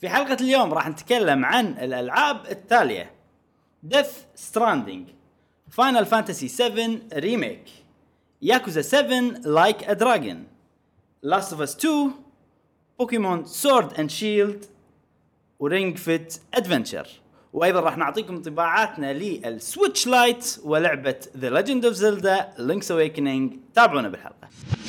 في حلقة اليوم راح نتكلم عن الألعاب التالية: Death Stranding, Final Fantasy 7 Remake, Yakuza 7 Like a Dragon, Last of Us 2, Pokemon Sword and Shield, وRing Fit Adventure. وأيضا راح نعطيكم انطباعاتنا للسويتش لايت ولعبة The Legend of Zelda Link's Awakening. تابعونا بالحلقة.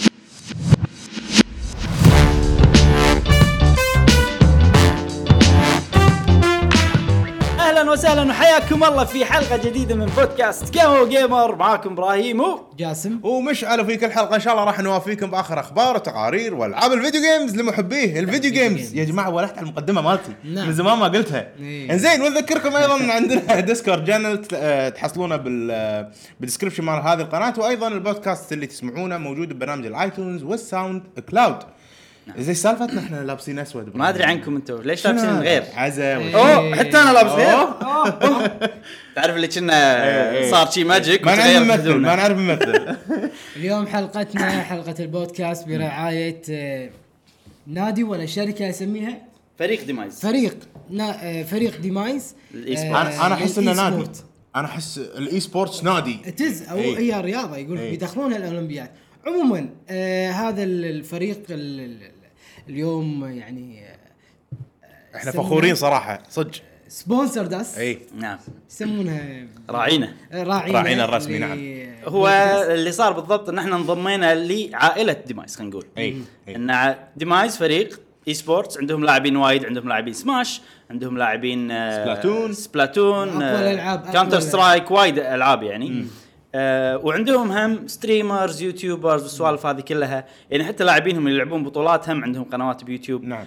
اهلا وسهلا وحياكم الله في حلقه جديده من بودكاست قهوه جيمر. معاكم ابراهيم وجاسم ومشعل. في كل حلقه ان شاء الله راح نوافيكم باخر اخبار وتقارير والعاب الفيديو جيمز لمحبيه الفيديو جيمز. يا جماعه ولحت على المقدمه مالتي من زمان ما قلتها. انزين ونذكركم ايضا عندنا ديسكورد جانل تحصلونه بالديسكربشن مال هذه القناه، وايضا البودكاست اللي تسمعونه موجود ببرنامج الايتونز والساوند كلاود. زي سالفتنا احنا لابسين اسود، ما ادري عنكم انتم ليش لابسين غير عزا اوه حتى انا لابس غير. تعرف اللي كنا صار شي ماجيك ما نعرف نمثل. اليوم حلقتنا حلقه البودكاست برعايه نادي ولا شركه اسميها فريق ديمايز. فريق ديمايز. انا احس انه نادي، انا احس الاي سبورتس نادي تز او هي رياضه يقول بيدخلونها الاولمبياد. عموما هذا الفريق اليوم يعني احنا فخورين صراحه صدق. سبونسر داس اي نعم يسمونها راعينا الرسمي. نعم هو اللي صار بالضبط ان احنا انضمينا لعائله ديمايز. خلينا نقول ان ديمايز فريق اي سبورتس عندهم لاعبين وايد، عندهم لاعبين سماش، عندهم لاعبين سبلاتون كاونتر سترايك، وايد العاب يعني. وعندهم هم ستريمرز يوتيوبرز والسوالف هذه كلها يعني، حتى لاعبينهم اللي يلعبون بطولات هم عندهم قنوات بيوتيوب. نعم.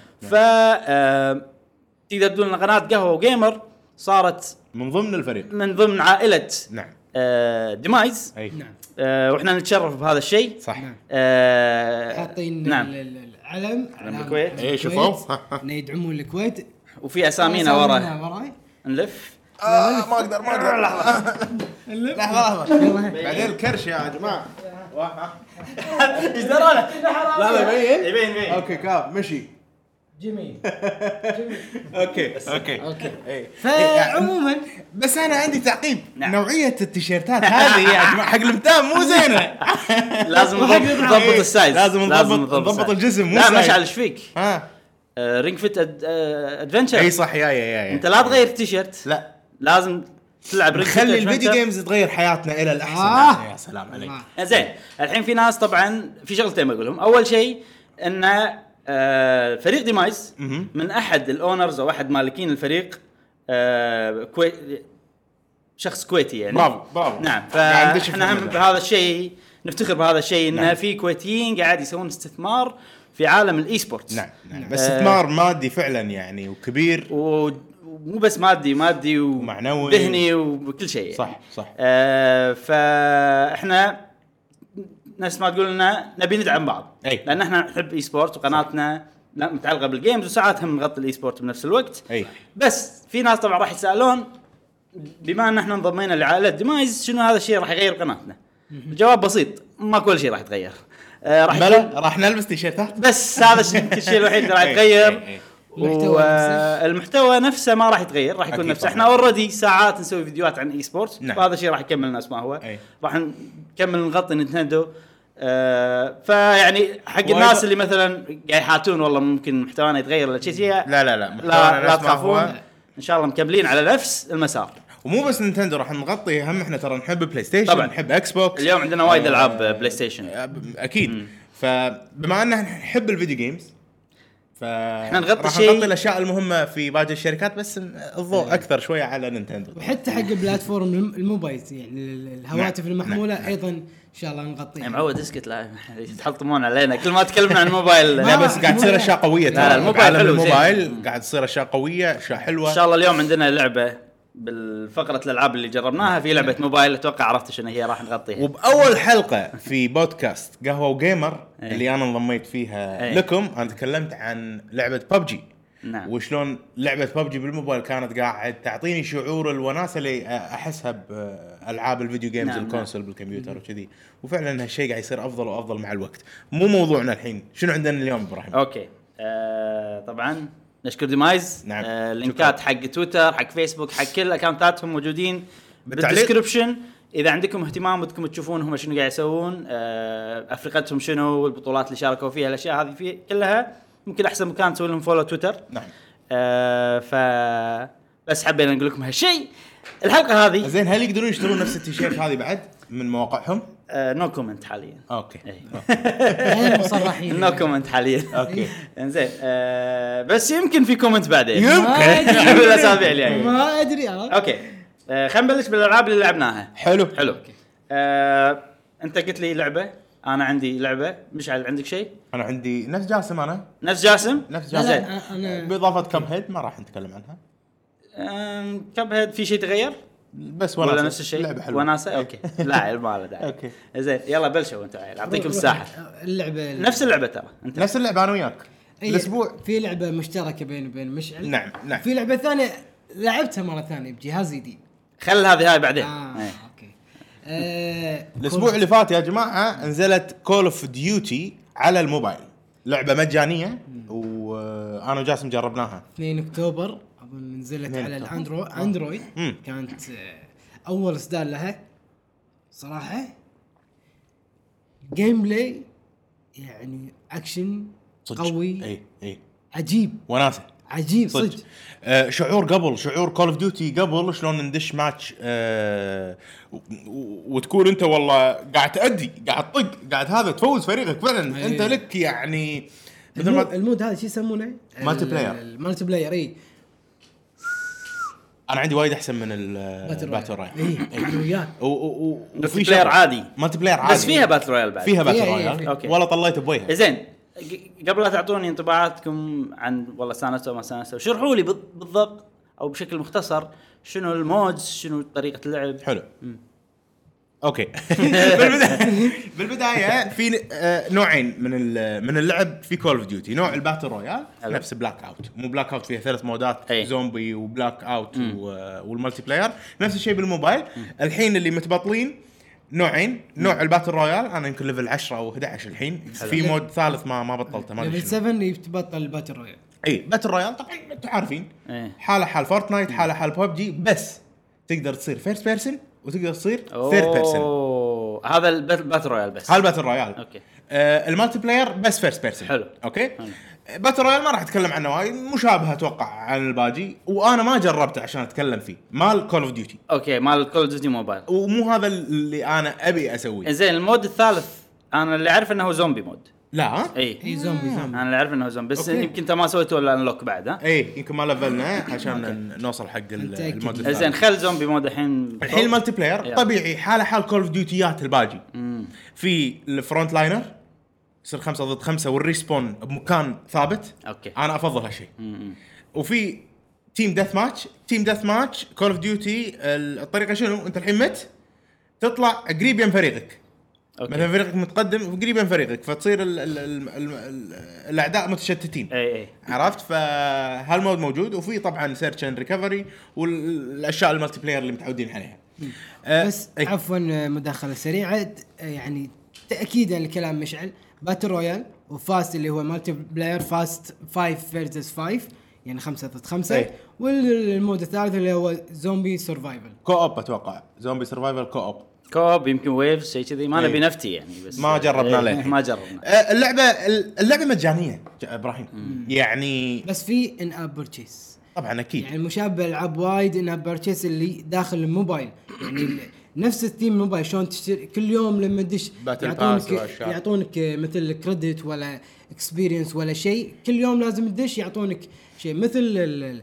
تقدر تقول ان قناه قهوه وجيمر صارت من ضمن الفريق، من ضمن عائله نعم ديمايز. نعم. واحنا نتشرف بهذا الشيء. صح. حاطين نعم. العلم الكويت. ايه شوفوا يدعمون الكويت وفي اسامينا وراي نلف. ما اقدر لحظه بعدين الكرش يا جماعه. ايش درانا؟ لا يبين اوكي كاب مشي جميل. اوكي فعموما بس انا عندي تعقيب. نعم. نوعيه التيشيرتات هذه يا جماعه حق المتام مو زينه. لازم نضبط السايز، لازم نضبط الجسم. مو لا مشعل ايش فيك؟ رينج فيت ادفنتشر. اي صح يا انت لا تغير تيشيرت، لا لازم تلعب رينج فيت. خلي الفيديو جيمز تغير حياتنا الى الاحسن. يا سلام عليك. زين الحين في ناس طبعا في شغلتين بقولهم. اول شيء ان فريق ديمايز من احد الاونرز او احد مالكين الفريق شخص كويتي يعني. برافو. نعم. فاحنا هم بهذا الشيء نفتخر بهذا الشيء ان في كويتيين قاعد يسوون استثمار في عالم الاي سبورتس. نعم. بس استثمار مادي فعلا يعني وكبير، ومو بس مادي ومعنوي ذهني وكل شيء يعني. صح. فاحنا ناس ما تقول لنا نبي ندعم بعض، لان احنا نحب اي سبورت وقناتنا متعلقه بالجيمز وساعات هم نغطي الاي سبورت بنفس الوقت. بس في ناس طبعا راح يسالون بما ان احنا انضمينا لعائله ديمايز شنو هذا الشيء راح يغير قناتنا؟ الجواب بسيط، ما كل شيء راح يتغير. راح نلبس تيشيرتات بس. هذا الشيء الوحيد اللي راح يتغير. والمحتوى نفسه ما راح يتغير، راح يكون نفسه. احنا اوريدي ساعات نسوي فيديوهات عن اي سبورتس، وهذا الشيء راح يكمل نفس ما هو. راح نكمل نغطي نينتندو. فيعني حق الناس اللي مثلا قاعد يحاتون والله ممكن محتوانا يتغير ولا شيء، لا تخافون، ان شاء الله مكملين على نفس المسار. ومو بس نينتندو، راح نغطي هم احنا ترى نحب بلاي ستيشن، نحب اكس بوكس. اليوم عندنا وايد العاب بلاي ستيشن اكيد. فبما ان احنا نحب الفيديو جيمز احنا نغطي الاشياء المهمه في باقي الشركات، بس الضوء اكثر شويه على نينتندو، وحتى حق بلاتفورم الموبايل يعني الهواتف المحموله ايضا ان شاء الله نغطيها. يا معود اسكت، لا تحطمون علينا كل ما تكلمنا عن الموبايل. لا بس قاعد تصير اشياء قويه. لا الموبايل قاعد تصير اشياء قويه، اشياء حلوه. ان شاء الله اليوم عندنا لعبه بالفقره الالعاب اللي جربناها، في لعبه موبايل اتوقع عرفت شنو هي، راح نغطيها. وباول حلقه في بودكاست قهوه وجيمر اللي انا انضميت فيها لكم، انا تكلمت عن لعبه ببجي. نعم. وشلون لعبه ببجي بالموبايل كانت قاعد تعطيني شعور الوناسه اللي احسها بالعاب الفيديو جيمز. نعم. الكونسول بالكمبيوتر وكذي. وفعلا هالشيء قاعد يصير افضل وافضل مع الوقت. مو موضوعنا الحين، شنو عندنا اليوم ابراهيم؟ اوكي طبعا نشكر ديمايز. نعم. اللينكات حق تويتر حق فيسبوك حق كل اكونتاتهم موجودين بالتعليق. بالديسكربشن. اذا عندكم اهتمام بدكم تشوفون هم شنو قاعد يسوون، افريقتهم شنو والبطولات اللي شاركوا فيها، الاشياء هذه فيه كلها ممكن احسن مكان تسوي لهم فولو تويتر. نعم. ف بس حبينا نقول لكم هالشيء. الحلقه هذه زين هل يقدرون يشترون نفس التيشيرت هذه بعد من مواقعهم؟ نو كومنت حاليا. اوكي. غير مصرحين. نو كومنت حاليا. اوكي. انزين بس يمكن في كومنت بعدين. يمكن. بالاسابيع الجايه. ما ادري. اوكي خلينا نبلش بالالعاب اللي لعبناها. حلو. انت قلت لي لعبه، انا عندي لعبه. مشعل عندك شيء؟ انا عندي نفس جاسم. انا نفس جاسم. زين. انا باضافه كم هيد ما راح نتكلم عنها. كب هيد في شيء تغير بس ولا نفس الشيء؟ لعبه حلوه وناسه. اوكي لا ما له داعي. اوكي زين يلا بلشوا انتم عيال، اعطيكم الساحه. اللعبه نفس اللعبه ترى انت. نفس اللعبه انا وياك الاسبوع. في لعبه مشتركه بيني وبين مشعل. نعم. في لعبه ثانيه لعبتها مره ثانيه بجهازي دي. خل هذه بعدين. اوكي. الاسبوع اللي فات يا جماعه نزلت كول اوف ديوتي على الموبايل، لعبه مجانيه وانا وجاسم جربناها. 2 اكتوبر اظن نزلت على الاندرويد. كانت اول اصدار لها صراحه. جيم بلاي يعني اكشن قوي. اي عجيب وناسه عجيب صدق. شعور قبل شعور كول اوف ديوتي قبل شلون ندش ماتش وتكون انت والله قاعد تأدي قاعد طق قاعد هذا تفوز فريقك فعلا. انت لك يعني مثل ما المود هذا شو يسمونه مالتي بلاير. المالتي بلاير اي. انا عندي وايد احسن من الباتل رويال. اي وياك. وفي بلاير عادي. مالتي بلاير عادي بس فيها باتل رويال بعد. فيها باتل رويال. أوكي. ولا طليت بوجهها. زين قبل لا تعطوني انطباعاتكم عن والله سانسو ما سانسو، شرحوا لي بالضبط او بشكل مختصر شنو المودز، شنو طريقه اللعب. حلو. اوكي. بالبدايه في نوعين من اللعب في كول اوف ديوتي. نوع الباتل رويال نفس بلاك اوت. مو بلاك اوت فيها 3 مودات، زومبي وبلاك اوت والمالتي بلاير. نفس الشيء بالموبايل. الحين اللي متبطلين نوعين. نوع الباتل رويال انا يمكن ليفل 10 او 11 الحين. في مود ثالث ما بطلته. ما ليفل 7 يتبطل الباتل رويال. اي باتل رويال طبعا انتم عارفين حاله حال فورتنايت، حاله حال ببجي، بس تقدر تصير فيرست بيرسون وتقدر تصير ثيرد بيرسون. هذا الباتل رويال بس. هذا الباتل رويال. اوكي. المالتي بلاير بس فيرست بيرسون. حلو. اوكي. باتل رويال ما راح اتكلم عنه وايد، مشابه اتوقع عن الباجي، وانا ما جربته عشان اتكلم فيه. مال كول اوف ديوتي. اوكي مال كول اوف ديوتي موبايل. ومو هذا اللي انا ابي اسويه. زين المود الثالث انا اللي اعرف انه هو زومبي مود. لا اي زومبي. انا اللي اعرف انه زومبي بس يمكن انت ما سويته ولا انلوك بعد. ها اي يمكن ما لفلنا عشان نوصل حق المود الثالث. زين خل زومبي مود الحين المالتي بلاير طبيعي حاله حال كول اوف ديوتيات الباجي. في الفرونت لاينر يصير 5 ضد 5 والريسبون بمكان ثابت. اوكي. انا افضل هالشيء. وفي تيم ديث ماتش كول اوف ديوتي. الطريقه شنو؟ انت الحين تطلع قريب من فريقك. مثلا فريقك متقدم قريب من فريقك فتصير الاعداء متشتتين. اي عرفت؟ فهالمود موجود. وفي طبعا سيرش اند ريكفري والاشياء المالتي بلاير اللي متعودين عليها. بس عفوا مداخله سريعه يعني تاكيدا لكلام مشعل. باتل رويال وفاست اللي هو مالتي بلاير فاست 5 فيرسس 5 يعني 5 ضد 5. والمود الثالث اللي هو زومبي سرفايفل كوب. اتوقع زومبي سرفايفل كوب يمكن ويفز شيء كذي. ما نبي نفتي يعني بس ما جربنا له. ما جربنا. اللعبه مجانيه ابراهيم. يعني بس في ان اب بيرتشيز طبعا اكيد. يعني مشابه العاب وايد ان اب بيرتشيز اللي داخل الموبايل. يعني نفس الثيم موبايل شلون تشتري كل يوم لما تدش يعطونك مثل كريدت ولا اكسبيرينس ولا شيء. كل يوم لازم تدش يعطونك شيء مثل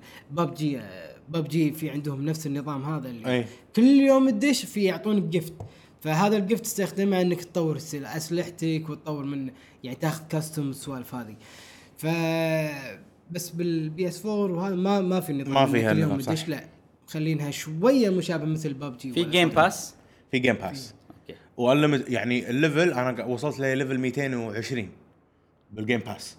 ببجي في عندهم نفس النظام هذا اللي كل يوم تدش في يعطونك جيفت. فهذا الجيفت تستخدمه انك تطور اسلحتك وتطور من يعني تاخذ كاستم السوالف هذه. ف بس بالبي اس 4 وهذا ما في نظام. ما فيها اليوم صح. لا مخلينها شويه مشابه مثل ببجي. في جيم باس. اوكي. وعلم يعني الليفل انا وصلت لليفل 220 بالجيم باس.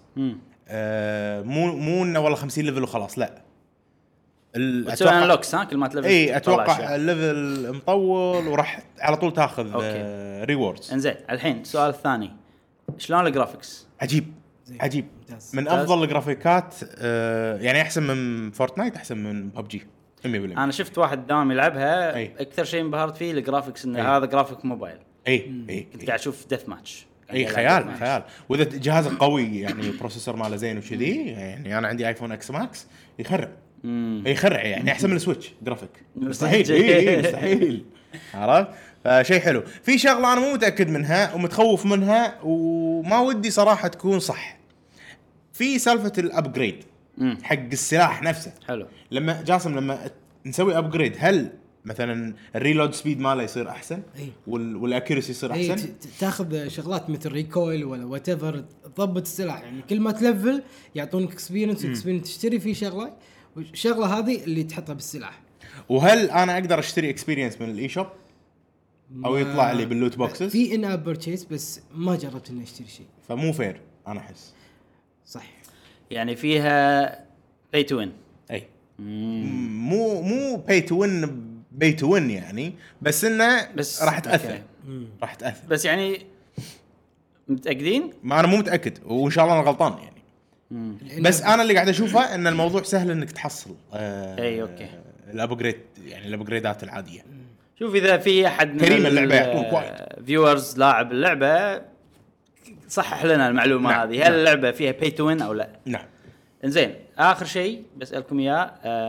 مو انه والله 50 ليفل وخلاص. لا اتوقع لوكس. كل ما تلفل اي اتوقع الليفل مطول وراح على طول تاخذ ريوردز. انزين الحين السؤال الثاني شلون الجرافيكس؟ عجيب عجيب ممتاز. من افضل الجرافيكات يعني احسن من فورتنايت احسن من PUBG 100%. انا شفت واحد دوام يلعبها أي. اكثر شيء انبهرت فيه الجرافيكس انه أي. هذا جرافيك موبايل اي كنت قاعد اشوف ديث ماتش اي خيال واذا جهازك قوي يعني بروسيسور ماله زين وكذي يعني انا عندي ايفون اكس ماكس يخرع يعني احسن من السويتش جرافيك مستحيل مستحيل عرفت فشيء حلو. في شغله انا مو متاكد منها ومتخوف منها وما ودي صراحه تكون صح في سالفه الابجريد حق السلاح نفسه. حلو لما جاسم لما نسوي ابجريد هل مثلا الريلود سبيد ماله يصير احسن والاكيرسي يصير احسن تاخذ شغلات مثل ريكويل ولا وات ايفر تضبط السلاح يعني كل ما تلفل يعطونك اكسبيرينس تشتري فيه شغله هذه اللي تحطها بالسلاح. وهل انا اقدر اشتري اكسبيرينس من الاي شوب او يطلع لي باللوت بوكسز؟ في ان اب بيرتشيز بس ما جربت اني اشتري شيء فمو فير انا احس صح يعني فيها باي تو وين. اي مو باي تو وين يعني بس انه راح تاثر بس يعني متاكدين؟ ما انا مو متاكد وان شاء الله انا غلطان يعني بس انا اللي قاعد اشوفه ان الموضوع سهل انك تحصل اي اوكي الابجريد يعني الابجريدات العاديه. شوف اذا في احد كريم اللعبه يعطونك وايد فيورز لاعب اللعبه صحح لنا المعلومه نعم. هذه هل اللعبه فيها باي تو وين او لا؟ نعم. انزين اخر شيء بسالكم اياه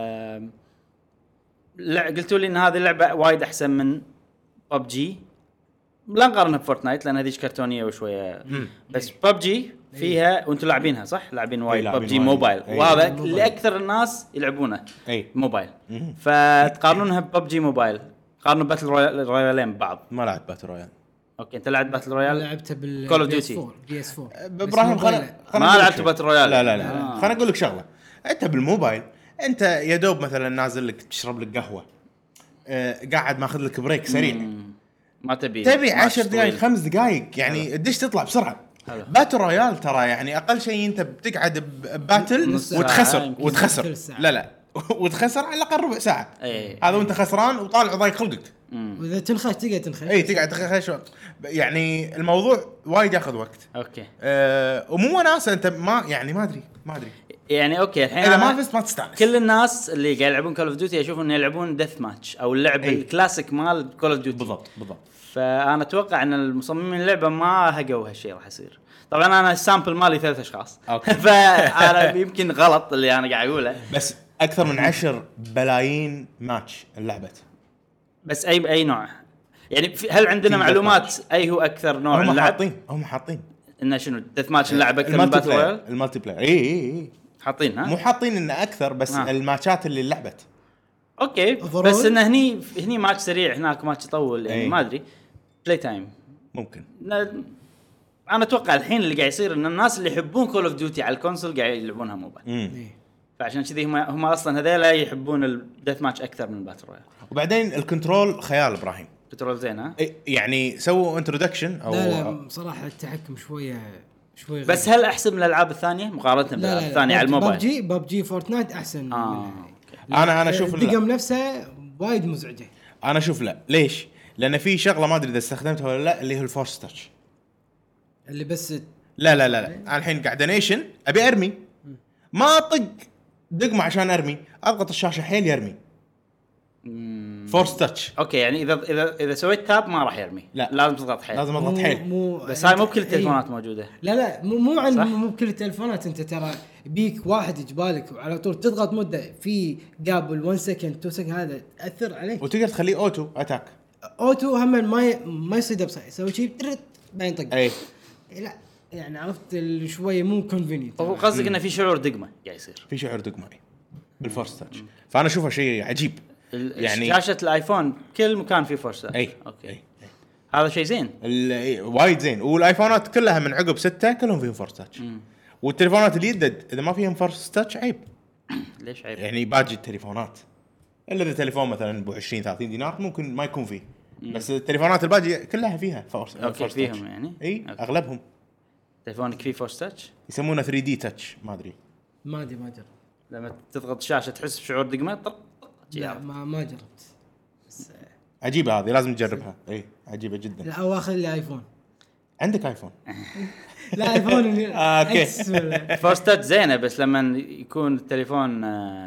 قلتوا لي ان هذه اللعبه وايد احسن من PUBG لا نقارنها بفورتنايت لان هذيك كرتونيه وشويه بس PUBG فيها وانتم لاعبينها صح لاعبين وايد PUBG موبايل وهذا لاكثر الناس يلعبونه موبايل فتقارنونها بPUBG موبايل قارنوا باتل رويالين ببعض. ما لعبت باتل رويال. اوكي انت لعبت باتل رويال؟ لعبتها بال كول اوف ديوتي PS4 ابراهيم ما لعبت باتل رويال. لا خليني اقول لك شغله انت بالموبايل انت يا دوب مثلا نازل لك تشرب لك قهوه قاعد ماخذ لك بريك سريع ما تبي 10 دقائق 5 دقائق يعني الدش تطلع بسرعه. باتل رويال ترى يعني اقل شيء انت بتقعد بباتل وتخسر لا وتخسر على الاقل ربع ساعه هذا وانت خسران وطالع ضايق خلقك واذا تنخش تنخش تقعد تخش يعني الموضوع وايد ياخذ وقت. اوكي ومو وناسه انت ما ادري يعني اوكي الحين اذا ما فزت ما تستانس. كل الناس اللي قاعد يلعبون كول اوف ديوتي يشوفون انه يلعبون ديث ماتش او اللعب الكلاسيك مال كول اوف ديوتي بالضبط فانا اتوقع ان المصممين اللعبه ما هقوا هالشيء راح يصير. طبعا انا السامبل مالي 3 اشخاص فانا يمكن غلط اللي انا قاعد اقوله بس اكثر من 10 بلايين ماتش اللعبت بس اي نوع يعني هل عندنا معلومات اي هو اكثر نوع اللعب؟ هم حاطين انه شنو ديث ماتش نلعب اكثر من باتل رويال المالتي بلاير اي حاطين مو حاطين انه اكثر بس الماتشات اللي لعبت اوكي بس انه هني ماتش سريع هناك ماتش يطول يعني ما ادري بلاي تايم ممكن انا اتوقع الحين اللي قاعد يصير ان الناس اللي يحبون كول اوف ديوتي على الكونسول قاعد يلعبونها موبايل فعشان كذي هم اصلا هذيلا يحبون الديث ماتش اكثر من الباتل رويال. وبعدين الكنترول خيال ابراهيم كنترول زين ها يعني سووا انترودكشن او لا صراحه التحكم شويه بس هل احسن من الالعاب الثانيه مقارنه بالالعاب الثانيه على الموبايل؟ ببجي فورتنايت احسن انا اشوف الدقم نفسها وايد مزعجه. انا اشوف لا ليش لان في شغله ما ادري اذا استخدمتها ولا لا اللي هو الفورس تاتش اللي بس لا انا الحين قاعد انيشن ابي ارمي ما اطق دقمه عشان ارمي اضغط الشاشه حيل يرمي فورس تاتش. اوكي يعني اذا سويت تاب ما راح يرمي لا لازم تضغط حيل لازم اضغط حيل بس هاي مو بكل التليفونات موجوده. لا مو بكل التليفونات انت ترى بيك واحد يجبالك وعلى طول تضغط مده في قبل 1 سكند 2 سكند هذا تاثر عليك وتقدر تخليه اوتو اتاك اوتو هم ما يصيد بصح يسوي شيء باين طق لا يعني عرفت شويه مو كونفينينت. هو قصدك انه في شعور دقمه قاعد يصير في شعور دقمه بالفورس تاتش فانا اشوفه شيء عجيب يعني شاشه الايفون كل مكان فيه فورس تاتش اوكي هذا شيء زين وايد زين والايفونات كلها من عقب 6 كلهم فيهم فورس تاتش والتليفونات الجدد اذا ما فيهم فورس تاتش عيب. ليش عيب؟ يعني باجي التليفونات الا اذا تليفون مثلا ب 20 30 دينار ممكن ما يكون فيه بس التليفونات الباجي كلها فيها فورس فيهم يعني اغلبهم تليفونك فيه فورس تاتش يسمونه 3 دي تاتش ما ادري ما جربت لما تضغط الشاشه تحس بشعور دقمه لا ما جربت بس عجيبه هذه لازم تجربها عجيبه جدا. لا واخذ لي ايفون عندك ايفون؟ لا ايفون اوكي. فورس تاتش زينه بس لما يكون التليفون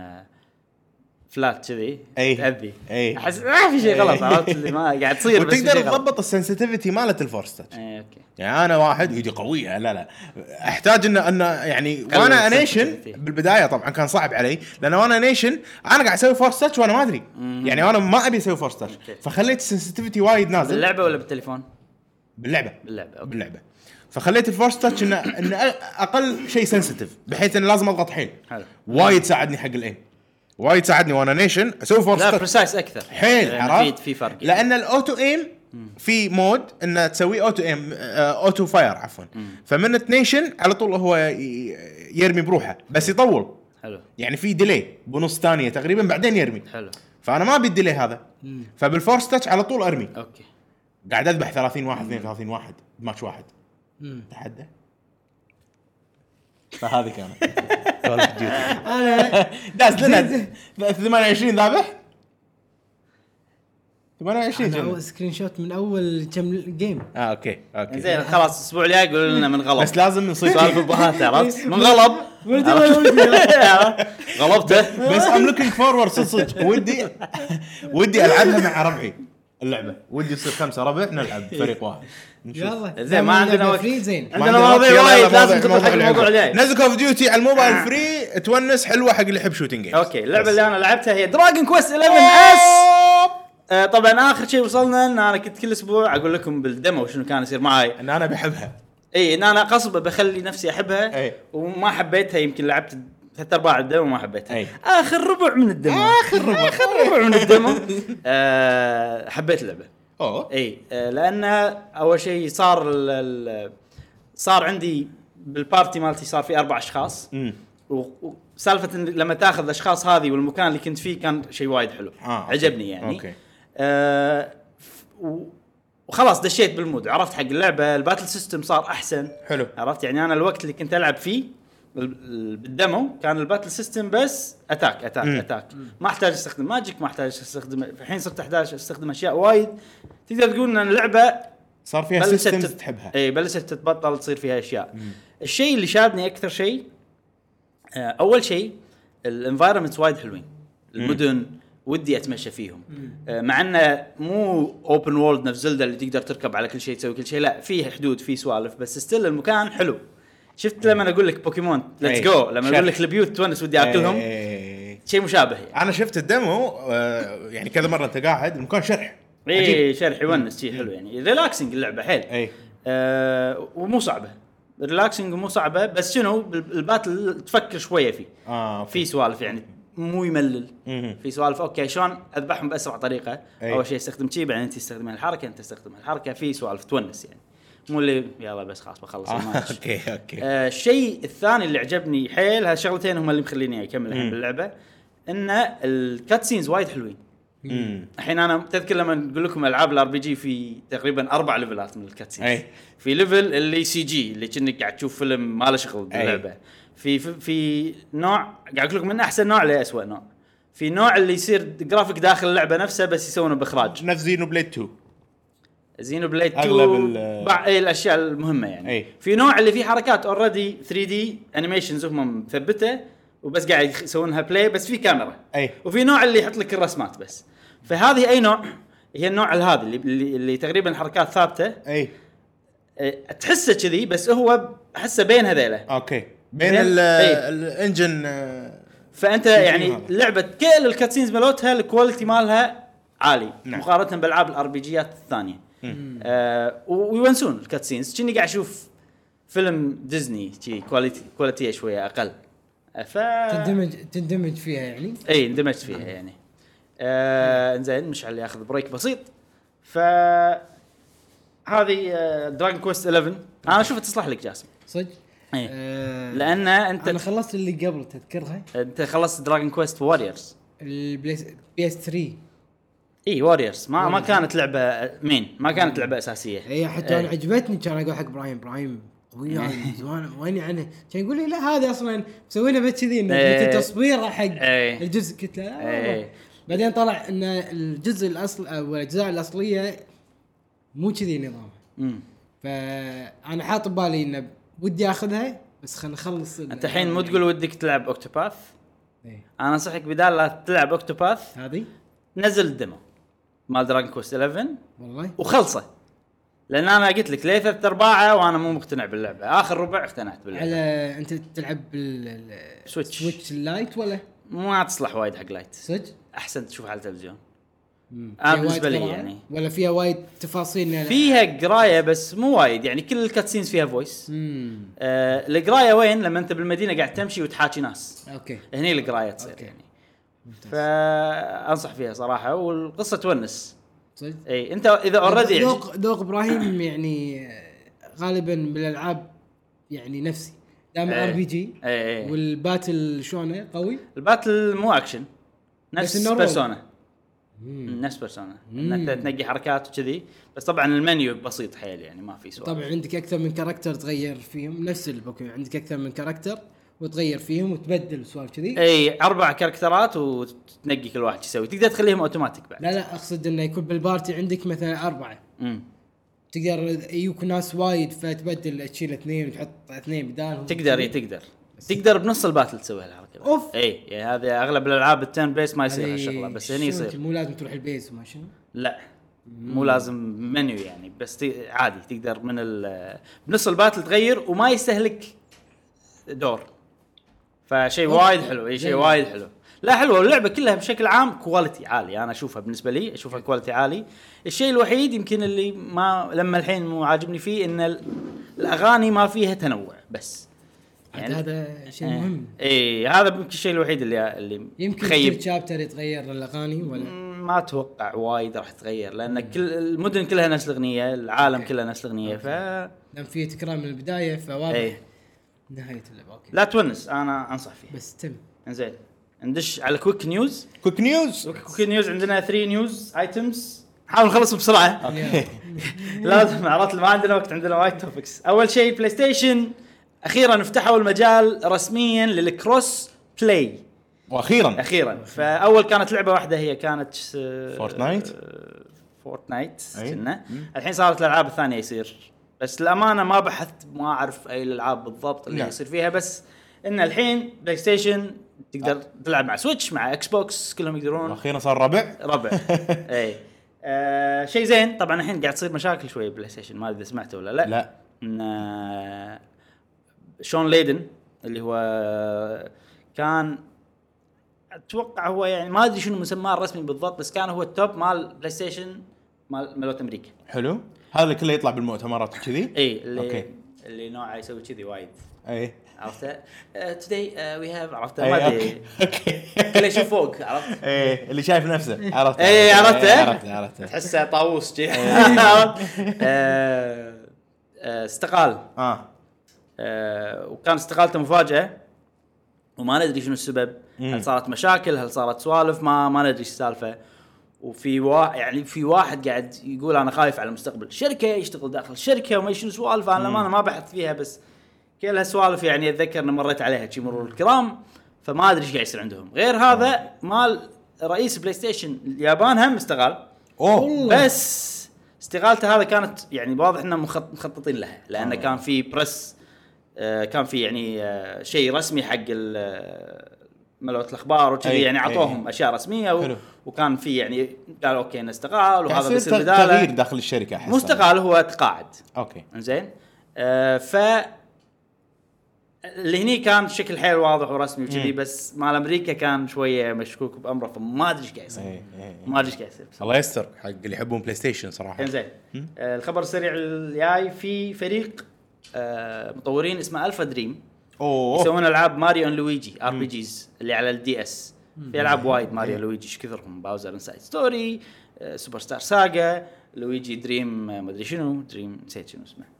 فلات كذي تأذي. احس ما في شيء غلط، عرفت اللي ما قاعد تصير. بس وتقدر تضبط السنسيتيفيتي مالت الفورس تاتش. اوكي يعني انا واحد ايدي قويه، لا احتاج ان يعني وانا انيشن بالبدايه طبعا كان صعب علي، لان وانا انيشن انا قاعد اسوي فورس تاتش وانا ما ادري. يعني انا ما ابي اسوي فورس تاتش، فخليت السنسيتيفيتي وايد نازل. باللعبه ولا بالتليفون؟ باللعبه. فخليت الفورس تاتش ان اقل شيء سنسيتيف، بحيث ان لازم اضغط حيل. وايد ساعدني حق الان، وايد ساعدني وانا نيشن اسوي فورس تاتش. لا بريسايز اكثر حيل، عرفت في فرق لان الاوتو ايم في مود ان تسوي اوتو ايم اوتو فاير عفوا. فمن نيشن على طول هو يرمي بروحه، بس يطول. حلو. يعني في ديلي بنص ثانيه تقريبا بعدين يرمي. حلو. فانا ما ابي الديلي هذا، فبالفورس تاتش على طول ارمي. اوكي. قاعد اذبح 30 واحد 32 واحد بماتش واحد. تحدى. فهذه كانت كول اوف ديوتي. انا داز لنا 28 ذابح 28 سكرين شوت من اول كم جيم. اوكي زين خلاص الاسبوع الجاي قولوا لنا من غلط، بس لازم نصير سالفه البهات، عرفت من غلط غلبته. بس ام لوكينج فورورد صدق ودي العبها مع ربعي. اللعبه ودي يصير 5 ربع نلعب فريق واحد. يلا زين ما عندنا وقت، زين عندنا مواضيع وايد لازم تدخل حق الموضوع الجاي. نزل كول اوف ديوتي على الموبايل فري تونس، حلوه حق اللي يحب شوتنج جيمز. اوكي اللعبه اللي انا لعبتها هي دراجون كويست 11 اس. طبعا اخر شيء وصلنا ان انا كنت كل اسبوع اقول لكم بالدمو شنو كان يصير معي، ان انا بحبها. اي ان انا قصب بخلي نفسي احبها. وما حبيتها، يمكن لعبت 3/4 الدمو ما حبيتها. اخر ربع من الدمو من الدمو حبيت اللعبه. اي لان اول شيء صار عندي بالبارتي مالتي صار في 4 اشخاص. وسالفه لما تاخذ الاشخاص هذه والمكان اللي كنت فيه كان شيء وايد حلو. عجبني يعني. أوكي. وخلاص دشيت بالمود، عرفت حق اللعبه. الباتل سيستم صار احسن. حلو. عرفت يعني انا الوقت اللي كنت العب فيه بالدمو كان الباتل سيستم بس اتاك. ما احتاج استخدم ماجيك، ما احتاج استخدم. الحين صرت احتاج استخدم اشياء وايد. تقدر تقول ان اللعبه صار فيها سيستمز تحبها. اي بلشت تتبطل تصير فيها اشياء. الشيء اللي شادني اكثر شيء اول شيء الانفايرمنتس وايد حلوين. المدن ودي اتمشى فيهم. مع انه مو اوبن وورلد نفس زلدة اللي تقدر تركب على كل شيء تسوي كل شيء، لا فيه حدود فيه سوالف، بس ستيل المكان حلو. شفت لما انا اقول لك بوكيمون ليتس جو، لما اقول لك البيوت تونس ودي اكلهم، شيء مشابه يعني. انا شفت الدمو يعني كذا مره، انت قاعد المكان شرح. اي شرح يونس شيء حلو يعني. ريلاكسنج اللعبه حيل. ومو صعبه، ريلاكسنج ومو صعبه، بس شنو الباتل تفكر شويه فيه. في سوالف يعني مو يملل. في سوالف اوكي شلون اذبحهم باسرع طريقه. اول شيء استخدم شيء، بعدين انت تستخدم الحركه، انت تستخدم الحركه. في سوالف تونس يعني، مو اللي يلا بس خلاص بخلص الماتش. اوكي الشيء الثاني اللي عجبني حيل، هالشغلتين هم اللي مخليني اكمل الحين باللعبه، ان الكاتسينز وايد حلوين. الحين انا تذكر لما نقول لكم العاب الار بي جي في تقريبا 4 ليفلات من الكاتسينز. في ليفل اللي سي جي اللي كأنك قاعد تشوف فيلم ما له شغل باللعبه. في نوع قاعد اقول لكم من احسن نوع لأسوأ نوع. في نوع اللي يصير جرافيك داخل اللعبه نفسها بس يسوونه باخراج، نفس زينو بليد 2. زينو بليد 2 اي الاشياء المهمه يعني. في نوع اللي فيه حركات اوريدي 3D انيميشنز هم مثبته وبس قاعد يسوونها بلاي بس في كاميرا. وفي نوع اللي يحط لك الرسمات بس. فهذه اي نوع؟ هي النوع هذا اللي تقريبا حركات ثابته. تحسه كذي، بس هو احسه بين هذيله. اوكي بين الانجن. فانت يعني لعبه كل الكاتسينز مالتها الكواليتي مالها عالي. نعم. مقارنه بالالعاب الار بي جيات الثانيه. ويونسون الكاتسينز كأني قاعد اشوف فيلم ديزني شي كواليتي شويه اقل. تندمج فيها يعني. اي اندمجت فيها يعني. انزين مش على ياخذ بريك بسيط. هذه دراجون كويست 11 انا اشوف تصلح لك جاسم صدق. لان انت انا خلصت اللي قبل تذكرها. انت خلصت دراجون كويست واريورز البي اس 3. اي واريورز ما كانت لعبه مين، ما كانت لعبه اساسيه. هي حتى انا عجبتني. كان اقول حق ابراهيم قويه من زمان وين عنه، كان يقول لي لا هذه اصلا مسوينها بس كذي انه تصويرها حق الجزء. قلت له بعدين طلع ان الجزء الاصل او الاجزاء الاصليه مو كذي نظامها. فانا حاط ببالي انه ودي اخذها بس خلينا نخلص. انت الحين مو تقول ودك تلعب اوكتوباث؟ انا انصحك بدال لا تلعب اوكتوباث هذه نزل الديمو مال دراجون كوست 11 والله وخلصه، لان انا قلت لك ليه 3/4 وانا مو مقتنع باللعبه، اخر ربع اقتنعت باللعبه. على انت تلعب سويتش اللايت ولا ما تصلح وايد حق لايت، صدق احسن تشوفها على التلفزيون. انا بالنسبه لي يعني ولا فيها وايد تفاصيل، فيها قرايه بس مو وايد، يعني كل الكاتسينز فيها فويس. القرايه وين؟ لما انت بالمدينه قاعد تمشي وتحاكي ناس، اوكي هني القرايه تصير يعني. فانصح فيها صراحه، والقصه تونس صدق. اي انت اذا اوريدي ذوق ابراهيم يعني غالبا بالالعاب يعني نفسي دام ار بي جي، والباتل شلونه قوي. الباتل مو اكشن، نفس بيرسونا، نفس بيرسونا انك تنقي حركات وكذي، بس طبعا المنيو بسيط حيل يعني ما في سؤال. طبعا عندك اكثر من كاركتر تغير فيهم، نفس البوكيمون عندك اكثر من كاركتر وتغير فيهم وتبدل سوالف كذي. اي 4 كاركترات وتنقي كل واحد يسوي، تقدر تخليهم اوتوماتيك بعد. لا اقصد انه يكون بالبارتي عندك مثلا 4 تقدر يجوك ناس وايد فتبدل تشيل 2 وتحط 2 بدالهم. تقدر بنص الباتل تسوي هالحركه. اوف اي هذا اغلب الالعاب التيرن بيس ما يصير هالشغله، بس هني يصير. مو لازم تروح البيز وما شنو. لا مو لازم منيو يعني، بس عادي تقدر من بنص الباتل تغير وما يستهلك دور، فشيء وايد حلو. شيء وايد حلو. لا حلوه اللعبه كلها بشكل عام، كواليتي عالي انا اشوفها، بالنسبه لي اشوفها كواليتي عالي. الشيء الوحيد يمكن اللي ما لما الحين مو عاجبني فيه ان الاغاني ما فيها تنوع بس، يعني هذا شيء مهم. اي هذا يمكن الشيء الوحيد اللي يمكن كل شابتر يتغير الاغاني ولا ما اتوقع وايد راح تتغير، لان كل المدن كلها نفس الاغنيه، العالم كله نفس الاغنيه. لان في تكرار من البدايه فواضح نهايه اللعبه. اوكي لا تونس، انا انصح فيه. بس تم انزين ندش على كويك نيوز. عندنا 3 نيوز ايتمز، حاول نخلص بسرعه. اوكي لازم عرفت ما عندنا وقت، عندنا وايد توبكس. اول شيء بلاي ستيشن اخيرا فتحوا المجال رسميا للكروس بلاي، واخيرا فاول كانت لعبه واحده هي كانت فورتنايت كنا، الحين صارت الالعاب الثانيه يصير، بس الامانه ما بحثت ما اعرف اي الالعاب بالضبط اللي يصير فيها، بس ان الحين بلاي ستيشن تقدر تلعب مع سويتش مع اكس بوكس كلهم يقدرون. اخيرا صار ربع اي شيء زين. طبعا الحين قاعد تصير مشاكل شوي بلاي ستيشن، ما ادري اذا سمعته ولا لا. ان شون ليدن اللي هو كان اتوقع هو يعني ما ادري شنو مسماه الرسمي بالضبط، بس كان هو التوب مال بلاي ستيشن مالوت امريكا. حلو، هذا اللي كله يطلع بالمؤتمرات وكذي. اي اللي نوعه يسوي كذي وايد. اي عرفته today we have عرفته ما ادري كله يشوف فوق، عرفت اللي شايف نفسه، عرفت عرفته تحسه طاووس كذي. استقال وكان استقالته مفاجأة وما ندري شنو السبب. هل صارت مشاكل، هل صارت سوالف، ما ندري ايش السالفه. وفي يعني في واحد قاعد يقول انا خايف على مستقبل الشركه، يشتغل داخل الشركه وما شنو سوالف. انا ما بحثت فيها، بس كلها سوالف يعني اتذكر ان مريت عليها شي مرور الكرام، فما ادري ايش قاعد يصير عندهم. غير هذا مال رئيس بلاي ستيشن اليابان هم استقال. بس استقالته هذا كانت يعني واضح انهم مخططين لها، لانه كان في بريس، كان في يعني شيء رسمي حق ملوت الاخبار وكذي، يعني عطوهم اشياء رسميه وكان في يعني قال اوكي نستقال وهذا بيصير بداله تغيير داخل الشركه. احس مستقال هو تقاعد. اوكي زين. ف اللي هني كان شكل حيل واضح ورسمي وكذي، بس مال امريكا كان شويه مشكوك بامره، فما ادري ايش قاعد يصير. ما ادري ايش قاعد يصير. الله يستر حق اللي يحبون بلاي ستيشن صراحه. زين. الخبر السريع الجاي، في فريق مطورين اسمه الفا دريم يسوون العاب ماريو ان لويجي ار بي جيز اللي على الدي اس. في العاب وايد ماريو لويجي ايش كثرهم، باوزر انسايد ستوري، سوبر ستار ساغا، لويجي دريم ما ادري شنو دريم، نسيت شنو اسمه.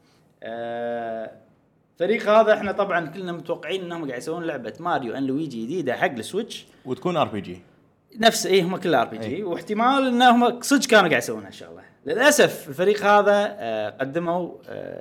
فريق هذا احنا طبعا كلنا متوقعين انهم قاعد يسوون لعبه ماريو ان لويجي جديده حق السويتش وتكون ار بي جي نفس هم كلها ار بي جي، واحتمال انهم صدق كانوا قاعد يسوونها ان شاء الله. للاسف الفريق هذا قدموا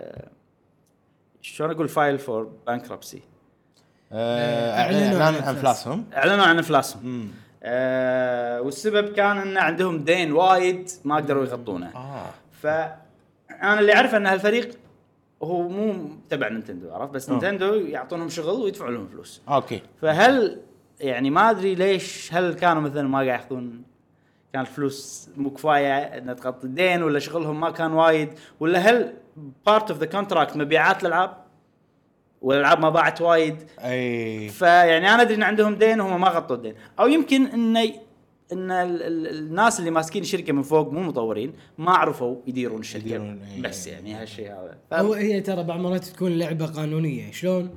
شلون اقول فايل فور بانكربسي، اعلنوا عن افلاسهم. والسبب كان ان عندهم دين وايد ما قدروا يغطونه. فانا اللي اعرف ان هالفريق هو مو تبع نينتندو عرفت بس نينتندو يعطونهم شغل ويدفعوا لهم فلوس. اوكي فهل يعني ما ادري ليش هل كانوا مثلا ما قاعد ياخذون كان الفلوس مو كفايه ان تغطي الدين ولا شغلهم ما كان وايد ولا هل بارت اوف ذا كونتراكت مبيعات الالعاب والالعاب ما باعت وايد اي فيعني انا ادري ان عندهم دين وهم ما غطوا الدين او يمكن ان الناس اللي ماسكين الشركه من فوق مو مطورين ما عرفوا يديرون الشركه بس يعني هالشيء هذا هو هي ترى بعض مرات تكون لعبه قانونيه شلون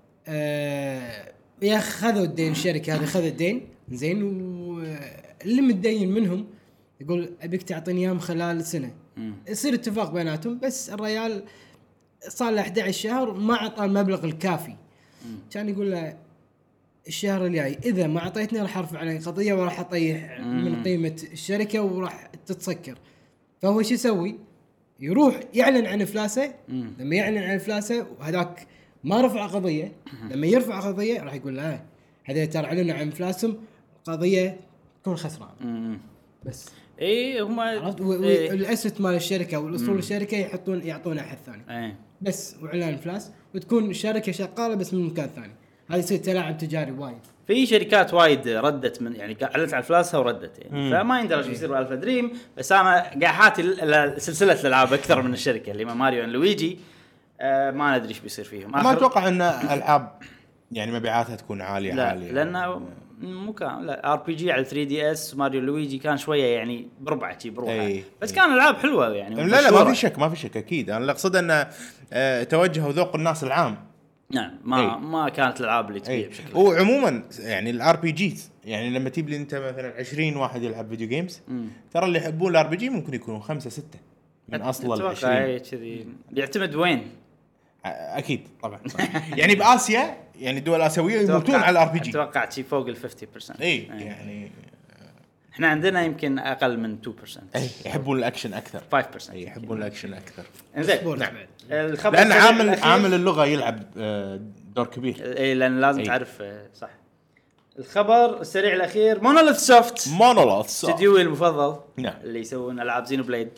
يا خذوا الدين الشركه هذه خذت الدين زين واللي متدين منهم يقول ابيك تعطيني اياه خلال سنه يصير اتفاق بيناتهم بس الريال صار له 11 شهر ما اعطى المبلغ الكافي كان يقول له الشهر الجاي اذا ما اعطيتني راح ارفع عليك قضيه وراح اطيح من قيمه الشركه وراح تتسكر. فهو شو يسوي يروح يعلن عن افلاسه لما يعلن عن افلاسه وهذاك ما رفع قضيه لما يرفع قضيه راح يقول لا هذا ترى اعلنوا عن افلاسهم قضيه تكون خسران بس اي هم الاسست مال الشركه والاصول الشركه يعطون احد ثاني بس واعلان افلاس وتكون الشركه شغاله بس من مكان ثاني. هذا يصير تلاعب تجاري وايد. في شركات وايد ردت من يعني اعلنت عن افلاسها وردت يعني فما يندرى ايش بيصير بالفا دريم بس انا قاعد حاتي سلسله الالعاب اكثر من الشركه اللي ماريو اند لويجي ما ندري ايش بيصير فيهم. ما اتوقع ان العاب يعني مبيعاتها تكون عاليه لا عاليه لانه مو كان لا ار بي جي على 3 دي اس ماريو لويجي كان شويه يعني بربعه شي بروحه بس كان العاب حلوه يعني لا ما في شك اكيد. انا اللي اقصد ان توجهوا ذوق الناس العام. نعم ما كانت الالعاب اللي تبيع بشكل وعموما يعني الار بي جي يعني لما تجيب لي انت مثلا 20 واحد يلعب فيديو جيمز ترى اللي يحبون الار بي جي ممكن يكونوا 5 6 من اصل ال 20 كذي بيعتمد وين اكيد طبعا يعني باسيا يعني دول اسيويه يموتون على الار بي جي اتوقع شيء فوق ال 50%. يعني احنا عندنا يمكن اقل من 2%. يحبون الاكشن اكثر 5% يحبون الاكشن اكثر. انزين نعم الخبر لان عامل اللغه يلعب دور كبير. اي لان لازم تعرف صح. الخبر السريع الاخير مونوليث سوفت استديوي المفضل اللي يسوون العاب زينو بليد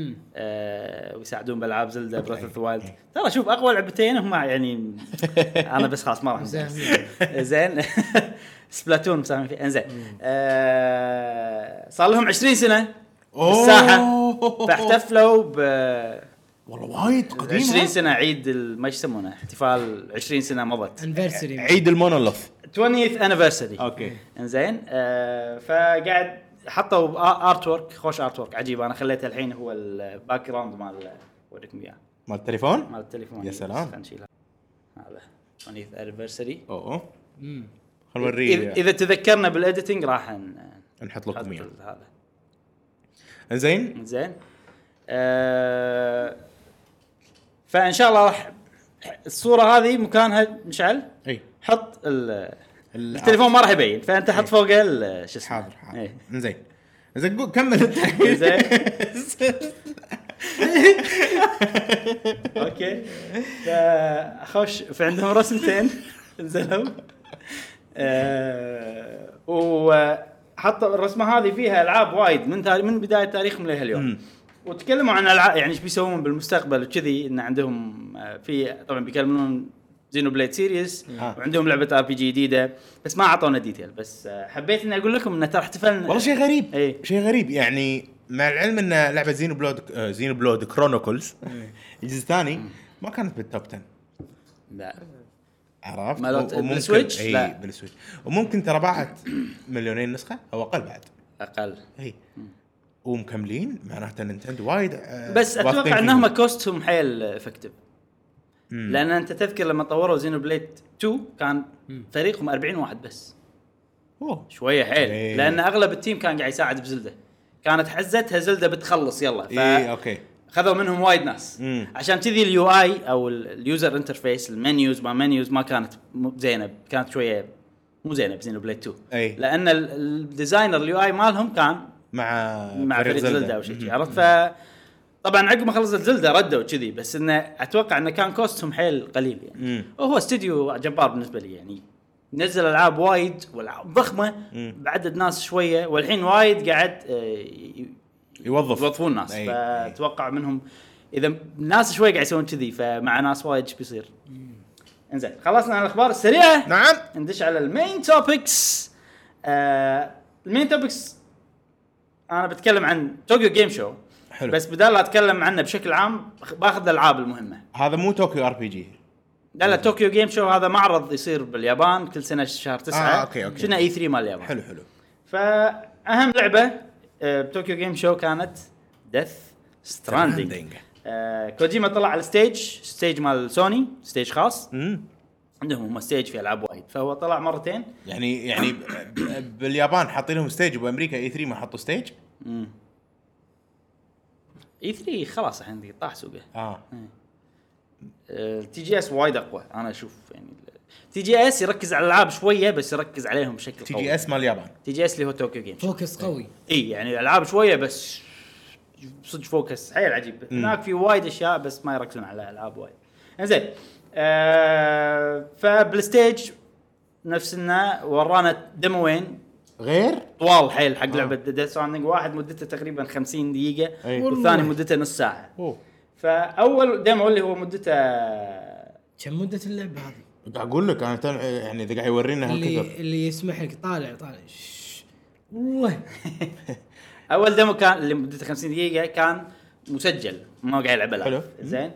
ويساعدون بالعاب زلدا بريث اوف ذا وايلد. ترى شوف اقوى لعبتين هم يعني انا بس خلاص ما راح زين سبلاتون مساهمين فيه. انزين صار لهم 20 سنه بالساحه فاحتفلوا والله وايد قديم 20 سنه عيد ما يسمونه احتفال 20 سنه مضت انيفرساري عيد المونوليث 20th anniversary. اوكي انزين فقاعد حطوا ارت وورك خوش ارت وورك عجيب. انا خليته الحين هو الباك جراوند مال اوريكم اياه مال التليفون يا سلام هذا 20th anniversary. خلينا نوريه اذا تذكرنا بالاديتنج راح نحط لكم اياه هذا. انزين فان شاء الله راح الصوره هذه مكانها مشعل حط التليفون ما راح يبين فانت حط فوقه شو اسمه. حاضر انزين قول كمل انت. زين اوكي فخش في عندهم رسمتين نزلوا وحطوا الرسمه هذه فيها العاب وايد من بدايه تاريخهم لهاليوم وتكلموا عن العاب يعني ايش بيسوون بالمستقبل وكذي ان عندهم في طبعا بيكلمون زينو بليد سيريز وعندهم لعبه ار بي جي جديده بس ما اعطونا ديتيل. بس حبيت اني اقول لكم ان ترى احتفلنا والله شيء غريب يعني مع العلم ان لعبه زينو بلود كرونيكلز الجزء الثاني ما كانت بالتوب 10. لا عرفت بالسويتش لا بالسويتش وممكن ترى باعت مليونين نسخه او اقل بعد اقل ومكملين معناته نينتندو وايد بس اتوقع انهم كوستهم حيل افكتيف لان انت تذكر لما طوروا زينو بليد 2 كان فريقهم 40 واحد بس شويه حيل لان اغلب التيم كان قاعد يساعد بزلده كانت حزتها زلده بتخلص يلا اوكي خذوا منهم وايد ناس عشان كذي اليو اي او اليوزر انترفيس المنيوز ما كانت زينه كانت شويه مو زينه بزينو بليد 2 لان الديزاينر اليو اي مالهم كان مع فريق زلده او شيء عرفت. طبعا عقب ما خلصت زلده ردوا كذي بس انه اتوقع انه كان كوستهم حيل قليل يعني وهو استوديو جبار بالنسبه لي يعني نزل العاب وايد والعاب ضخمه بعدد ناس شويه والحين وايد قاعد يوظفون ناس فاتوقع منهم اذا الناس شوي قاعد يسوون كذي فمع ناس وايد ايش بيصير. انزين خلصنا عن الاخبار السريعه. نعم ندش على المين توبكس. المين توبكس انا بتكلم عن طوكيو جيم شو. حلو. بس بدال لا اتكلم عنه بشكل عام باخذ الالعاب المهمه. هذا مو طوكيو ار بي جي. لا طوكيو جيم شو هذا معرض يصير باليابان كل سنه شهر 9. أوكي. شنو اي 3 مال اليابان. حلو. فاهم لعبه بطوكيو جيم شو كانت ديث ستراندينج. كوجيما طلع على ستيج مال سوني، ستيج خاص. عندهم هم ستيج في العاب وايد، فهو طلع مرتين. يعني باليابان حاطين لهم ستيج، وبامريكا اي 3 ما حطوا ستيج. اي 3 خلاص الحين طاح سوقه. تي جي اس وايد اقوى انا اشوف. يعني تي جي اس يركز على الالعاب شويه بس يركز عليهم بشكل قوي. تي جي اس مال اليابان. تي جي اس اللي هو طوكيو جيم فوكس قوي. اي يعني الالعاب شويه بس صدق فوكس حيل عجيب. هناك في وايد اشياء بس ما يركزون على الالعاب وايد. انزين فبالستيج نفسنا ورانا ديموين غير طوال حيل حق لعبه ديث ستراندينج. واحد مدته تقريبا 50 دقيقه والثاني مدته نص ساعه. فاول ديمو اللي هو مدته كم مده اللعبه هذه؟ قاعد اقول لك انا يعني اذا قاعد يورينا هالكثر اللي يسمح لك طالع والله. اول ديمو كان اللي مدته 50 دقيقه كان مسجل ما قاعد يلعب العاب. زين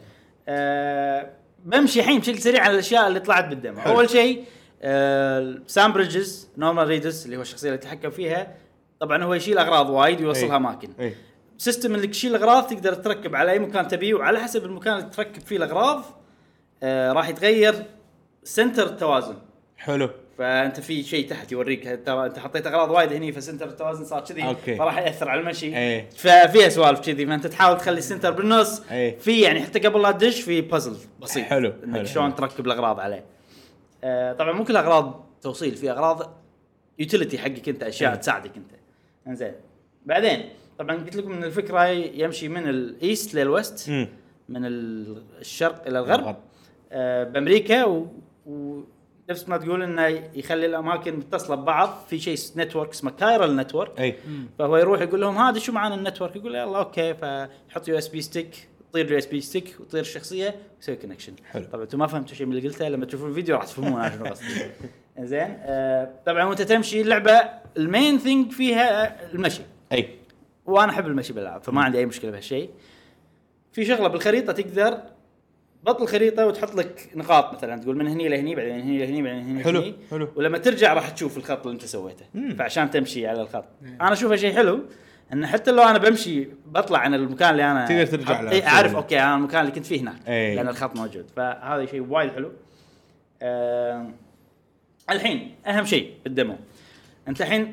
بمشي الحين بشكل سريع على الاشياء اللي طلعت بالديمو. اول شيء سام بريدجز نورمال ريدرز اللي هو الشخصيه اللي يتحكم فيها. طبعا هو يشيل اغراض وايد ويوصلها اماكن. سيستم اللي تشيل الاغراض تقدر تركب على اي مكان تبيه، وعلى حسب المكان اللي تركب فيه الاغراض راح يتغير سنتر التوازن. حلو. فانت في شيء تحت يوريك ترى انت حطيت اغراض وايد هني فسنتر التوازن صار كذي فراح ياثر على المشي. ففيها سوالف كذي فانت تحاول تخلي السنتر بالنص. في يعني حتى قبل لا تدش في بازل بسيط. حلو. انك شلون تركب الاغراض عليه. طبعا مو كل اغراض توصيل، في اغراض يوتيليتي حقك انت، اشياء تساعدك انت. انزين بعدين طبعا قلت لكم ان الفكره يمشي من الايست للويست، من الشرق الى الغرب بامريكا، ونفس ما تقول انه يخلي الاماكن متصله ببعض في شيء نتورك اسمه كايرل نتورك. فهو يروح يقول لهم هذا شو معانا النتورك، يقول يلا اوكي، فيحط يو اس بي ستيك، تطير يو اس بي ستيك وتطير الشخصيه ويسوي كونكشن. طبعا انتم ما فهمتوا شيء من اللي قلته، لما تشوفون الفيديو راح تفهمون انا شنو قصدي. زين طبعا وانت تمشي اللعبه المين ثينج فيها المشي. وانا احب المشي بالالعاب فما عندي اي مشكله بهالشيء. في شغله بالخريطه تقدر بطل الخريطه وتحط لك نقاط، مثلا تقول من هني لهني بعدين من هني لهني بعدين هني. حلو. ولما ترجع راح تشوف الخط اللي انت سويته. فعشان تمشي على الخط انا اشوفه شيء حلو، ان حتى لو انا بمشي بطلع عن المكان اللي انا تقدر ترجع له. اعرف اوكي انا المكان اللي كنت فيه هناك لان الخط موجود. فهذا شيء وايد حلو. الحين اهم شيء بالدمو، انت الحين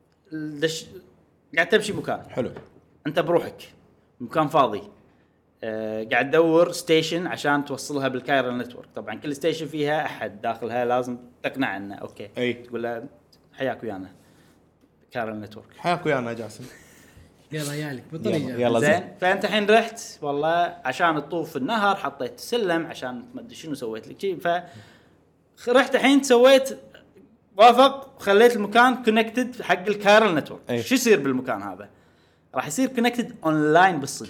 قاعد تمشي مكان حلو، انت بروحك مكان فاضي، قاعد تدور ستيشن عشان توصلها بالكايرل نتورك. طبعا كل ستيشن فيها احد داخلها لازم تقنع انه اوكي. تقول له حياك ويانا كايرل نتورك، حياك ويانا جاسم، يلا يالك بالطريقه. يلا زين. فانت الحين رحت والله عشان تطوف النهر، حطيت سلم عشان ما ادري شنو سويت لك شيء، فرحت الحين سويت وافق وخليت المكان كونكتد حق الكايرل نتورك. شو يصير بالمكان هذا؟ راح يصير كونكتد اونلاين بالصج.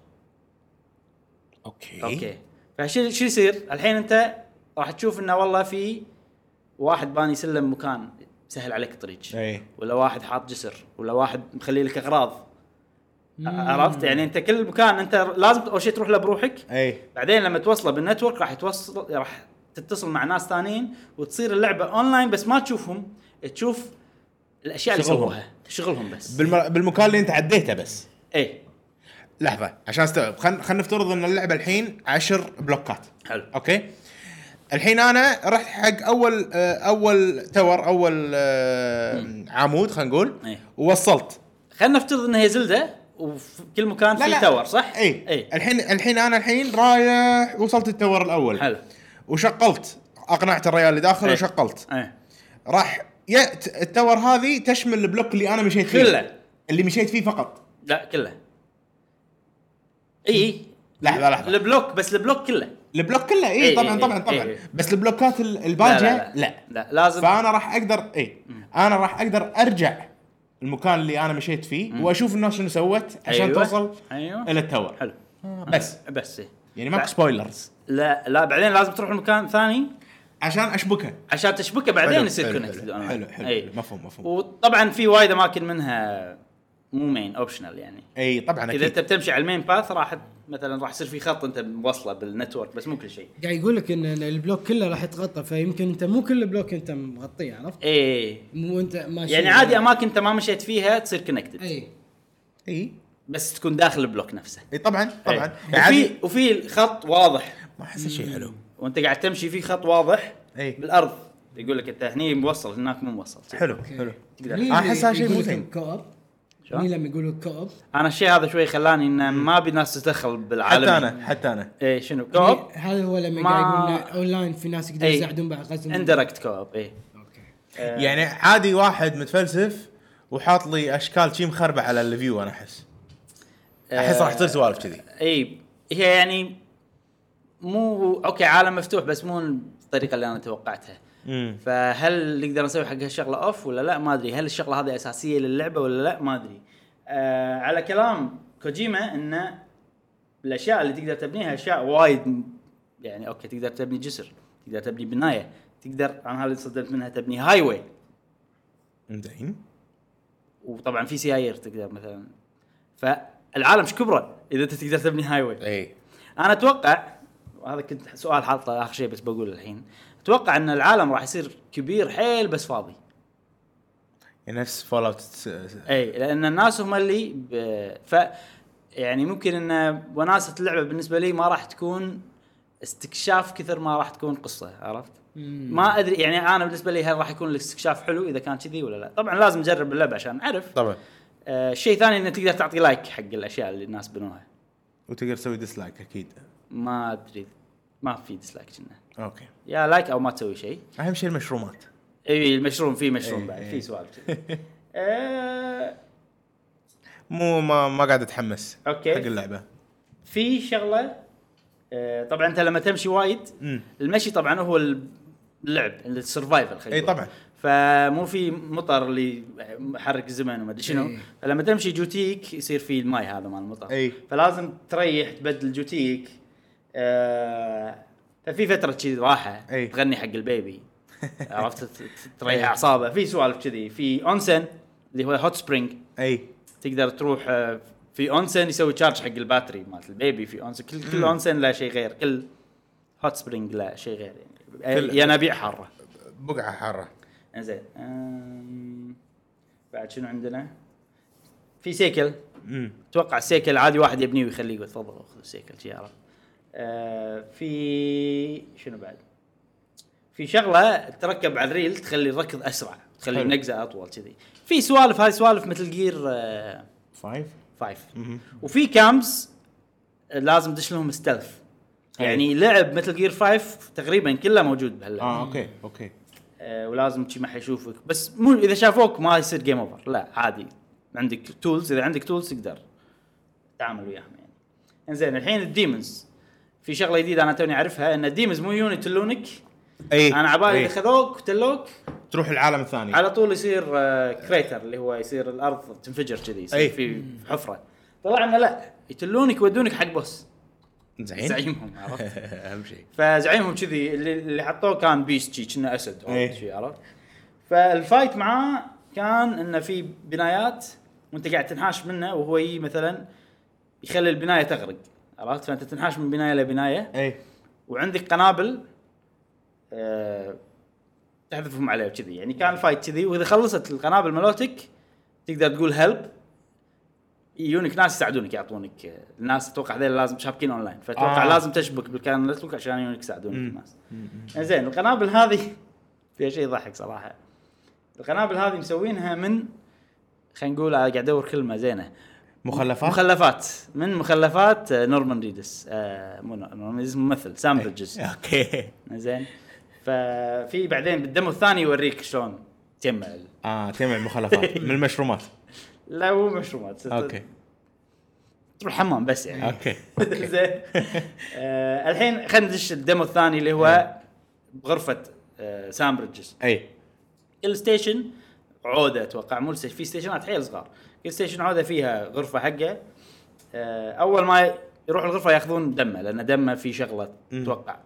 اوكي فشو يصير الحين؟ انت راح تشوف انه والله في واحد باني سلم مكان سهل عليك الطريق، ولا واحد حاط جسر، ولا واحد مخلي لك اغراض. عرفت يعني انت كل مكان انت لازم اول شيء تروح له بروحك. بعدين لما توصله بالنتورك راح تتصل مع ناس ثانيين وتصير اللعبه اونلاين، بس ما تشوفهم، تشوف الاشياء اللي سووها، شغلهم بس بالمكان اللي انت عديته بس. لحظه عشان استوعب، خلينا نفترض ان اللعبه الحين 10 بلوكات. حلو. اوكي الحين انا رحت حق اول تور، اول عمود خلينا نقول. ووصلت، خلينا نفترض ان هي زلده وفي كل مكان في تور، صح؟ الحين انا رايح وصلت التور الاول. حلو. وشغلت، اقنعت الرجال اللي داخل وشغلت. راح التور هذه تشمل البلوك اللي انا مشيت فيه كله، اللي مشيت فيه فقط؟ لا كله. لحظه البلوك، بس البلوك كله طبعا. بس البلوكات الباجة لا لازم. فانا راح اقدر انا راح اقدر ارجع المكان اللي انا مشيت فيه واشوف الناس شنو سوت عشان توصل الى التور. حلو. بس يعني ماكو سبويلرز. لا بعدين لازم تروح المكان ثاني عشان تشبكه بعدين يصير كونكتد. حلو مفهوم. وطبعا في وايد اماكن منها مو مين اوبشنال يعني. اي طبعا اذا انت بتمشي على المين باث راح يصير في خط انت موصله بالنتورك بس مو كل شيء. قاعد يقول لك ان البلوك كله راح يتغطى فيمكن انت مو كل البلوك انت مغطيه عرفت. مو انت ماشي يعني عادي اماكن انت ما مشيت فيها تصير كونكتد. اي بس تكون داخل البلوك نفسه. اي طبعا وفي خط واضح. ما احس شيء حلو وانت قاعد تمشي في خط واضح بالارض يقول لك انت هني موصل هناك مو موصل. حلو احس هذا شيء مو زين. لما يقولوا كوب انا الشيء هذا شوي خلاني ان ما ابي ناس تدخل بالعالم. حتى انا ايه شنو كوب هذا هو لما قاعد يقولون اونلاين في ناس يقدرون يساعدون بعض قصدهم اندايركت كوب. يعني عادي واحد متفلسف وحاط لي اشكال شيء مخربه على الفيو. انا احس راح تصير سوالف كذي. اي هي يعني مو اوكي عالم مفتوح بس مو الطريقه اللي انا توقعتها. فهل نقدر نسوي حق هالشغله اوف ولا لا ما ادري. هل الشغله هذه اساسيه للعبه ولا لا ما ادري. على كلام كوجيما ان الاشياء اللي تقدر تبنيها اشياء وايد يعني اوكي تقدر تبني جسر تقدر تبني بنايه تقدر عن هذا صدمت منها تبني هاي واي. زين. وطبعا في سيايير تقدر مثلا. فالعالم ايش كبره اذا انت تقدر تبني هاي واي. انا اتوقع وهذا كنت سؤال حاطه اخر شيء بس بقول الحين. اتوقع ان العالم راح يصير كبير حيل بس فاضي نفس فولوت. لان الناس هم اللي يعني ممكن ان وناسه اللعبه بالنسبه لي ما راح تكون استكشاف كثر ما راح تكون قصه عرفت. ما ادري يعني انا بالنسبه لي هل راح يكون الاستكشاف حلو اذا كان كذي ولا لا. طبعا لازم نجرب اللعبه عشان نعرف. طبعا شيء ثاني انك تقدر تعطي لايك حق الاشياء اللي الناس بنوها وتقدر تسوي ديسلايك اكيد. ما ادري ما في ديسلايك كنا. اوكي يا لايك او ما تسوي شيء. اهم شيء المشرومات. المشروم في مشروم بعد في سؤال مو ما قاعد اتحمس حق اللعبه. في شغله طبعا انت لما تمشي وايد المشي طبعا هو اللعب السرفايفل خلينا طبعا. فمو في مطر اللي يحرك الزمن وما ادري شنو. فلما تمشي جوتيك يصير في الماي هذا مال المطر. فلازم تريح تبدل جوتيك. ففي فتره كذي راحه تغني حق البيبي عرفت تريح اعصابه. في سوالف كذي. في اونسن اللي هو هوت سبرينج تقدر تروح في اونسن يسوي تشارج حق الباتري مالت البيبي. في اونسن كل اونسن لا شيء غير. كل هوت سبرينج لا شيء غير يعني ينابيع حاره بقعه حاره. زين. بعد شنو عندنا؟ في سيكل. اتوقع السيكل عادي واحد يبنيه ويخليه يقول تفضل خذ السيكل شي عرفت. في شنو بعد؟ في شغله تركب على الريل تخلي الركض اسرع تخلي النقزه اطول كذي. في سوالف هاي سوالف مثل جير 5 وفي كامز لازم تدش لهم ستيلث. يعني لعب مثل جير 5 تقريبا كله موجود بهاللعبه. اوكي ولازم شي ما حيشوفك بس مو اذا شافوك ما يصير جيم اوفر لا عادي. عندك تولز اذا عندك تولز تقدر تتعامل وياهم يعني. انزين الحين الديمونز في شغله جديده انا توني اعرفها ان الديمونز مو يوني يتلونك. انا عبالي اخذوك وتلوك تروح العالم الثاني على طول يصير كريتر اللي هو يصير الارض تنفجر كذي يصير في حفره. طلعنا لا يتلونك يودونك حق بوس زعيمهم عرفت. اهم شيء فزعيمهم كذي اللي حطوه كان بيست كنا اسد او شيء عرفت. فالفايت معاه كان انه في بنايات وانت قاعد تنحاش منه وهو مثلا يخلي البنايه تغرق عرفت. فانت تنحاش من بنايه لبنايه وعندك قنابل تحذفهم عليه كذي. يعني كان الفايت كذي واذا خلصت القنابل مالتك تقدر تقول هيلب يونك ناس يساعدونك يعطونك. الناس اتوقع هذول لازم شابكين اونلاين فاتوقع لازم تشبك بالكان نتورك عشان يونك يساعدونك الناس. زين القنابل هذه فيها شيء يضحك صراحه. القنابل هذه مسوينها من خلينا نقول قاعد ادور كلمه زينه مخلفات من مخلفات نورمان ريدس. مو نورمان ريدس ممثل سام بريدجز. اوكي زين. ففي بعدين بالدمو الثاني يوريك شلون تجمع تجمع المخلفات من المشرومات. لا مو مشرومات. اوكي تروح حمام بس يعني. اوكي زين. الحين خلينا ندش الدمو الثاني اللي هو بغرفه سام بريدجز. كل ستيشن عوده اتوقع مو في ستيشنات حيل صغار. كل ستيشن عوده فيها غرفه حقه. اول ما يروحوا الغرفه ياخذون دمه، لان دمه في شغله اتوقع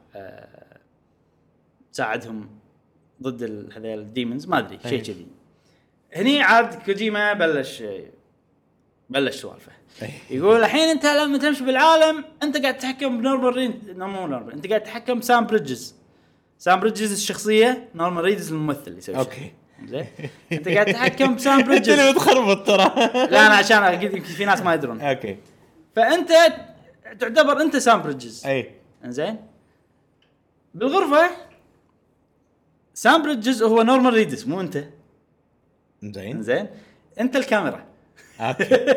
تساعدهم ضد هذول الديمونز، ما ادري شيء كذي. هني عاد كوجيما بلش سوالفه. يقول الحين انت لما تمشي بالعالم انت قاعد تتحكم بنورمال ريد، انت قاعد تتحكم بسام بريدجز الشخصيه، نورمال ريدز الممثل يسوي اوكي زين. انت قاعد تتحكم بسام بريدجز. انت اللي بتخربط ترى. لا انا عشان اكيد في ناس ما يدرون. اوكي فانت تعتبر انت سام بريدجز. اي زين. بالغرفه سام بريدجز هو نورمال ريدز، مو انت. زين انت الكاميرا. اوكي.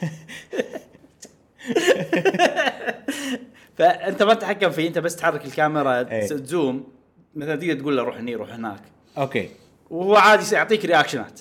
فانت ما تتحكم فيه، انت بس تحرك الكاميرا تزوم مثلا، تقدر تقول له روح هني روح هناك. اوكي. وهو عادي يعطيك رياكشنات.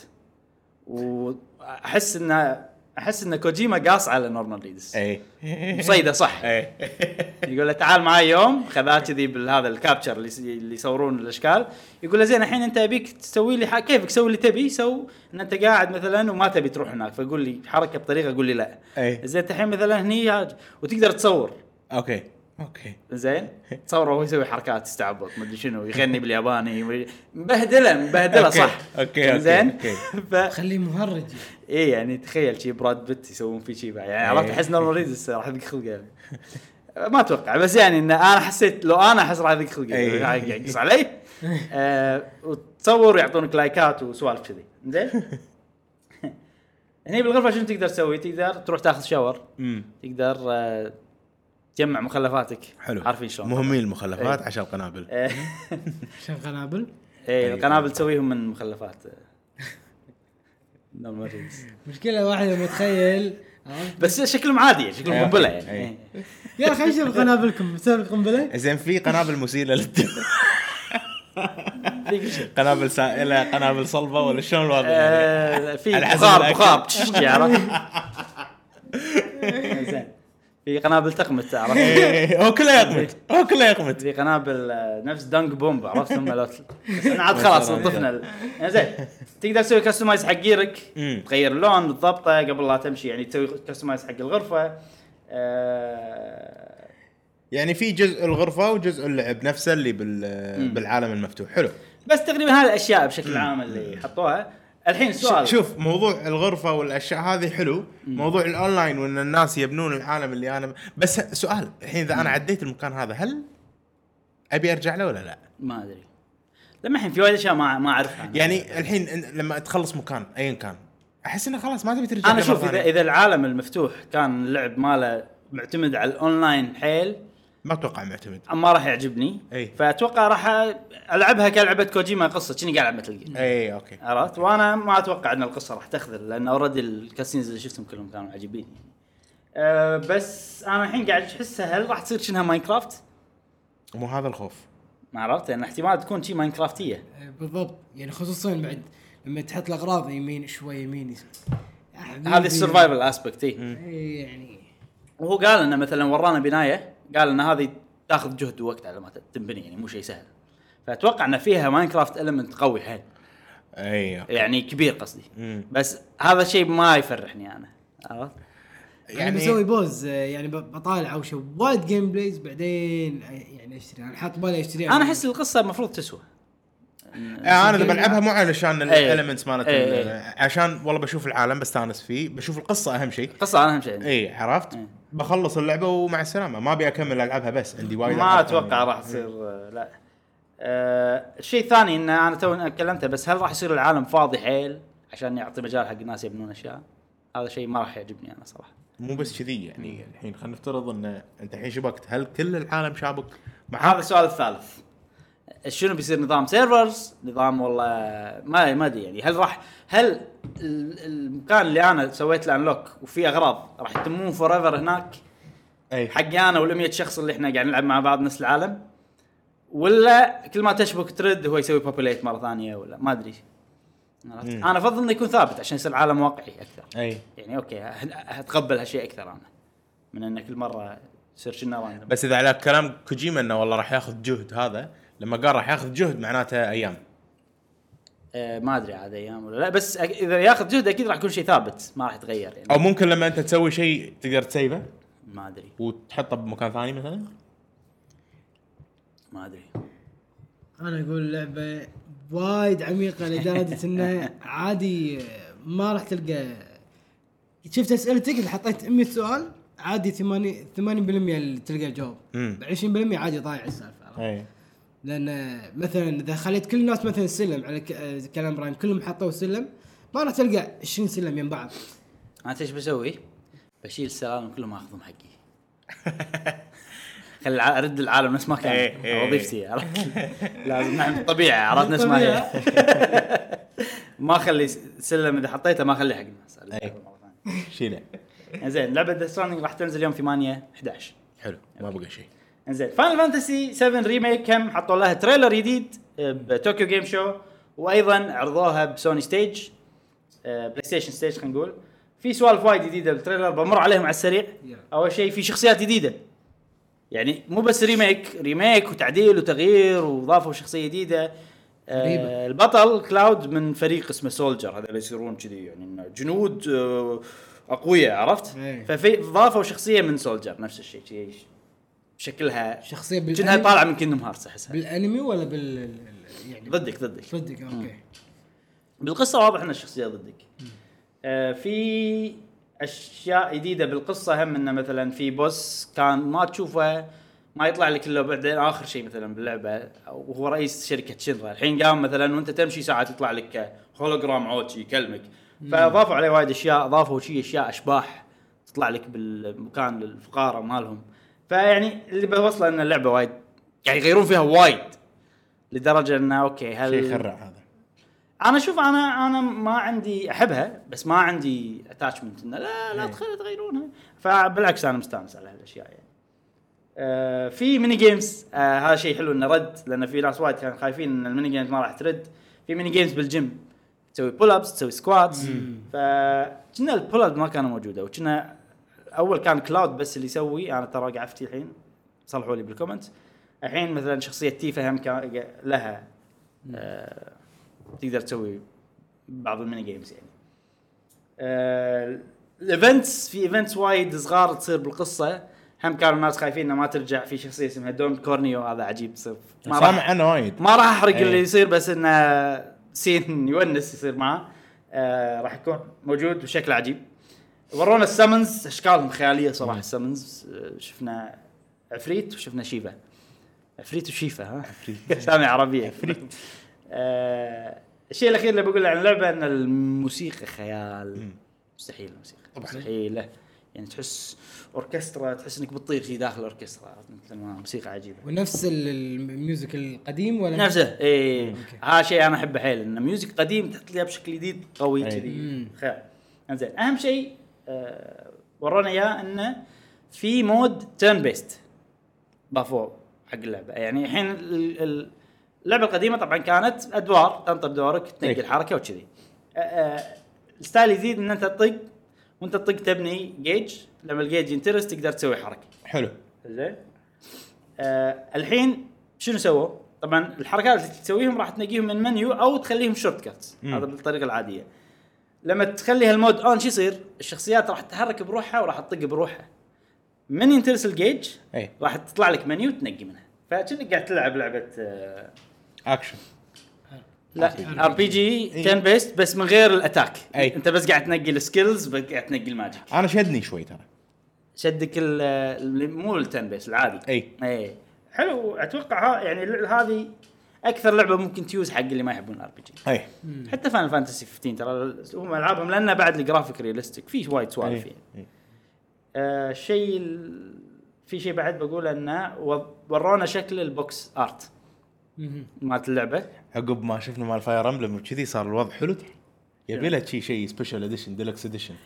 واحس ان كوجيما قاص على نورمال ريدز. اي مصيده صح. يقول له تعال معي يوم خذاه كذي بالهذا الكابتشر اللي يصورون الاشكال. يقول له زين الحين انت ابيك تسوي لي كيفك سوي اللي تبي سو، ان انت قاعد مثلا وما تبي تروح هناك، فيقول لي حركه بطريقه قول لي لا. زين انت الحين مثلا هني وتقدر تصور. اوكي زين تصور وهو يسوي حركات تستعبط ما ادري شنو، يغني بالياباني مبهدله صح. اوكي زين خليه مهرج. ايه يعني تخيل شي براد بيت يسوون فيه شي يعني عرفت، احس نورمال ريدز راح يذق خلقه ما اتوقع، بس يعني ان انا حسيت لو انا احس راح يذق خلقه يقص علي. وتصور ويعطونك لايكات وسوالف كذي. زين هني بالغرفه شنو تقدر تسوي؟ تقدر تروح تاخذ شاور، تقدر تجمع مخلفاتك. حلو. عارفين شلون مهمين المخلفات عشان القنابل. عشان قنابل. القنابل تسويهم من مخلفات. مشكلة واحد متخيل بس شكلهم عادي، شكلهم قنبلة يعني. يا اخي شوف قنابلكم بسبب القنبلة. زين في قنابل مسيلة للدم. قنابل سائلة، قنابل صلبة، ولا شلون الوضع؟ في بخار تعرف. زين في قنابل تقمت تعرف. هو كله يقمت. في قنابل نفس دانج بومب عرفتهم مالت. بس انا عاد خلاص نظفنا. زين تقدر تسوي كاستمايز حق جيرك، تغير اللون بالضبط قبل لا تمشي، يعني تسوي كاستمايز حق الغرفه. يعني في جزء الغرفه وجزء اللعب نفسه اللي بالعالم المفتوح. حلو. بس تقريبا هذه الاشياء بشكل عام اللي حطوها. الحين سؤال، شوف موضوع الغرفه والاشياء هذه حلو. موضوع الاونلاين وان الناس يبنون العالم اللي انا بس سؤال الحين، اذا انا عديت المكان هذا هل ابي ارجع له ولا لا؟ ما ادري. لما الحين في وايد اشياء ما اعرفها يعني الحين لما تخلص مكان ايا كان احس انه خلاص ما تبي ترجع. انا شوف اذا العالم المفتوح كان اللعب ماله معتمد على الاونلاين حيل، ما اتوقع معتمد، ما راح يعجبني. فاتوقع راح العبها كلعبه كوجيما قصه كني قاعد العب مثل جير. اوكي عرفت. وانا ما اتوقع ان القصه راح تخذل، لان اوريدي الكاسينز اللي شفتهم كلهم كانوا عجيبين. بس انا الحين قاعد احسها هل راح تصير شنها ماينكرافت؟ مو هذا الخوف، ما عرفت ان احتمال تكون شيء ماينكرافتيه. بالضبط، يعني خصوصا بعد لما تحط الاغراض يمين شوي يمين، هذه السرفايفل اسبكت. يعني وهو قال انه مثلا ورانا بنايه، قال ان هذه تاخذ جهد ووقت على ما تنبني، يعني مو شيء سهل. فاتوقع ان فيها ماينكرافت إليمنت قوي حيل. يعني كبير قصدي. بس هذا الشيء ما يفرحني انا، عرفت. يعني بسوي بوز، يعني بطالع او شيء وايد جيم بلايز بعدين يعني اشتري. انا حاط بالي اشتري. انا احس القصه المفروض تسوى. انا اذا بلعبها مو علشان الاليمنتس مالت عشان والله بشوف العالم بستانس فيه، بشوف القصه اهم شيء. القصه اهم شيء. عرفت. بخلص اللعبه ومع السلامه، ما ابي اكمل العبها بس عندي وايد. ما اتوقع راح تصير لا. الشيء الثاني ان انا تو كلمته، بس هل راح يصير العالم فاضي حيل عشان يعطي مجال حق الناس يبنون اشياء؟ هذا شيء ما راح يعجبني انا صراحه. مو بس كذي، يعني الحين خلينا نفترض ان انت الحين شبكت، هل كل العالم شابك مع هذا السؤال الثالث؟ شنو بيصير نظام سيرفرز، نظام والله ما ادري. يعني هل المكان اللي انا سويت له انلوك وفيه اغراض راح يتمون فور ايفر هناك حقي انا وال100 شخص اللي احنا قاعد نلعب مع بعض نفس العالم، ولا كل ما تشبك ترد هو يسوي بوبوليت مره ثانيه، ولا ما ادري. انا افضل انه يكون ثابت عشان يصير العالم واقعي اكثر. يعني اوكي هتقبل هالشيء اكثر انا من انك كل مره يصير شنو راندوم. بس اذا على كلام كوجيما انه والله راح ياخذ جهد، هذا لما قال راح ياخذ جهد معناته ايام. ما ادري عاد ايام ولا لا، بس اذا ياخذ جهد اكيد راح يكون شيء ثابت ما راح يتغير يعني. او ممكن لما انت تسوي شيء تقدر تسيفه. ما ادري وتحطه بمكان ثاني مثلا. ما ادري. انا اقول لعبه وايد عميقه لدرجه انه عادي ما راح تلقى. شفت اسئلتك اللي حطيت 100 سؤال عادي 80% اللي تلقى جواب، 20% عادي ضايع السالفه. اي لان مثلا اذا خليت كل الناس مثلا سلم على كلام ابراهيم كلهم حطوا سلم ما راح تلقى 20 سلم يم بعض. انت ايش بسوي؟ بشيل السلالم كلهم اخذهم حقي. خل ارد العالم نفس ما كان وظيفتي. لازم نحن الطبيعه عرفنا اسمها هي. ما اخلي سلم اذا حطيته ما اخليه حق الناس. شيله. زين لعبه ذا ستراندنج راح تنزل يوم 8/11. حلو ما بقى شيء. انزين فاينل فانتسي 7 ريميك هم حطوا لها تريلر جديد بطوكيو جيم شو، وايضا عرضوها بسوني ستيج بلاي ستيشن ستيج. خلينا نقول في سوالف وايد جديده بالتريلر بمر عليهم على السريع. اول شيء في شخصيات جديده، يعني مو بس ريميك وتعديل وتغيير وضافوا شخصيه جديده. البطل كلاود من فريق اسمه سولجر، هذا اللي يصيرون كذي يعني جنود اقوياء عرفت. ففي ضافوا شخصيه من سولجر نفس الشيء شكلها شخصيه كأنها طالعه من كيندوم هارتس احسها. بالانمي ولا يعني ضدك اوكي. بالقصه واضح ان الشخصيه ضدك. في اشياء جديده بالقصه هم انه مثلا في بوس كان ما تشوفه ما يطلع لك الا بعدين اخر شيء مثلا باللعبه، وهو رئيس شركه شنرا. الحين قام مثلا وانت تمشي ساعات يطلع لك هولوجرام عود يكلمك. فاضافوا عليه وايد اشياء، اضافوا اشياء اشباح تطلع لك بالمكان الفقاره مالهم. فيعني اللي بوصله ان اللعبه وايد يعني يغيرون فيها وايد لدرجه انه اوكي هل شيء يخرع هذا. انا شوف انا ما عندي احبها بس ما عندي اتاتشمنت انه لا تغيرونها. فبالعكس انا مستانس على هالاشياء يعني. في ميني جيمز هذا شيء حلو انه رد، لان في ناس وايد كانوا خايفين ان الميني جيمز ما راح ترد. في ميني جيمز بالجيم تسوي بول ابس تسوي سكواتس. فكنا البول ابس ما كانوا موجوده، وكنا اول كان كلاود بس اللي يسوي. انا ترى قعدتي الحين صلحوا لي بالكومنت. الحين مثلا شخصيه تيفا هم لها تقدر تسوي بعض الميني جيمز يعني. الايفنتس في ايفنتس وايد صغار تصير بالقصه هم كانوا الناس خايفين انه ما ترجع. في شخصيه اسمها دون كورنيو هذا عجيب تصير ما سامع عنه وايد ما راح احرق اللي يصير بس انه سين يونس يصير معه. راح يكون موجود بشكل عجيب. ورونا السمنز اشكالهم خياليه صراحه. السمنز شفنا عفريت وشفنا شيفا. عفريت وشيفا ها سامع عربيه عفريت. الشيء الاخير اللي بقوله عن اللعبه ان الموسيقى خيال. مستحيل الموسيقى مستحيل يعني تحس اوركسترا، تحس انك بتطير في داخل الاوركسترا. موسيقى عجيبه. ونفس الميوزك القديم ولا نفسه ايه. هذا شيء انا احبه حيل انه ميوزك قديم تحط لي بشكل جديد قوي كذي خيال. انزين اهم شيء ورونا اياه انه في مود تيرن بيست ضافوه حق اللعبه. يعني الحين اللعبه القديمه طبعا كانت ادوار تنطر دورك تنقل الحركه وكذي. الستايل يزيد ان انت تطق وانت تطق تبني جيج. لما الجيج ينترس تقدر تسوي حركه حلو. زين الحين شنو سووا؟ طبعا الحركات اللي تسويهم راح تنقيهم من منيو او تخليهم شورت كاتس. هذا بالطريقه العاديه. لما تخلي هالمود اون شو يصير؟ الشخصيات راح تتحرك بروحها وراح تطق بروحها. من ينترس الجيج راح تطلع لك منيو تنقي منها. فكأنك قاعد تلعب لعبه اكشن. لا ار بي جي تيرن بيست بس من غير الاتاك. انت بس قاعد تنقي السكيلز بس قاعد تنقي الماجيك. انا شدني شوي ترى. شدك مو التيرن بيست العادي. اي حلو. اتوقع يعني هذه اكثر لعبه ممكن تيوز حق اللي ما يحبون الار بي جي. حتى فاينل فانتسي 15 ترى هم العابهم لانه بعد الجرافيك ريالستيك في وايد سوالف فيه. في شيء بعد بقول انه ورونا شكل البوكس ارت مالت اللعبه عقب ما شفنا مال فاير امبلم وكذي صار الوضع حلو. يبي له شيء سبيشال اديشن ديلكس اديشن.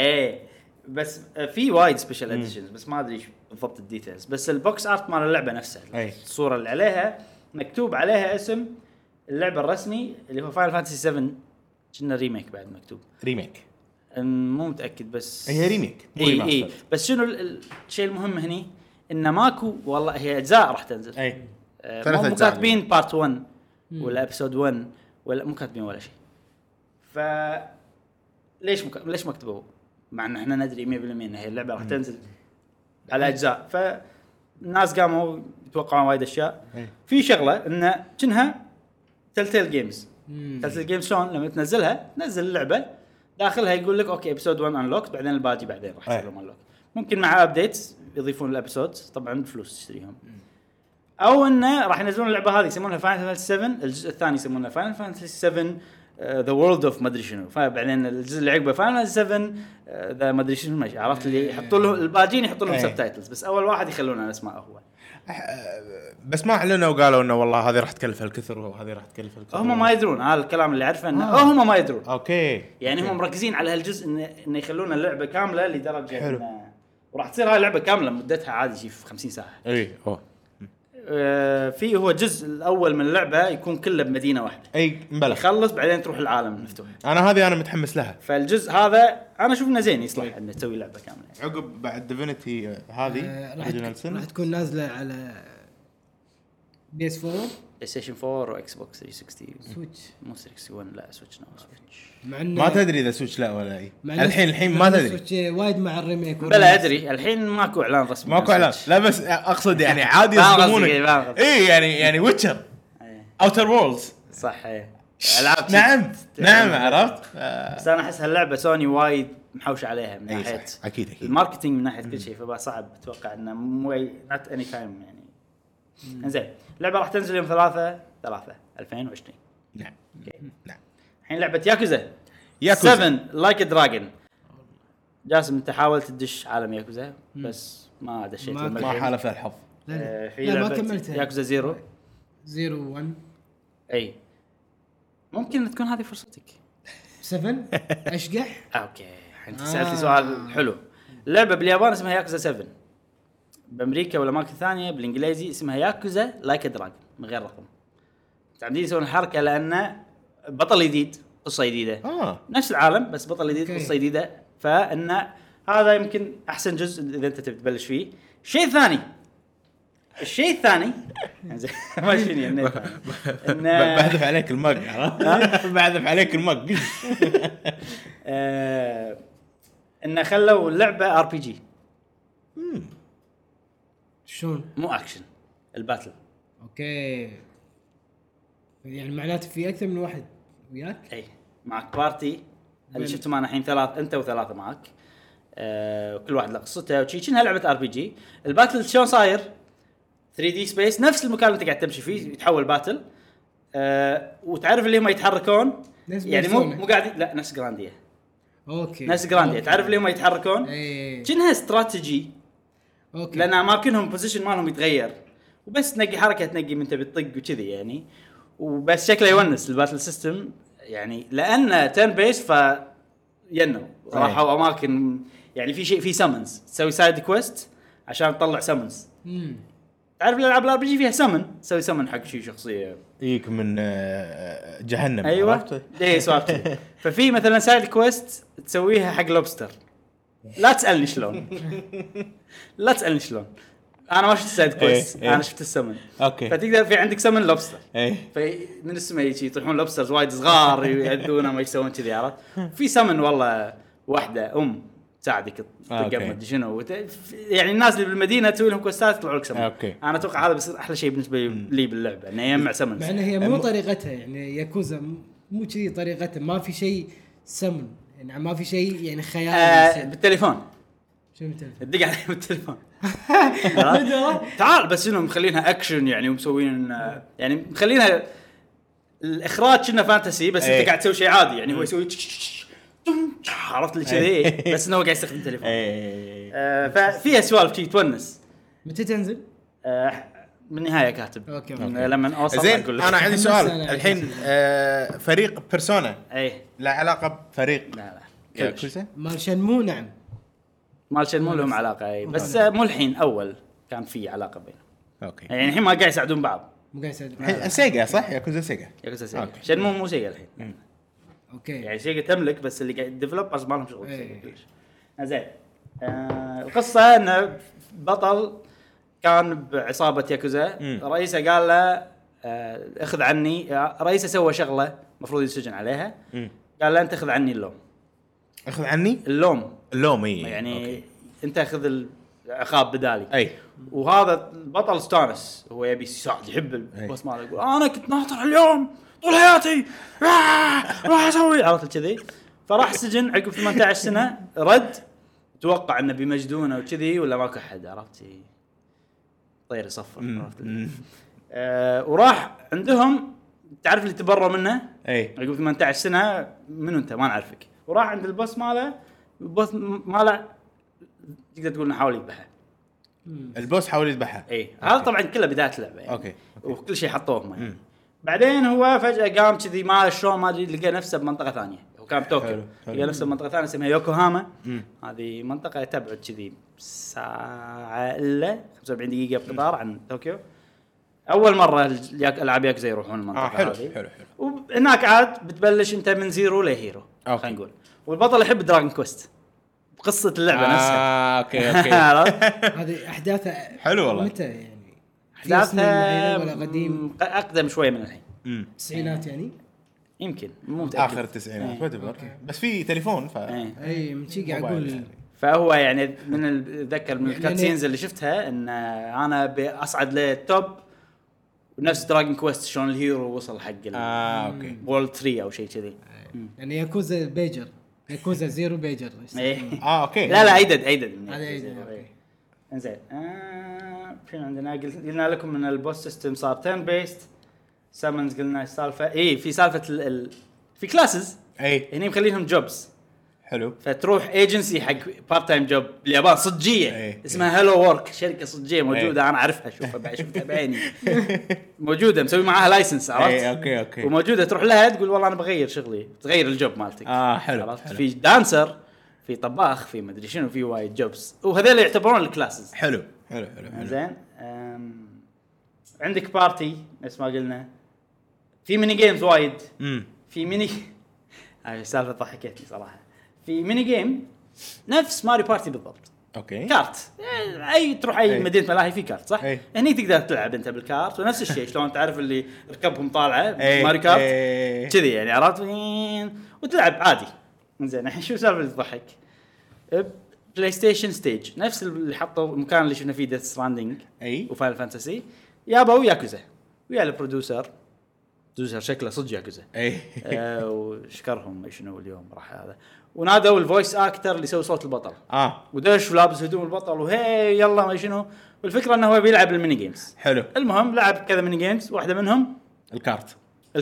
بس في وايد سبيشال اديشنز بس ما ادري بالضبط الديتيلز. بس البوكس ارت مال اللعبه نفسها الصوره اللي عليها مكتوب عليها اسم اللعبه الرسمي اللي هو فاينل فانتسي 7. كنا ريميك بعد مكتوب ريميك مو متاكد بس هي ريميك. بس شنو الشيء المهم هني انه ماكو والله هي اجزاء راح تنزل. مو كاتبين بارت 1 ولا ابيسود 1 ولا مو كاتبين ولا شيء. ف ليش ما كتبوا مع ان احنا ندري 100% ان هي اللعبه راح تنزل على اجزاء، فالناس قاموا يتوقعون وايد اشياء. في شغله انه كأنها تلتيل جيمز. تلتيل جيمز شلون لما تنزلها تنزل اللعبه داخلها يقول لك اوكي ابيسود 1 انلوك، بعدين الباقي بعدين راح يصير لهم انلوك. ممكن مع ابديتس يضيفون الابيسودز طبعا بفلوس تشتريهم، او انه راح ينزلون اللعبه هذه يسمونها فاينل فانتسي 7، الجزء الثاني يسمونه فاينل فانتسي 7 ذا وورلد اوف ما ادري شنو، فبعدين الجزء اللي عقبه فاينل 7 ذا ما ادري شنو، ماشي عرفت اللي يحطوا له الباجين يحطوا لهم سبتايتلز، بس اول واحد يخلونه اسماء هو. بس ما اعلنوا وقالوا انه والله هذه راح تكلف الكثر وهذه راح تكلف الكثر. هم ما يدرون، هذا الكلام اللي عارفه انه هم ما يدرون. اوكي يعني هم مركزين على هالجزء انه يخلون اللعبه كامله لدرجه انه وراح تصير هاي اللعبه كامله مدتها عادي شيء في 50 ساعه. اي في هو الجزء الاول من اللعبه يكون كله بمدينه واحده، اي مبلغ يخلص بعدين تروح العالم المفتوح. انا متحمس لها. فالجزء هذا انا اشوف انه زين يصلح انه تسوي لعبه كامله. عقب بعد ديفينيتي هذه راح تكون نازله على PS4 بلاي ستيشن 4 واكس بوكس 360 سويتش، مو 61 لا سويتش نو سويتش. ما تدري اذا سويتش لا ولا اي الحين ما تدري سويتش وايد مع الريميك بلا ادري الحين ماكو اعلان رسمي، ماكو اعلان. لا بس اقصد يعني عادي يصدمونك. اي يعني ويتشر اوتر وورلدز صح. العاب نعم عرفت. بس انا احس هاللعبه سوني وايد محوشه عليها من ناحيه اكيد الماركتينج، من ناحيه كل شيء، فبقى صعب اتوقع انه مو نوت اني تايم يعني. انزين اللعبه راح تنزل يوم 3/3/2020. نعم. الحين لعبه ياكوزا 7 لايك دراجون. جاسم انت حاولت تدش عالم ياكوزا بس ما دشيت، ما حالف الحظ. في لعبه ياكوزا 0 1 اي ممكن تكون هذه فرصتك. 7 اشقح. اوكي انت سالتي سؤال حلو. اللعبه باليابان اسمها ياكوزا 7، بامريكا ولا اماكن ثانيه بالانجليزي اسمها ياكوزا لايك دراجون من غير رقم. تعمدين يسوون الحركه لان بطل جديد، قصه جديده، نفس العالم بس بطل جديد، قصه جديده، فان هذا يمكن احسن جزء اذا انت تبي تبلش فيه. الشيء الثاني ما شنو ان بحذف عليك المج، بحذف عليك المج. ان خلوا اللعبه ار بي جي. شلون؟ مو اكشن الباتل. اوكي يعني معناته في اكثر من واحد وياك؟ اي معك بارتي اللي شفتوا معنا الحين ثلاث، انت وثلاثه معك، كل واحد له قصته وشي. كأنها لعبه ار بي جي. الباتل شلون صاير 3 دي سبيس، نفس المكان اللي انت قاعد تمشي فيه يتحول باتل، وتعرف اللي هم يتحركون يعني مو قاعد لا نفس جرانديا. اوكي نفس جرانديا تعرف اللي هم يتحركون كأنها استراتيجي. اوكي لان اماكنهم بوزيشن مالهم يتغير، وبس تنقي حركه تنقي من تبي تطق وكذي يعني، وبس شكله يونس الباتل سيستم يعني، لان تيرن بيس ينو راحوا اماكن يعني في شيء في سامنز، تسوي سايد كويست عشان تطلع سامنز. تعرف الالعاب الار بي جي فيها سامن، تسوي سامن حق شيء شخصيه يجيك من جهنم. ايوه اي سوالف. ففي مثلا سايد كويست تسويها حق لوبستر، لا تسالني شلون. لا تسالني شلون، انا ما شفت السايد كويست. انا شفت السمن. اوكي فتقدر في عندك سمن لوبستر، من السماء يجي يطيحون لوبسترز وايد صغار يعدونه ما يسوون كذي، عرفت؟ في سمن والله واحده تساعدك تطق مدري شنو، يعني الناس اللي بالمدينه تسوي لهم كوستات يطلعوا لك سمن. انا اتوقع هذا بس احلى شيء بالنسبه لي باللعبه انه يجمع سمن، مع انها هي مو طريقتها يعني ياكوزا مو كذي طريقتها، ما في شيء سمن يعني، ما في شيء يعني خيال. بالتليفون شو التليفون تدق عليه بالتليفون. تعال بس انهم مخلينها اكشن يعني، ومسوين يعني مخلينها الاخراج كنا فانتسي، بس انت قاعد تسوي شيء عادي يعني. هو يسوي عرفت لي كذي، بس انه قاعد يستخدم التليفون. ففيها سوالف شيء تونس. متى تنزل؟ بالنهايه كاتب. أوكي. لما اوصل اقول لك انا عندي سؤال الحين. فريق بيرسونا اي لا علاقه بفريق لا ياكوزا مال شنمو. نعم مال شنمو لهم علاقه اي، بس مو الحين، اول كان في علاقه بينهم. اوكي يعني الحين ما قاعد يساعدون بعض. مو قاعد يساعدون سيجا صح؟ ياكوزا سيجا شنمو مو سيجا الحين. اوكي يعني سيجا تملك، بس اللي قاعد ديفلوبرز ما لهم شغل كلش. زين القصه انه بطل كان بعصابه ياكوزا، رئيسه قال له اخذ عني، رئيسه سوى شغله المفروض يسجن عليها، قال له انت اخذ عني اللوم. اخذ عني اللوم اي يعني أوكي. انت اخذ عقاب بدالي اي وهذا البطل استانس هو يبي يساعد يحب البوس ماله يقول انا كنت ناطر اليوم طول حياتي راح اسوي عرفت كذي فراح السجن عقب 18 سنه رد توقع انه بيمجدونه وكذي ولا ماكو احد عرفت طير يصفر عرفت وراح عندهم تعرف اللي تبرر منه اي عقب 18 سنه منو انت ما نعرفك وراح عند البوس ماله البوس ماله تقدر تقول انه حاول يذبحه البوس حاول يذبحها اي هذا طبعا كله بدايه اللعبه يعني. أوكي. وكل شيء حطوه يعني. بعدين هو فجاه قام كذي ما شلون ما ادري لقى نفسه بمنطقه ثانيه هو كان بطوكيو لقى نفسه بمنطقه ثانيه اسمها يوكوهاما هذه منطقه تبعد كذي ساعه الا 45 دقيقه بقطار عن طوكيو اول مره العاب ياكوزا يروحون المنطقه حلو هذه حلو وهناك عاد بتبلش انت من زيرو لهيرو خلينا نقول والبطل يحب دراجون كويست قصه اللعبه نفسها اوكي هذه احداثها حلو والله متى يعني احداثها ولا قديم اقدم شويه من الحين التسعينات يعني يمكن مو متاكد اخر التسعينات بس في تليفون اي من شي قاعد اقول فهو يعني من اتذكر من الكاتسينز اللي شفتها ان انا باصعد للتوب ونفس دراجون كويست شلون الهيرو وصل حق اوكي وورلد 3 او شيء كذي يعني ياكوزا بيجر ياكوزا زيرو بيجر اوكي لا ايدد هذا اوكي انزين فين عندنا قلنا لكم من البوس سيستم صار تيرن بيست سامنز قلنا السالفه في سالفه في كلاسز هني مخلينهم جوبز حلو فتروح ايجنسي حق بارت تايم جوب باليابان صجيه اسمها هلو وورك شركه صجيه موجوده انا اعرفها شفتها بعيني موجوده مسوي معاها لايسنس عرفت اوكي وموجوده تروح لها تقول والله انا بغير شغلي تغير الجوب مالتك حلو في دانسر في طباخ في مدري شنو في وايد جوبز وهذول يعتبرون الكلاسز حلو زين عندك بارتي نفس ما قلنا في ميني جيمز وايد في ميني هاي سالفه ضحكتني صراحه في ميني جيم نفس ماري بارتي بالضبط اوكي كارت اي تروح اي مدينه ملاهي في كارت صح هني تقدر تلعب انت بالكارت ونفس الشيء شلون تعرف اللي ركبهم طالعه ماري كارت كذي يعني عرفت وتلعب عادي زين الحين شو سالفه الضحك بلاي ستيشن ستيج نفس اللي حطوا المكان اللي شفنا فيه ديث ستراندينج وفاينل فانتسي يابا ياكوزا ويا البرودوسر شكله صدق ياكوزا وشكرهم شنو اليوم راح هذا ونادوا الفويس اكتر اللي يسوي صوت البطل ودش ولابس هدوم البطل وهي يلا ما شنو والفكره انه هو بيلعب الميني جيمز حلو المهم لعب كذا ميني جيمز واحده منهم الكارت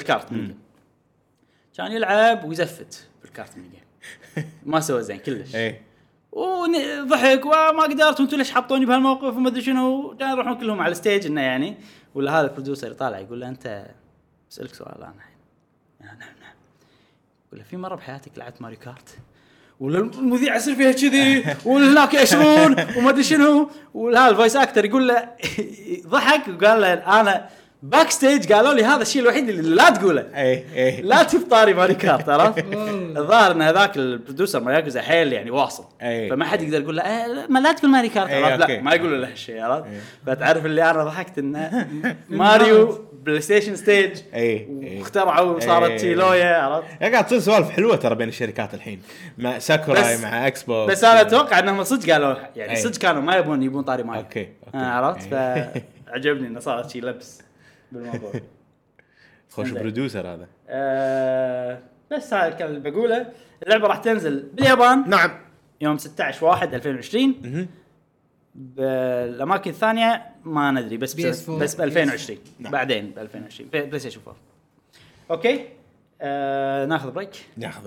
كان يلعب ويزفت بالكارت ميني جيم ما سوى زين كلش وضحك وما قدرت وانتم ليش حطوني بهالموقف وما ادري شنو كانوا يروحون كلهم على الستيج انه يعني ولا هذا البروديوسر يطالع يقول له انت اسالك سؤال انا الحين نعم ولا في مره بحياتك لعبت ماريو كارت ولا المذيع يصير فيها كذي وهناك يشرون وما ادري شنو ولا الفويس اكتر يقول له ضحك وقال له انا باك ستيج قالوا لي هذا الشيء الوحيد اللي لا تقوله لا تفطاري ماري كارت عرفت الظاهر ان هذاك البروديوسر ما ياكوزا حيل يعني واصل فما حد يقدر يقول له ما لا تقول ماري كارت لا ما يقولوا له هالشيء عرفت فتعرف اللي انا ضحكت انه ماريو بلاي ستيشن ستيج واخترعوا وصارت لويا عرفت قاعد تصير سوالف حلوه ترى بين الشركات الحين مع ساكوراي مع اكس بوكس بس انا اتوقع انهم صدق قالوا يعني صدق كانوا ما يبون طاري ماريو عرفت فعجبني انه صارت شيء لبس بالموضوع خوش بروديوسر هذا بس هذا كان اللي بقوله اللعبه راح تنزل باليابان نعم يوم 16/1/2020 بالاماكن الثانيه ما ندري بس ب 2020 نعم. بعدين ب 2020 بلاي ستيشن 4 اوكي ناخذ بريك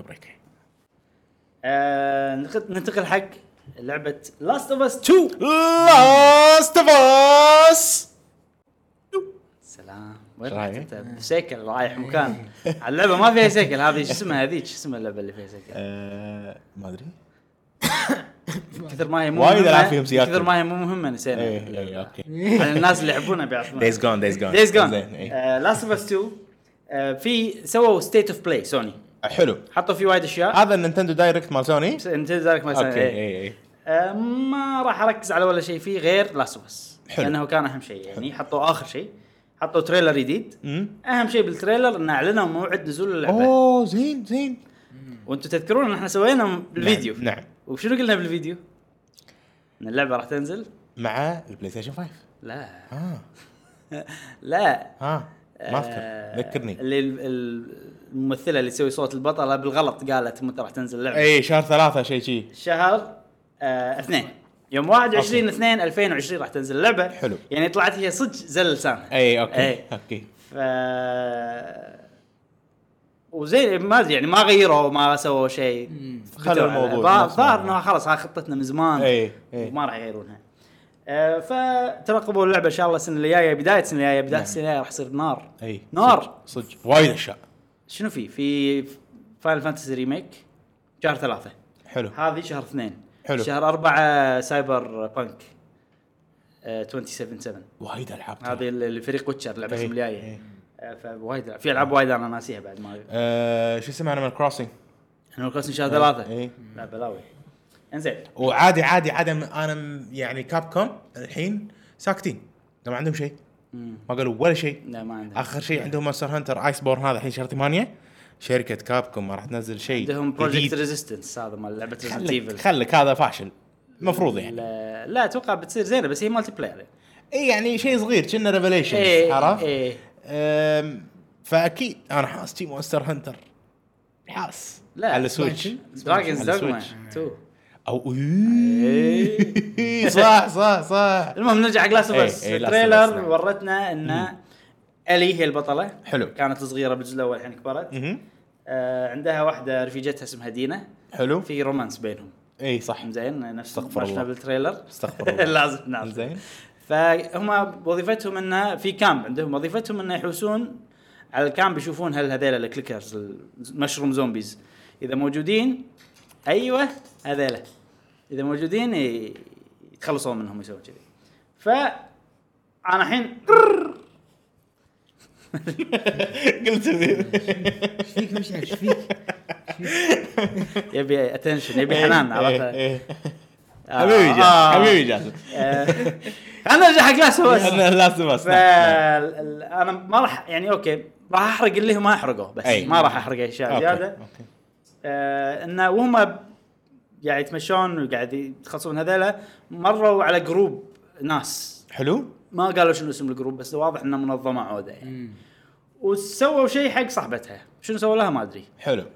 ننتقل حق لعبه لاست اوف اس 2 لاست اوف اس سلام وين انت سيكل رايح مكان اللعبه ما فيها سيكل هذه ايش اسمها هذيك اسمها اللعبه اللي فيها سيكل ما ادري كثر ما هي مو وايد العاب فيهم سياق كثر ما هي مو مهمه نسينا اوكي الناس اللي يحبونها بيعرفون دايز جون لاست اوف اس 2 في سووا ستيت اوف بلاي سوني حلو حطوا فيه وايد اشياء هذا النينتندو دايركت مال سوني نينتندو دايركت مال سوني ما راح اركز على ولا شيء فيه غير لاست اوف اس لانه كان اهم شيء يعني حطوا اخر شيء حطوا تريلر جديد اهم شيء بالتريلر ان اعلنوا موعد نزول اللعبه زين وانتم تذكرون ان احنا سوينا بالفيديو نعم وشنو قلنا بالفيديو ان اللعبه راح تنزل مع البلاي ستيشن 5. لا لا ما اذكر ذكرني. اللي الممثله اللي تسوي صوت البطله بالغلط قالت متى راح تنزل اللعبه. اي شهر 3 شيء شهر 2 يوم 21/2/2020 راح تنزل اللعبه. حلو. يعني طلعت هي صدق زل لسانها. اي اوكي. وزين ما ادري يعني ما غيروا ما سووا شيء. خلوا الموضوع ظاهر انه خلاص ها خطتنا من زمان. اي وما راح يغيرونها. فترقبوا اللعبه ان شاء الله السنه الجايه بدايه السنه الجايه راح يصير نار. نار صدق وايد اشياء. شنو في فاينل فانتسي ريميك شهر 3. حلو. هذه شهر 2. حلو. شهر 4 سايبر بانك 2077. وايد العاب هذه الفريق ويتشر لعبه اسم الجايه. فوايد في العاب وايد انا ناسيها بعد ما شو اسمه انيمال كروسنج. انيمال كروسنج شهر 3. لا بلاوي. انزين وعادي انا يعني كاب كوم الحين ساكتين ما عندهم شيء. ما قالوا ولا شيء. لا ما عندهم. اخر شيء عندهم مونستر هانتر ايس بورن هذا الحين شهر 8. شركه كاب كوم ما راح تنزل شيء. عندهم بروجكت ريزيستنس هذا مال لعبه ريزنت ايفل. خلك هذا فاشل المفروض يعني. لا اتوقع بتصير زينه بس هي مالتي بلاير. اي يعني شيء صغير كنا ريفيليشن عرفت. فاكيد انا حاستي مونستر هانتر حاس على السويتش. دراجونز دوغما 2 او صح. المهم نرجع حق لاست اوف اس. التريلر ورتنا ان الي هي البطله. حلو. كانت صغيره بالجزء الاول الحين كبرت. عندها واحده رفيجتها اسمها دينا. حلو. في رومانس بينهم. اي صح. زين نفس ما شفنا بالتريلر. استغفر الله. لازم نعرف. زين. فهم وظيفتهم انه في كامب عندهم وظيفتهم انه يحوسون على الكامب يشوفون هل هذيل الكليكرز المشروم زومبيز اذا موجودين. ايوه هذيل اذا موجودين يتخلصون منهم يسوون كذي. انا الحين قلت ايش فيك مشعل ايش فيك يبي اتنشن يبي حنان عرفت. حبيبي جاسم. انا ارجع حق لاست اوف اس. انا ما راح يعني اوكي راح احرق اللي ما احرقه بس ما راح احرق اشياء زياده. انه وهم قاعد يتمشون وقاعد يتخلصون هذيلا مروا على جروب ناس. حلو. ما قالوا شنو اسم الجروب بس واضح انها منظمه عوده يعني. وسووا شيء حق صاحبتها شنو سووا لها ما ادري. حلو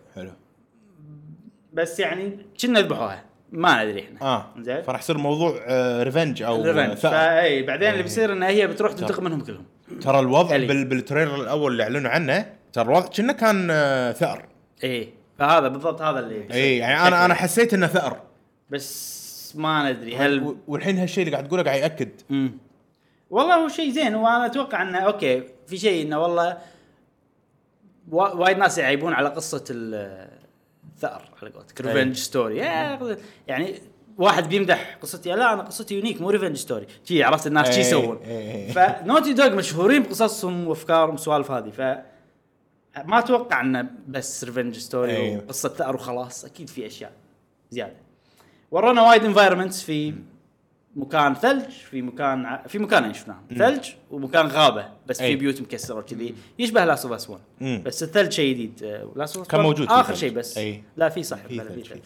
بس يعني كنا ذبحوها ما ندري احنا. زين. فراح يصير موضوع ريفنج او اي بعدين اللي بيصير ان هي بتروح تنتقم منهم كلهم. ترى الوضع بالتريلر الاول اللي اعلنوا عنه ترى الوضع كنا كان ثأر. فهذا بالضبط هذا اللي يعني انا حسيت انه ثأر بس ما ندري هل والحين هالشيء اللي قاعد تقوله قاعد ياكد. والله هو شيء زين وانا اتوقع انه اوكي في شيء انه والله وايد ناس يعيبون على قصه الثأر على قولتك ريفنج ستوري. يعني واحد بيمدح قصتي لا انا قصتي يونيك مو ريفنج ستوري شي عرفت الناس شي يسوون. فنوتي دوغ مشهورين بقصصهم وافكارهم وسوالف هذه فما اتوقع انه بس ريفنج ستوري وقصه ثأر وخلاص. اكيد في اشياء زياده. ورونا وايد انفايرمنتس في مكان ثلج في مكانين شفناهم ثلج ومكان غابه بس في بيوت مكسره وكذي يشبه لاست اوف اس 1 بس الثلج شيء جديد. لاست اوف اس كان موجود اخر شيء بس لا في صح في ثلج.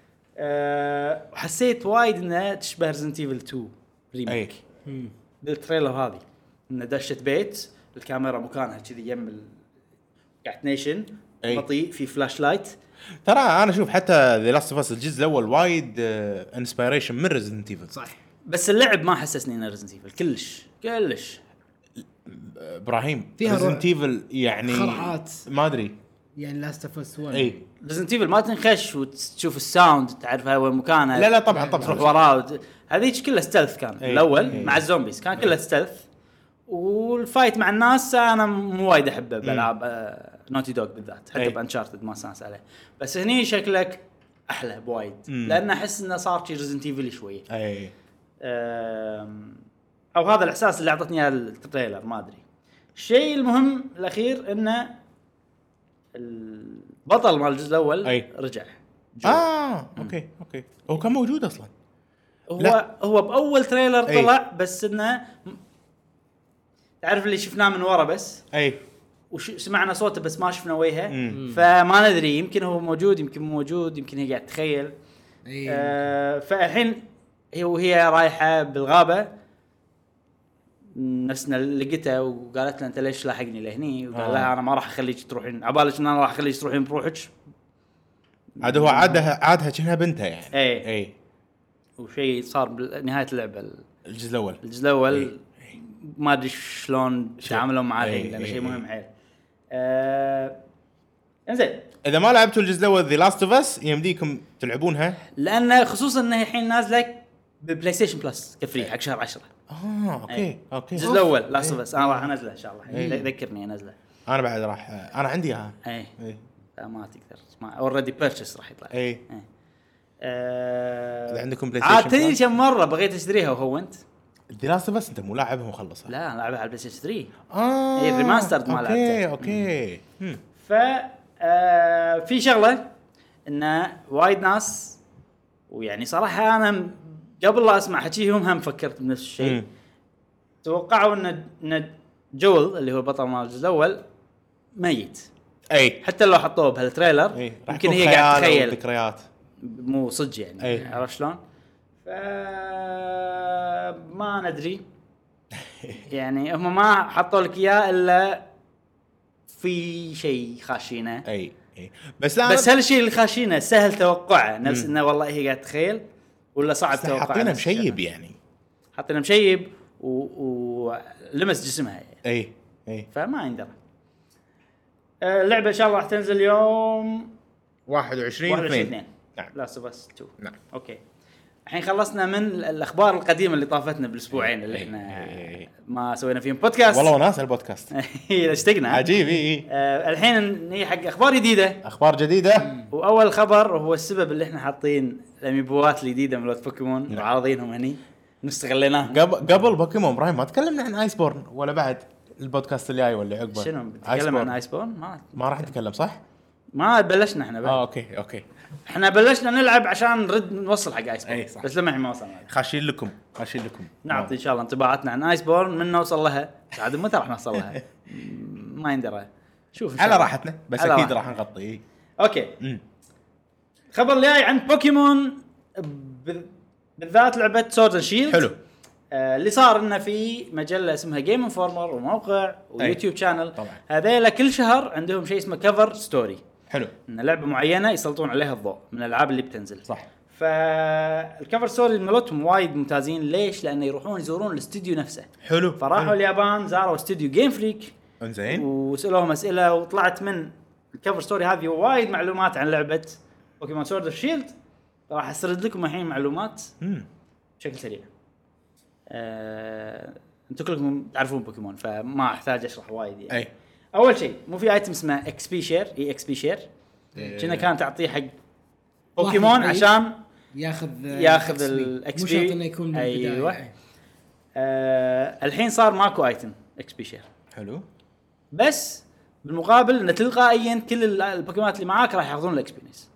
حسيت وايد انها تشبه ريزنت ايفل 2 ريميك بالتريلر هذه انه دشت بيت الكاميرا مكانها كذي يم قاعد نيشن بطيء في فلاش لايت. ترى انا اشوف حتى ذا لاست اوف اس الجزء الاول وايد انسبيريشن من ريزنت ايفل. صح بس اللعب ما حسسني انه ريزنت ايفل كلش. ابراهيم ريزنت ايفل يعني خرعات ما ادري يعني لاست اوف اس 1 ريزنت ايفل ما تنخش وتشوف الساوند تعرفها وين مكانها. لا طبعا تروح وراه هذيك كلها ستيلث كان الاول مع الزومبيز كان كلها ستيلث. والفايت مع الناس انا مو وايد احبه بالالعاب نوتي دوغ بالذات حتى بانشارتد ما استانس عليه. بس هني شكلك احلى بوايد لان احس انه صار شي ريزنت ايفل شويه. او هذا الاحساس اللي اعطتني اياه التريلر ما ادري. الشيء المهم الاخير انه البطل مال الجزء الاول رجع. اوكي هو كان موجود اصلا. هو باول تريلر طلع بس انه تعرف اللي شفناه من ورا بس وسمعنا صوته بس ما شفنا وجهه. فما ندري يمكن هو موجود يمكن مو موجود يمكن هي قاعد تخيل. فالحين وهي رايحه بالغابه نفسنا لقيتها وقالت لها انت ليش لاحقني لهني وقال لها انا ما راح اخليك تروحين عبالك ان انا راح اخليك تروحين بروحك عاد هو عادها كأنها بنتها يعني اي وشيء صار بنهايه اللعبه الجزء الاول ما ادري شلون تعاملوا معاه لانه شيء مهم حيل انزين اذا ما لعبتوا الجزء الاول ذا لاست اوف اس يمديكم تلعبونها لان خصوصا انها الحين نازله ببلاي ستيشن بلس كفري حق شهر 10 اوكي الجزء الاول لاست اوف اس انا راح انزله ان شاء الله ذكرني انزله انا بعد راح انا عندي اياها ما تقدر ما اوريدي بيرتشيس راح يطلع اذا عندكم بلاي ستيشن عاد كم مره بغيت اشتريها وهونت ذا لاست اوف اس انت مو لاعبها ومخلصها لا انا لعبها على البلاي ستيشن 3 هي الريماسترد ما لعبتها اوكي ف في شغله ان وايد ناس ويعني صراحه انا قبل لا اسمع حكيهم هم فكرت بنفس الشيء توقعوا ان جول اللي هو البطل مال الجزء الاول ميت حتى لو حطوه بهالتريلر يمكن هي قاعد تخيل ذكريات مو صدق يعني عرفت شلون ما ندري يعني هم ما حطوا لك اياه الا في شيء خاشينه بس هالشيء اللي خاشينه سهل توقعه نفس انه والله هي قاعد تخيل ولا صعب توقعه حاطينه مشيب يعني حاطينه مشيب ولمس جسمها اي فما يندرى اللعبه ان شاء الله راح تنزل يوم 21/2 نعم لا سوبس 2 نعم اوكي الحين خلصنا من الاخبار القديمه اللي طافتنا بالاسبوعين اللي احنا ما سوينا فيهم بودكاست والله وناس البودكاست اشتقنا عجيب الحين هي حق اخبار جديده واول خبر هو السبب اللي احنا حاطين الاميبوات الجديده مالت بوكيمون وعارضينهم هني نستغليناه قبل بوكيمون ابراهيم ما تكلمنا عن ايسبورن ولا بعد البودكاست اللي جاي ولا عقبه شنو بنتكلم عن ايسبورن ما راح نتكلم صح ما بلشنا احنا بعد اوكي احنا بلشنا نلعب عشان نرد نوصل حق ايسبورن بس لما احنا ما وصلنا خاشين لكم نعطي ان شاء الله انطباعاتنا عن ايسبورن من نوصل لها عاد متى راح نوصل لها ما يندرى شوف على راحتنا بس اكيد راح نغطي اوكي خبر اللي جاي عن بوكيمون بالذات لعبه سورد اند شيلد حلو اللي صار انه في مجله اسمها جيم انفورمر وموقع ويوتيوب شانل هذيلا كل شهر عندهم شيء اسمه كفر ستوري حلو ان لعبه معينه يسلطون عليها الضوء من الالعاب اللي بتنزل صح فالكفر ستوري مالتهم وايد ممتازين ليش لانه يروحون يزورون الاستوديو نفسه حلو فراحوا اليابان زاروا استوديو جيم فريك انزين وسالوهم اسئله وطلعت من الكفر ستوري هذه وايد معلومات عن لعبه بوكيمون سورد اوف شيلد راح اسرد لكم الحين معلومات بشكل سريع انتم كلكم تعرفون بوكيمون فما احتاج اشرح وايد يعني اول شيء مو في ايتم اسمه اكس بي شير اكس بي شير كنا كانت تعطيه حق بوكيمون عشان ياخذ الاكس بي مش انه يكون بالبدايه الحين صار ماكو ايتم اكس بي شير حلو بس بالمقابل ان تلقائيا كل البوكيمونات اللي معاك راح ياخذون الاكسبيرينس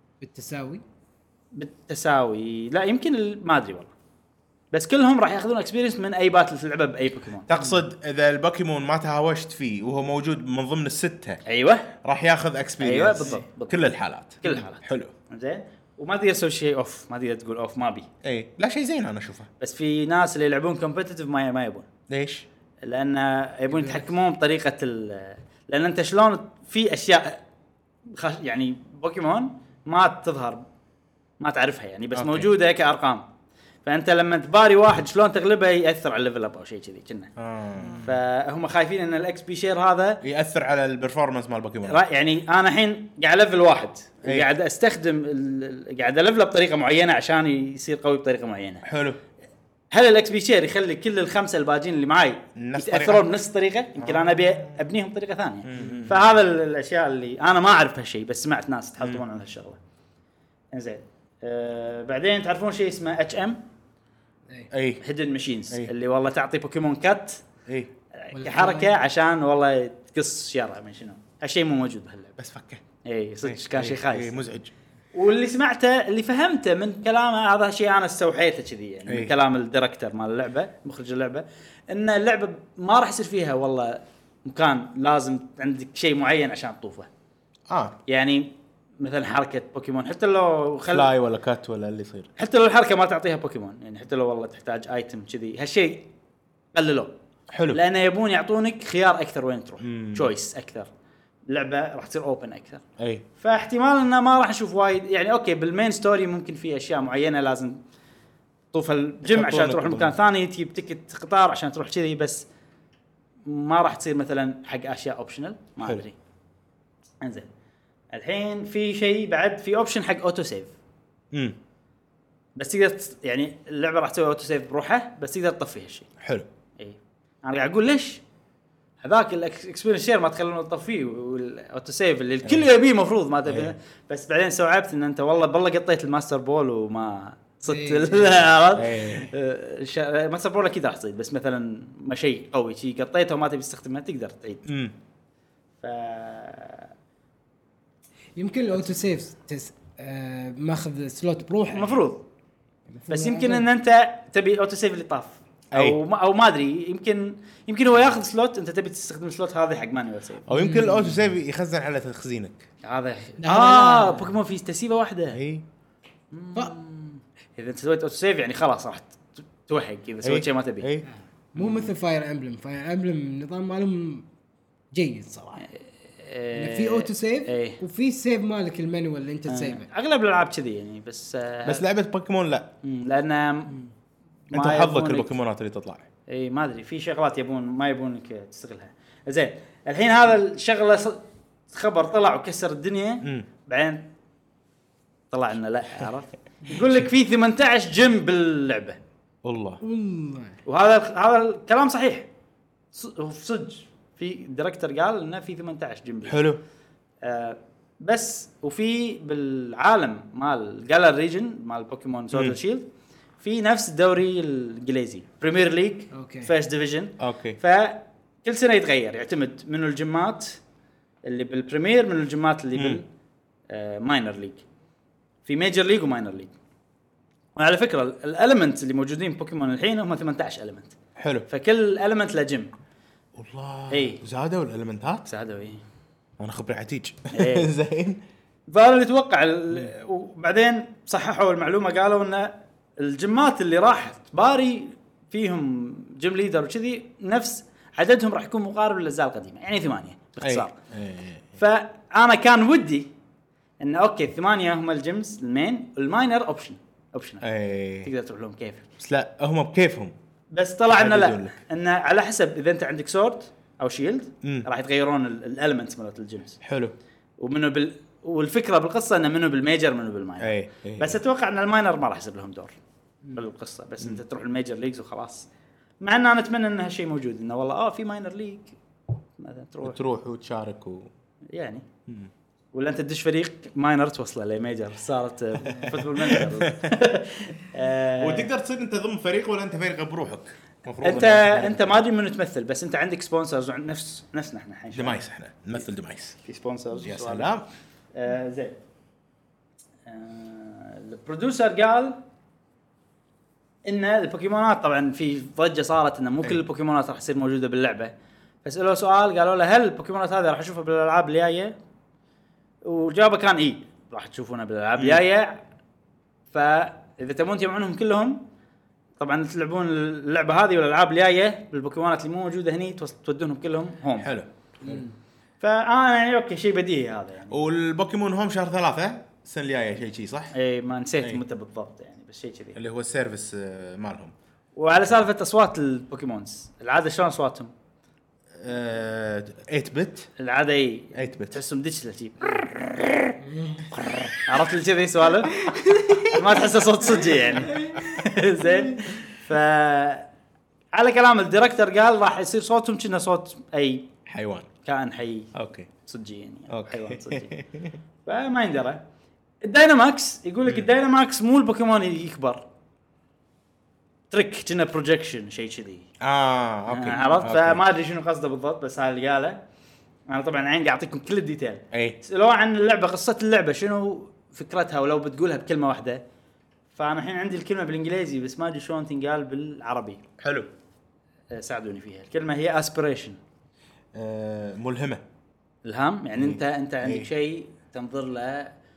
بالتساوي لا يمكن ما ادري والله بس كلهم راح ياخذون اكسبيرينس من اي باتل تلعبه باي بوكيمون تقصد اذا البوكيمون ما تهاوشت فيه وهو موجود من ضمن الستة راح ياخذ اكسبيرينس بالضبط كل الحالات حلو زين وما تقدر تسوي شيء اوف ما تقدر تقول اوف ما بي لا شيء زين انا اشوفه بس في ناس اللي يلعبون كومبيتيتيف ما يبون ليش لان يبون يتحكمون بطريقه لان انت شلون في اشياء يعني بوكيمون ما تظهر ما تعرفها يعني بس موجوده كارقام فانت لما تباري واحد شلون تغلبه ياثر على الليفل اب او شيء كذي كنا فهم خايفين ان الاكس بي شير هذا ياثر على البرفورمانس مال بوكيمون يعني انا الحين قاعد ليفل واحد وقاعد استخدم قاعد الفله بطريقه معينه عشان يصير قوي بطريقه معينه حلو هل الاكس بي شير يخلي كل الخمسه الباجين اللي معي يتاثرون بنفس الطريقه يمكن انا ابي ابنيهم بطريقه ثانيه فهذا الاشياء اللي انا ما اعرف هالشيء بس سمعت ناس يتحدثون عن هالشغله انزين بعدين تعرفون شيء اسمه اتش ام هيدن ماشينز اللي والله تعطي بوكيمون كات كحركه عشان والله تقص شارع من شنو هالشيء مو موجود بهاللعبه بس فكه صدق كان شيء خايس مزعج واللي سمعته اللي فهمته من كلامه هذا شيء انا استوحيته كذي يعني من كلام الديركتور مال اللعبه مخرج اللعبه ان اللعبه ما راح يصير فيها والله مكان لازم عندك شيء معين عشان تطوفه يعني مثلا حركه بوكيمون حتى لو فلاي ولا كات ولا اللي يصير، حتى لو الحركه ما تعطيها بوكيمون يعني حتى لو والله تحتاج ايتم كذي هالشيء قللوه. حلو. لانه يبون يعطونك خيار اكثر وين تروح، تشويس اكثر، اللعبه راح تصير اوبن اكثر. اي فاحتمال انه ما راح نشوف وايد يعني. اوكي بالمين ستوري ممكن في اشياء معينه لازم تطوف الجيم عشان تروح لمكان ثاني، تجيب تيكت قطار عشان تروح كذي، بس ما راح تصير مثلا حق اشياء اوبشنال ما ادري. انزين الحين في شيء بعد، في اوبشن حق اوتو سيف. بس تقدر يعني اللعبه راح تسوي اوتو سيف بروحه، بس تقدر تطفي هالشيء. حلو. اي انا قاعد اقول ليش هذاك الاكسبيرينس شير ما تخلونه تطفيه، والاوتو سيف اللي الكل يبيه مفروض ما تبي. بس بعدين استوعبت ان انت والله قطيت الماستر بول وما صدت ماستر بول اكيد راح تصيد، بس مثلا ما شيء قوي شيء قطيته وما تبي تستخدمه تقدر تعيد. ف يمكن الاوتو سيف ماخذ سلوت بروحه المفروض، بس يمكن ان انت تبي الاوتو سيف اللي طاف او ما ادري، يمكن هو ياخذ سلوت انت تبي تستخدم سلوت هذا حق مانيوال سيف، او يمكن الاوتو سيف يخزن على تخزينك هذا. بوكيمون في تسيبه واحده. اي اذا انت سويت اوتو سيف يعني خلاص راح توحق اذا سويت شيء ما تبي. مو مثل فاير امبلم نظام مالهم جيد صراحه. في اوتو سيف وفي سيف مالك المانيوال اللي انت تسيبه. اغلب الالعاب كذي يعني، بس لعبه بوكيمون لا، لان انت حظك البوكيمونات اللي تطلع. اي ما ادري في شغلات ما يبونك تستغلها. زين الحين هذا الشغله خبر طلع وكسر الدنيا. بعدين طلع لنا لا عرفت يقول لك في 18 جيم باللعبه. والله وهذا الكلام صحيح صدق. في دايركتور قال انه في 18 جيم باللعبة. حلو. بس وفي بالعالم مال جالر ريجن مال بوكيمون سورد شيلد في نفس الدوري الانجليزي بريمير ليج فيرست ديفيجن. فكل سنه يتغير يعتمد منو الجمات اللي بالبريمير من الجمات اللي بالماينر ليج. في ميجر ليج وماينر ليج. وعلى فكره الاليمنت اللي موجودين بوكيمون الحين هم 18 اليمنت. حلو. فكل اليمنت له جيم. والله زادوا الاليمنتات زادوا. انا خبري عتيج. زين فانا اتوقع وبعدين صححوا المعلومه قالوا ان الجمات اللي راح تباري فيهم جيم ليدر وكذي نفس عددهم راح يكون مقارب للاجزاء القديمه يعني 8 باختصار. فانا كان ودي ان اوكي 8 هم الجيمز المين الماينر اوبشن تقدر تروح لهم كيف، بس لا هم بكيفهم. بس طلع انه لا انه على حسب اذا انت عندك سورد او شيلد راح يتغيرون الاليمنتس مالت الجيمز. حلو. ومنه والفكره بالقصه انه منه بالميجر منه بالماينر. بس اتوقع ان الماينر ما راح يصير لهم دور بالقصه، بس انت تروح الميجر ليجز وخلاص. مع ان انا اتمنى ان هالشيء موجود انه والله في ماينر ليج مثلا تروح وتشارك يعني ولا انت تدش فريق ماينر توصله لميجر صارت فوتبول مانجر. وتقدر تصير انت ضمن فريق ولا انت فريق بروحك. انت ما ادري منو تمثل، بس انت عندك سبونسرز نفسنا احنا الحين دمايس. احنا نمثل دمايس في سبونسرز. يا سلام. زين البروديوسر قال ان البوكيمونات طبعا في ضجه صارت ان مو كل البوكيمونات راح تصير موجوده باللعبه. فسألوه سؤال قالوا له هل البوكيمونات هذه راح نشوفها بالالعاب الجايه؟ وجوابه كان راح تشوفونها بالالعاب الجايه. فاذا تبون تجمعونهم كلهم طبعا تلعبون اللعبه هذه والالعاب الجايه بالبوكيمونات اللي مو موجوده هني تودونهم كلهم هوم. حلو. فانا يعني اوكي شيء بديهي هذا يعني. والبوكيمون هوم شهر 3 السنه الجايه شيء صح؟ اي ما نسيت متى بالضبط يعني، بس شيء كذي اللي هو السيرفيس مالهم. وعلى سالفه اصوات البوكيمونز العاده شلون اصواتهم؟ 8 بت العاده 8 بت تحسهم ديجيتال شيء. عرفت اللي كذي سوالف ما تحس صوت صدق يعني. زين على كلام الديركتور قال راح يصير صوتهم كأنه صوت اي حيوان كائن حي. اوكي صدقي يعني حيوان صدقي. فما يندرى. الدايناماكس يقول لك الدايناماكس مو البوكيمون يكبر تريك كنا بروجكشن شيء كذي. اوكي عرفت. فما ادري شنو قصده بالضبط، بس هذا اللي قاله. انا طبعا عندي اعطيكم كل الديتيل. سألوه عن اللعبه قصه اللعبه شنو فكرتها ولو بتقولها بكلمه واحده. فانا الحين عندي الكلمه بالانجليزي بس ما ادري شلون تنقال بالعربي. حلو. ساعدوني فيها. الكلمه هي aspiration. ملهمه. الهام يعني انت عندك شيء تنظر له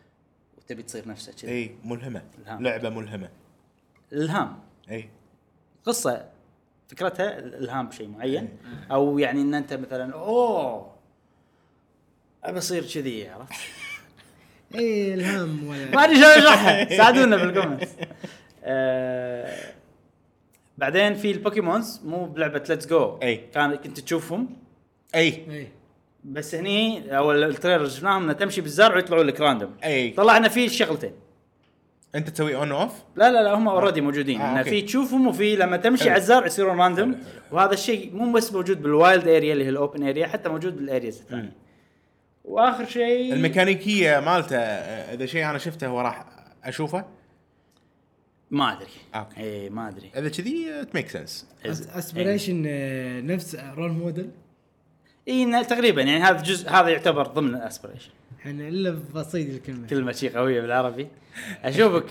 تبي تصير نفسه كذا. اي ملهمه، الهام. لعبه ملهمه، الهام. اي قصه فكرتها الهام بشيء معين، او يعني ان انت مثلا ابي اصير كذي، عرفت؟ ايه الهام ولا ما ادري شلون اشرحها، ساعدونا بالكومنتس. بعدين في البوكيمونز مو بلعبه ليتس جو، كنت تشوفهم ايه بس هني اول التريلر شفناهم انه تمشي بالزرع ويطلعوا لك راندوم. اي طلعنا فيه شغلتين، انت تسوي اون اوف. لا هم اوريدي موجودين، انه في تشوفهم وفي لما تمشي على الزرع يصيرون راندوم. وهذا الشيء مو بس موجود بالوايلد اريا اللي هي الاوبن اريا، حتى موجود بالارياز الثانيه. واخر شيء الميكانيكيه مالته، اذا شيء انا شفته وراح اشوفه ما ادري. اي ما ادري اذا كذي تميك سنس. اسبريشن نفس رول موديل. اي تقريبا يعني هذا جزء، هذا يعتبر ضمن الاسبريشن. احنا الا بصيد الكلمه، كلمه شيء قويه بالعربي. اشوفك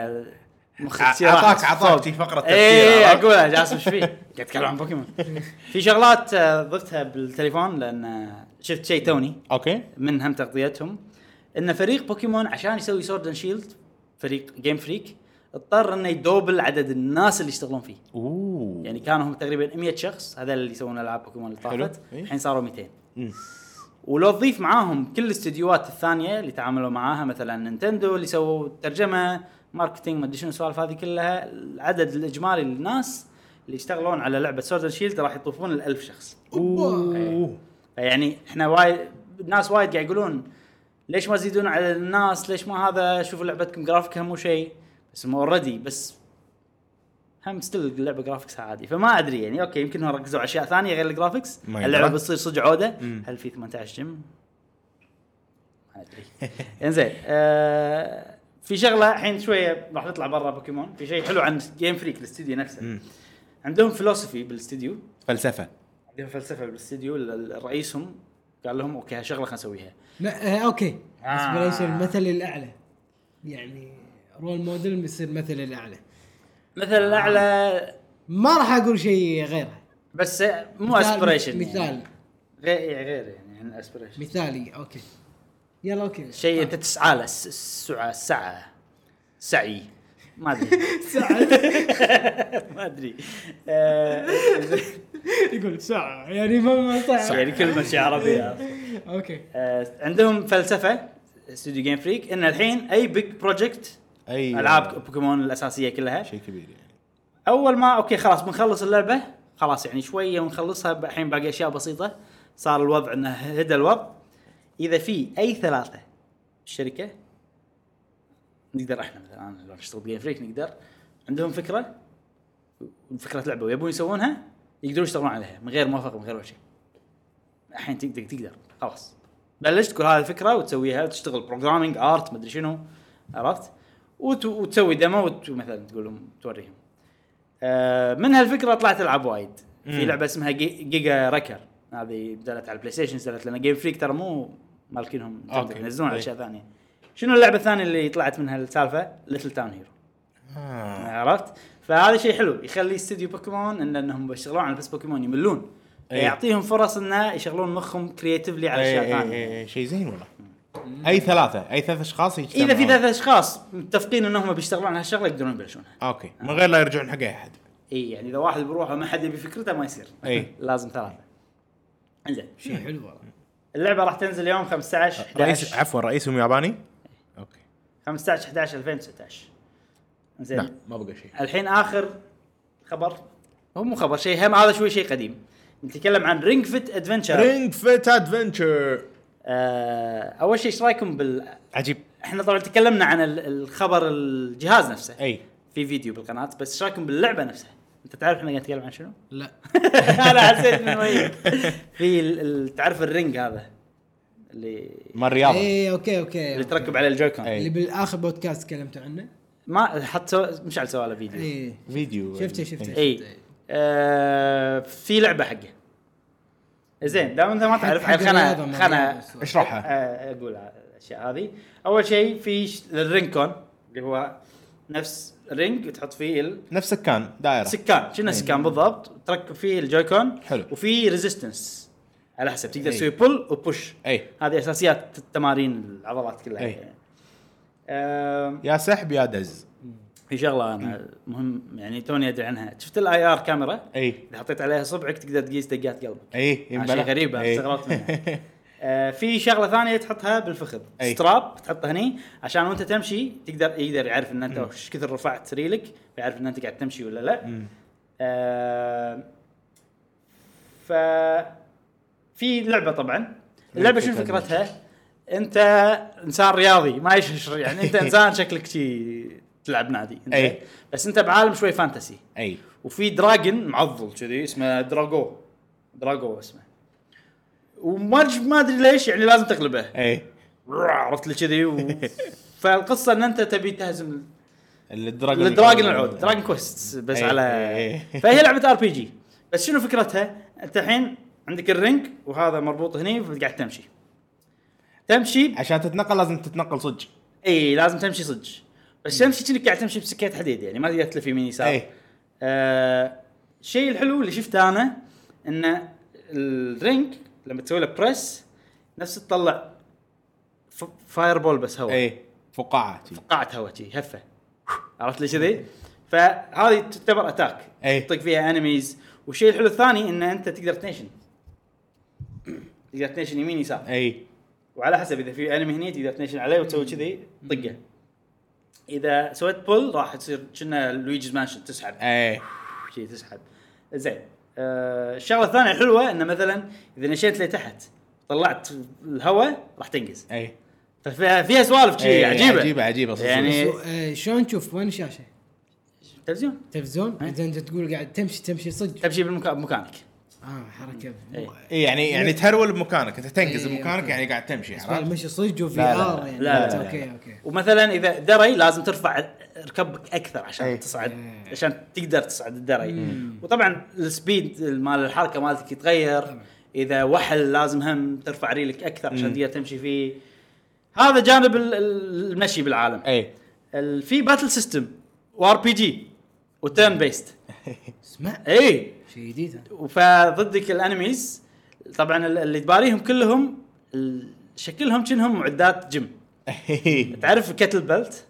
عطاك في فقره تفكير. اي اقولها جاسم ايش فيه؟ قاعد اتكلم عن بوكيمون. في شغلات ضفتها بالتليفون لان شفت شيء توني اوكي من هم تغطيتهم، ان فريق بوكيمون عشان يسوي سورد اند شيلد، فريق جيم فريك اضطر انه يدوبل عدد الناس اللي يشتغلون فيه. يعني كانوا هم تقريبا 100 شخص، هذول اللي يسوون العاب بوكيمون اللي طافت، الحين صاروا 200. ولو تضيف معاهم كل الاستديوهات الثانيه اللي تعاملوا معاها، مثلا نينتندو اللي سووا ترجمه، ماركتينج، ما ادري شنو السوالف هذه كلها، العدد الاجمالي للناس اللي يشتغلون على لعبه سورد اند شيلد راح يطوفون ال1000 شخص. يعني احنا وايد الناس وايد قاعد يقولون ليش ما تزيدون على الناس، ليش ما هذا، شوفوا لعبتكم جرافيكها مو شيء، بس هم اوريدي بس هم ستيل اللعبه جرافيكس عادي. فما ادري يعني اوكي يمكن هم ركزوا على اشياء ثانيه غير الجرافيكس. اللعبه بتصير صدق عوده. هل في 18 جيم؟ ما ادري. انزين في شغله الحين شويه راح نطلع برا بوكيمون. في شيء حلو عن جيم فريك الاستديو نفسه. عندهم فلسفي بالاستديو، عندهم فلسفه بالاستديو. رئيسهم قال لهم اوكي هالشغله خلينا نسويها. لا اوكي اسبريشن المثل الاعلى، يعني رول موديل بيصير مثل الاعلى. مثل الاعلى ما راح اقول شيء غيره، بس مو اسبريشن مثال غير يعني اسبريشن مثالي. اوكي يلا اوكي شيء انت تسعى له، سعي ما ادري ما ادري يقول ساعه يعني ما صح يعني كلمه شيء عربيه. اوكي عندهم فلسفه استوديو جيم فريك ان الحين اي بيج بروجكت، اي العاب بوكيمون الاساسيه كلها شيء كبير يعني. اول ما اوكي خلاص بنخلص اللعبه، خلاص يعني شويه ونخلصها، الحين باقي اشياء بسيطه. صار الوضع انه هدى الوضع. اذا في اي ثلاثه الشركه نقدر احنا مثلا لو نشتغل جيم فريك نقدر، عندهم فكره لعبه ويبون يسوونها، يقدرون يشتغلون عليها من غير موافقه من غير شيء. الحين تقدر خلاص بلشت تقول هذه الفكره وتسويها وتشتغل بروجرامينج ارت ما ادري شنو، عرفت، وتسوي ديمو مثلا تقول لهم توريهم. من هالفكره طلعت العاب وايد. في لعبه اسمها جيجا راكر، هذه نزلت على البلاي ستيشن، نزلت لنا جيم فريك ترى مو مالكينهم ينزلون على اشياء ثانيه. شنو اللعبه الثانيه اللي طلعت منها السالفه؟ ليتل تاون هيرو. عرفت؟ فهذا شيء حلو يخلي استوديو بوكيمون انهم يشتغلون على بس بوكيمون يملون، يعطيهم فرص انه يشغلون مخهم كرياتيفلي على اشياء ثانيه. شيء زين والله. اي ثلاثه اشخاص يجتمعون، اذا في 3 اشخاص متفقين انهم بيشتغلون على هالشغله يقدرون يبلشونها. اوكي من غير لا يرجعون حق احد. اي يعني اذا واحد بيروح وما حد يبي فكرته ما يصير. لازم 3. انزين شيء حلو والله. اللعبه راح تنزل يوم 15 رئيسهم ياباني. اوكي 15 11 2019. زين لا ما بقى شيء الحين. اخر خبر هو مو خبر شيء، هم هذا شوي شيء قديم. نتكلم عن رينج فيت ادفنتشر. اول شيء ايش رايكم عجيب. احنا طبعا تكلمنا عن الخبر الجهاز نفسه اي في فيديو بالقناه، بس ايش رايكم باللعبه نفسها؟ انت تعرف احنا قاعد نتكلم عن شنو؟ لا انا حسيت من وين. في تعرف الرينج هذا اللي ما الرياضه. اي اوكي اللي تركب على الجويكون اللي بالاخر بودكاست تكلمت عنه. ما حط مشعل سوى له فيديو. فيديو شفته. اي في لعبه حقه. زين دام انت ما تعرف خلنا اشرحها. اقول الاشياء هذه. اول شيء في الرينكون اللي هو نفس رينج تحط فيه نفس سكان دائره، شنو سكان بالضبط، تركب فيه الجويكون. حلو. وفي ريزيستنس على حسب تقدر تسوي بول وبوش. هذه اساسيات التمارين العضلات كلها. يا سحب يا دز. في شغله انا مهم يعني توني ادري عنها. شفت الاي ار كاميرا؟ اي اذا حطيت عليها صبعك تقدر تقيس دقات قلبك. اي شيء غريب استغربت منها. في شغله ثانيه تحطها بالفخذ، ستراب تحطها هني عشان وانت تمشي يقدر يعرف ان انت ايش كثر رفعت ريلك، فيعرف ان انت قاعد تمشي ولا لا. ف في لعبه طبعا. اللعبه شو فكرتها؟ انت انسان رياضي ما يشهر يعني انت انسان شكلك شي تلعب نادي أي. بس انت بعالم شوي فانتسي. اي وفي دراجون معضل كذي اسمه دراغو اسمه، وما ادري ليش يعني لازم تغلبه. اي عرفت لي كذي فالقصه ان انت تبي تهزم الدراجون العود، دراجون كويست بس على فهي لعبه ار بي جي. بس شنو فكرتها؟ انت الحين عندك الرينج وهذا مربوط هني وقاعد تمشي عشان تتنقل لازم تتنقل صج. اي لازم تمشي صج، بس تمشي كأنك قاعد تمشي بسكيت حديد يعني ما تقدر تلف يمين يسار. الشيء الحلو اللي شفته انا ان الرينج لما تسوي له بريس نفس تطلع فاير بول بس هواء. اي فقاعه هواء شي هفه، عرفت لي كذي؟ فهذه تعتبر اتاك تطق فيها انميز. والشيء الحلو الثاني ان انت تقدر تنيشن يمين يسار. اي وعلى حسب اذا في انمي هني تقدر تنيشن عليه وتسوي كذي طقه. اذا سويت بول راح تصير كنا لويجيز مانشن تسحب شيء تسحب. زين الشغله الثانيه الحلوه انه مثلا اذا نشيت لتحت طلعت الهواء راح تنقز. اي فيها سوالف شيء عجيبه يعني شلون تشوف وين الشاشه؟ تلفزيون اذا انت تقول قاعد تمشي صدق تمشي بمكانك. حركه يعني تهرول بمكانك، انت تنقز بمكانك يعني قاعد تمشي. مشي صدق وفي ار يعني. لا. اوكي ومثلا اذا دري لازم ترفع ركبك اكثر عشان تصعد عشان تقدر تصعد الدري. وطبعا السبيد مال الحركه مالتك يتغير. اذا وحل لازم هم ترفع ريلك اكثر عشان تقدر تمشي فيه. هذا جانب المشي بالعالم. في باتل سيستم وار بي جي وتيرن بيست. اسمع شيء جديد. وفضدك الانميز طبعا اللي تباريهم كلهم شكلهم كأنهم معدات جيم. تعرف كتل بلت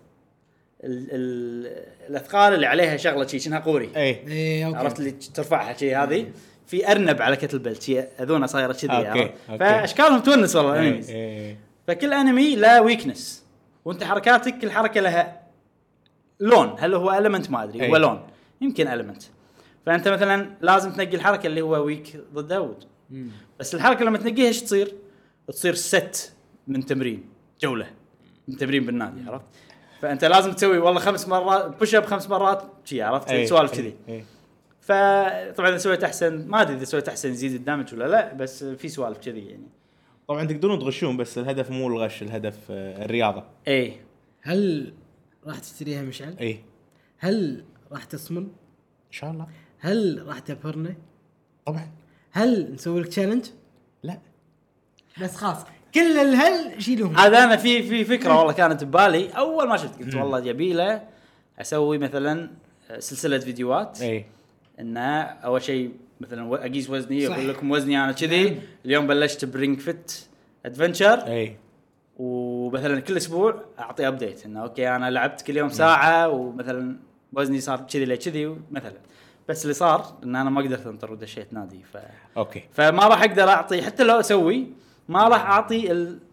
الاثقال اللي عليها شغله شيء شنها قوري. عرفت اللي ترفعها شيء هذه. في ارنب على كتل بلت شيء اذونه صايره كذي. فاشكالهم تونس والله الانميز. فكل انمي له ويكنس وانت حركاتك كل حركه لها لون. هل هو المنت ما ادري هو لون يمكن المنت. فانت مثلا لازم تنقي الحركه اللي هو ويك ضده. بس الحركه لما تنقيها ايش تصير ست من تمرين جوله من تمرين بالنادي. عرفت؟ فانت لازم تسوي والله 5 مرات بوش اب 5 مرات شي. عرفت سوالف كذي. فطبعا اذا سويت احسن ما ادري اذا سويت احسن يزيد الدامج ولا لا، بس في سوالف كذي يعني. طبعا تقدرون تغشون بس الهدف مو الغش، الهدف الرياضه. هل راح تشتريها مشعل؟ هل راح تصمن؟ ان شاء الله. هل راح تبهرنا؟ طبعا. هل نسوي لك تشالنج؟ لا بس خلاص كل الهل شيلهم. هذا انا في فكره والله كانت ببالي اول ما شفت قلت والله جميله اسوي مثلا سلسله فيديوهات. ان اول شيء مثلا اقيس وزني اقول لكم وزني انا كذي. اليوم بلشت برينج فيت ادفنتشر. ومثلا كل اسبوع اعطي ابديت انه اوكي انا لعبت كل يوم ساعه ومثلا وزني صار كذي لكذي مثلا. بس اللي صار ان انا ما قدرت انطر ودشيت نادي فما راح اقدر اعطي حتى لو اسوي ما راح اعطي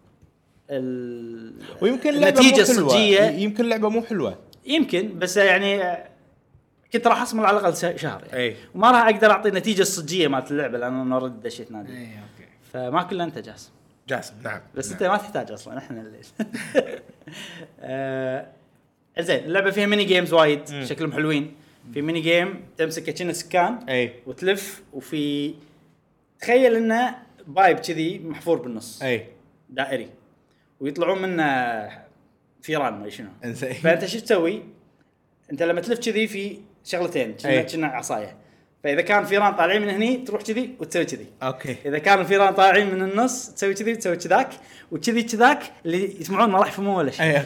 ويمكن النتيجه الصجيه. يمكن لعبه مو حلوه يمكن بس يعني كنت راح اصمل على الاقل شهر يعني. وما راح اقدر اعطي النتيجه الصجيه مالت اللعبه لان انا رد دشيت نادي. فما كله انت جاسم نعم. بس انت ما تحتاج اصلا احنا الليل. زين اللعبه فيها ميني جيمز وايد شكلهم حلوين. في ميني جيم تمسك كأنه سكان وتلف وفي تخيل انه بايب كذي محفور بالنص دائري ويطلعون منه فيران ما شنو. فانت شو تسوي؟ انت لما تلف كذي في شغلتين كنا عصايه. فاذا كان فيران طالعين من هني تروح كذي وتسوي كذي. اذا كان الفيران طالعين من النص تسوي كذي وتسوي كذاك وكذي كذاك اللي يسمعون ما راح يفهمون ولا شيء.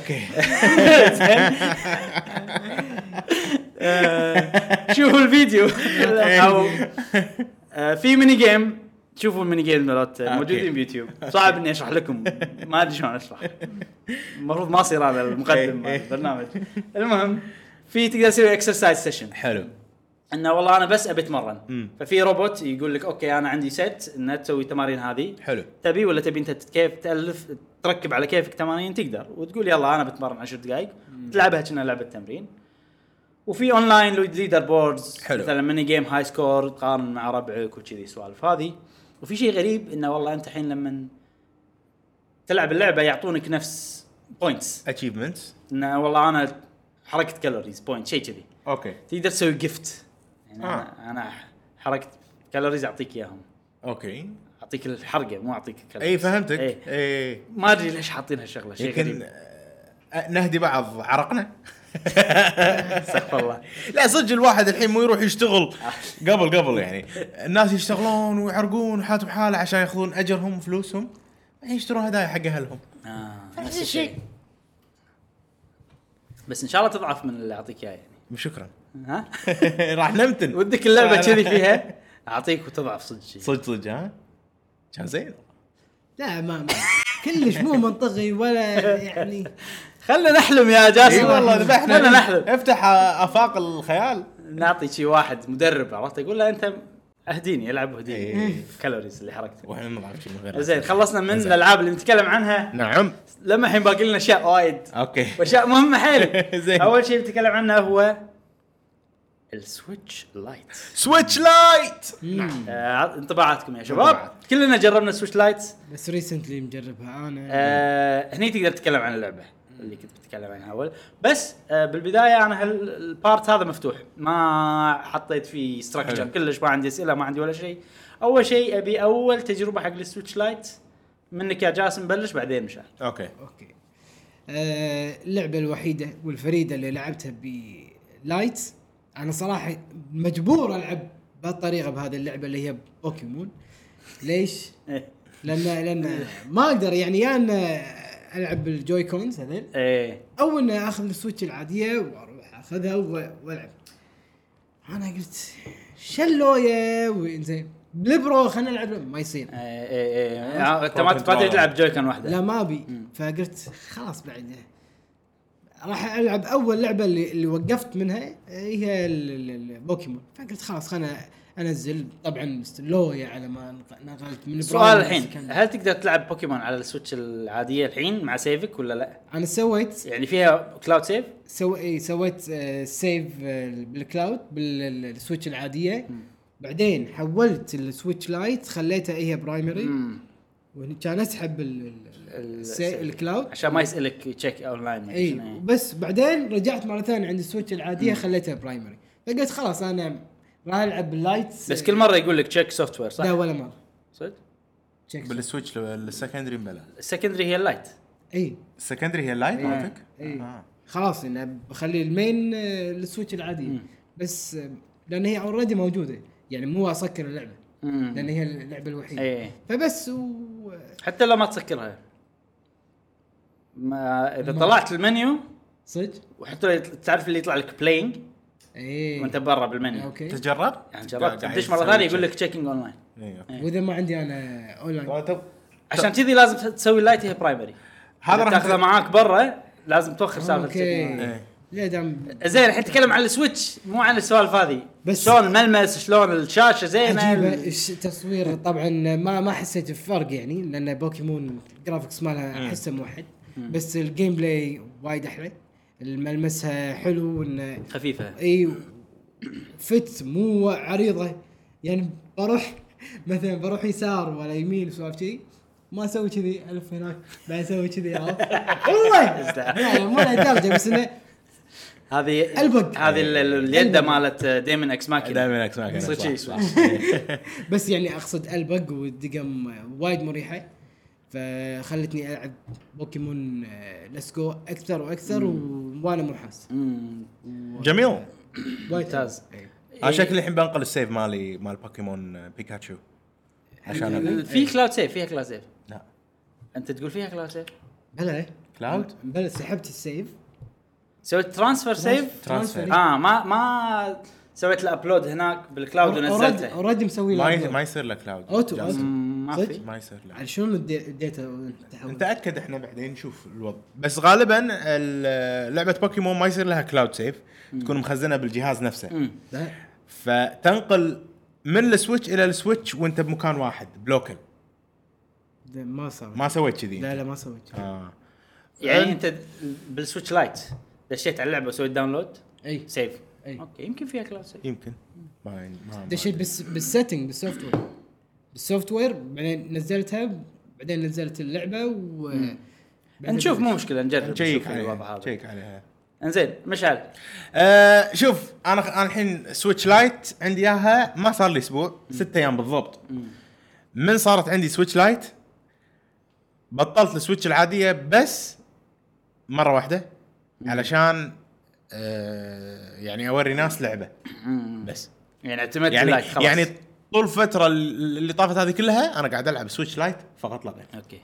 شوفوا الفيديو. أو في ميني جيم شوفوا الميني جيم مالت موجودين بيوتيوب. صعب اني اشرح لكم، ما ادري شلون اشرح، المفروض ما يصير هذا المقدم مال البرنامج. المهم في تقدر تسوي اكسرسايز سيشن. حلو. انه والله انا بس ابي اتمرن، ففي روبوت يقول لك اوكي انا عندي ست ان تسوي تمارين هذه. حلو. تبي ولا تبي انت كيف تالف تركب على كيفك تمارين تقدر، وتقول يلا انا بتمرن 10 دقائق تلعبها كأنها لعبه تمرين. وفي اونلاين ليدر بوردز مثلا ميني جيم هاي سكور تقارن مع ربعك وكذي سوالف هذه. وفي شيء غريب انه والله انت الحين لما تلعب اللعبه يعطونك نفس بوينتس اتشيفمنتس، انه والله انا حركه كالوريز بوينت شيء كذي. اوكي تقدر تسوي جيفت يعني انا حركه كالوريز اعطيك اياهم. اوكي اعطيك الحرقه مو اعطيك الكالوريز. اي فهمتك. اي ما ادري ليش حاطين هالشغله، شيء غريب. نهدي بعض عرقنا. استغفر الله. لا صدق الواحد الحين مو يروح يشتغل قبل يعني الناس يشتغلون ويعرقون حالهم حاله عشان ياخذون اجرهم وفلوسهم، يشترون هدايا حق اهلهم. نفس الشيء. بس ان شاء الله تضعف من اللي اعطيك اياه يعني. شكرا. ها راح نمتن. ودك اللعبه كذي فيها اعطيك وتضعف صدق شيء. صدق ها كان زين. لا ما كلش مو منطقي ولا يعني. خلنا نحلم يا جاسم. اي والله ذبحنا. خلنا نحلم. افتح افاق الخيال. نعطي شي واحد مدرب عرفت يقول له انت اهديني العب وهديني كالوريز اللي حركته واحنا ما نعرف شيء من غير. زين خلصنا من الالعاب اللي نتكلم عنها. نعم. لما الحين باقي لنا اشياء وايد. اوكي. واشياء مهمه حيل. زين. اول شيء بنتكلم عنه هو السويتش لايت. سويتش لايت. انطباعاتكم يا شباب؟ كلنا جربنا السويتش لايت بس ريسنتلي مجربها انا. هني تقدر تتكلم عن اللعبه اللي كنت بتكلم عنها اول. بس بالبدايه انا البارت هذا مفتوح، ما حطيت فيه ستراكشر كلش، ما عندي اسئله ما عندي ولا شيء. اول شيء ابي اول تجربه حق السويتش لايت منك يا جاسم، بلش بعدين مشعل. اوكي. اللعبه الوحيده والفريده اللي لعبتها بلايت، انا صراحه مجبور العب بهالطريقه بهذه اللعبه اللي هي بوكيمون. ليش؟ لان ما اقدر يعني انا العب بالجوي كونز هذول او ان اخذ السويتش العاديه واروح اخذها والعب. انا قلت شلويه وزين بالبرو خلينا نلعب، ما يصير. انت ما تقدر تلعب جوي كون واحده. لا ما ابي. فقلت خلاص بعد راح العب اول لعبه اللي وقفت منها هي البوكيمون. فقلت خلاص خلنا انزل طبعا لويا على ما نقلت من السؤال الحين، هل تقدر تلعب بوكيمون على السويتش العاديه الحين مع سيفك ولا لا؟ انا سويت يعني فيها كلاود سيف. سويت سيف بالكلاود بالسويتش العاديه. بعدين حولت السويتش لايت خليتها هي برايمري، وكان اسحب الكلاود عشان ما يسالك تشيك اونلاين. اي بس بعدين رجعت مره ثانيه عند السويتش العاديه خليتها برايمري. فقلت خلاص انا راح العب باللايت. بس كل مره يقول لك تشيك سوفت وير صح؟ لا ولا مره. صدق؟ بالسويتش السكندري بلا. السكندري هي اللايت. اي السكندري هي اللايت مالتك. خلاص انا بخلي المين السويتش العاديه بس لان هي اوريدي موجوده، يعني مو اسكر اللعبه لان هي اللعبه الوحيده. فبس حتى لو ما تسكرها، ما اذا طلعت المنيو صدق وحتى تعرف اللي يطلع لك بلاينج وانت برا بالمنيو. اوكي تجرب يعني جربت تدش مره ثانيه يقول لك تشيكينج اونلاين. واذا ما عندي انا اونلاين عشان كذي لازم تسوي اللايت هي برايمري. هذا راح تاخذه معاك برا، لازم توخر سالفه. لا دام زين الحين نتكلم عن السويتش مو عن السوالف هذه. شلون الملمس، شلون الشاشه زينه، التصوير طبعا ما حسيت بفرق يعني، لان بوكيمون الجرافيكس مالها احسه موحد. بس الجيم بلاي وايد احلى، الملمسها حلو خفيفه. اي فت مو عريضه يعني. بروح يسار ولا يمين سوالف شيء، ما اسوي كذي الف هناك بعد اسوي كذي والله لا مو لهالدرجه. بس انه هذه اليد مالت دايمن اكس ماكينه بس يعني اقصد البق والدقم وايد مريحه، فخلتني العب بوكيمون ليتس جو اكثر واكثر وانا مو حاس. جميل ممتاز. شكلي الحين بنقل السيف مالي مال بوكيمون بيكاتشو عشان في كلاود سيف. فيها كلاود سيف؟ لا انت تقول فيها كلاود سيف؟ بلا كلاود سحبت السيف، سويت ترانسفير سيف. ترانسفير. ما سويت له ابلود هناك بالكلاود ونزلته اوريدي مسوي له ما يصير له كلاود اوتو ما يصير له. على شلون الداتا نتاكد احنا بعدين نشوف الوضع. بس غالبا لعبه بوكيمون ما يصير لها كلاود سيف، تكون مخزنه بالجهاز نفسه. فتنقل من السويتش الى السويتش وانت بمكان واحد بلوكل. ما سويت كذي. لا ما سويت. يعني انت بالسويتش لايت دشيت على اللعبه وسويت داونلود اي سيف. أي. اوكي يمكن فيها كلاود سيف، يمكن ما دشيت بالسيتنج بالسوفت وير بعدين نزلتها، بعدين نزلت اللعبه نشوف مو مشكله نجرب نشيك عليها. انزين مشعل شوف انا الحين سويتش لايت عندي اياها ما صار لي اسبوع 6 ايام بالضبط. من صارت عندي سويتش لايت بطلت السويتش العاديه بس مره واحده علشان يعني اوري ناس لعبه بس. يعني اعتمدت اللايت خلاص. يعني طول الفتره اللي طافت هذه كلها انا قاعد العب سويتش لايت فقط لا غير. اوكي.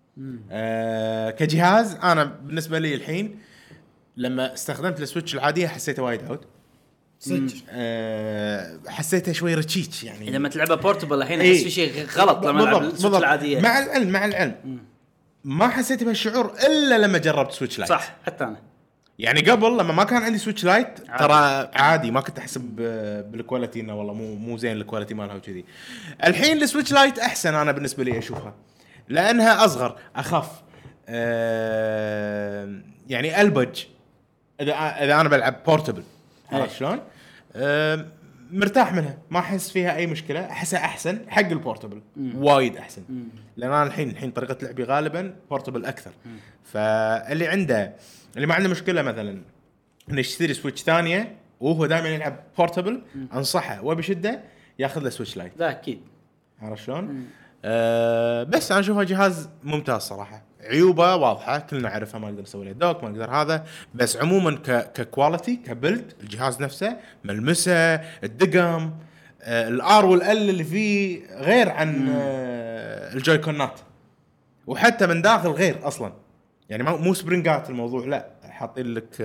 كجهاز انا بالنسبه لي الحين لما استخدمت السويتش العاديه حسيته وايد عود صدق. حسيته شوي رتشيتش يعني لما تلعبها بورتبل الحين احس في شيء غلط لما العب السويتش العاديه. مع العلم ما حسيت بهالشعور الا لما جربت سويتش لايت. صح حتى انا يعني قبل لما ما كان عندي سويتش لايت ترى عادي ما كنت احسب بالكواليتي انه والله مو زين الكواليتي مالها وكذي. الحين السويتش لايت احسن انا بالنسبه لي اشوفها لانها اصغر اخف يعني البج اذا انا بلعب بورتبل عرفت شلون مرتاح منها ما احس فيها اي مشكله. احسها احسن حق البورتبل وايد احسن لان انا الحين طريقه لعبي غالبا بورتبل اكثر. فاللي عنده اللي ما عنده مشكله مثلا انه يشتري سويتش ثانيه وهو دائما يلعب بورتبل انصحه وبشده ياخذ له سويتش لايت. لا اكيد عرفت شلون. بس انا اشوفه جهاز ممتاز صراحه. عيوبه واضحه كلنا نعرفها ما نقدر نسوي له دوك ما نقدر هذا. بس عموما ككواليتي كبلد الجهاز نفسه ملمسه الدقم الار والال اللي فيه غير عن الجويكونات وحتى من داخل غير اصلا يعني مو سبرينجات الموضوع لا حاطين لك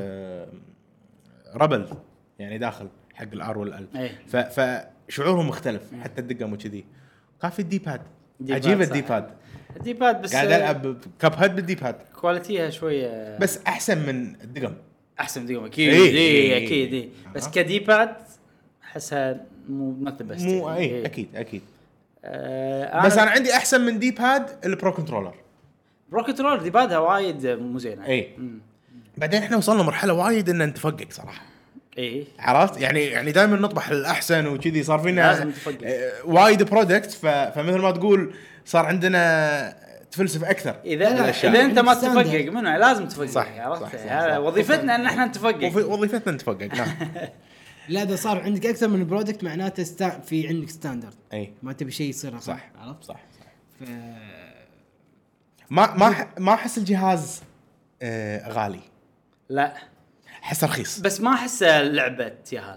ربل يعني داخل حق الار والال. فشعورهم مختلف حتى الدقم وكذي. كان في الديباد عجيب الديباد بس قاعد العب كاب هيد بالديباد كواليتيها شويه بس احسن من الدقم. احسن دقم اكيد اكيد بس كديباد احسها مو بس مو اكيد بس انا عندي احسن من ديباد البرو كنترولر. برو كنترولر ديبادها وايد مو زينه. بعدين احنا وصلنا مرحله وايد ان نتفقق صراحه. عرفت يعني دائما نطبح الاحسن وكذي صار فينا وايد برودكت فمثل ما تقول صار عندنا تفلسف اكثر. اذا انت ما تتفقق منه لازم تفقق. صح عرفت وظيفتنا ان احنا نتفقق. وظيفتنا نتفقق نعم. لا اذا صار عندك اكثر من برودكت معناته في عندك ستاندرد ما تبي شيء يصير صح. عرفت صح ما احس الجهاز غالي لا احس رخيص بس ما احس لعبه ياهل.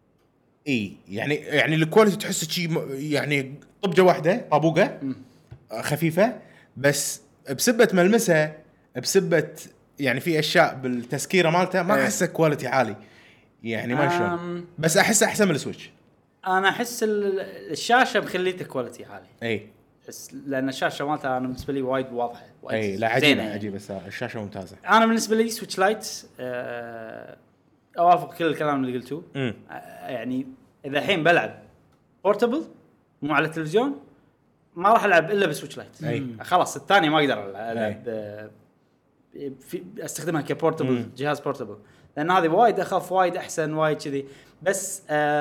يعني الكواليتي تحس شيء يعني طبجه واحده طابوقه خفيفه بس بسبه ملمسه بسبه يعني في اشياء بالتسكيره مالته ما احسه كواليتي عالي يعني ما شلون. بس احس احسن من السويتش. انا احس الشاشه مخليته كواليتي عالي بس لان الشاشه مالتها انا بالنسبه لي وايد واضحه وايد لا عجيبه الشاشه ممتازه. انا بالنسبه لي سويتش لايت اوافق كل الكلام اللي قلتوه. يعني اذا الحين بلعب بورتبل مو على التلفزيون ما راح العب الا بسويتش لايت. خلاص الثانيه ما اقدر العب استخدمها كبورتبل جهاز بورتبل لان هذه وايد اخف وايد احسن وايد كذي. بس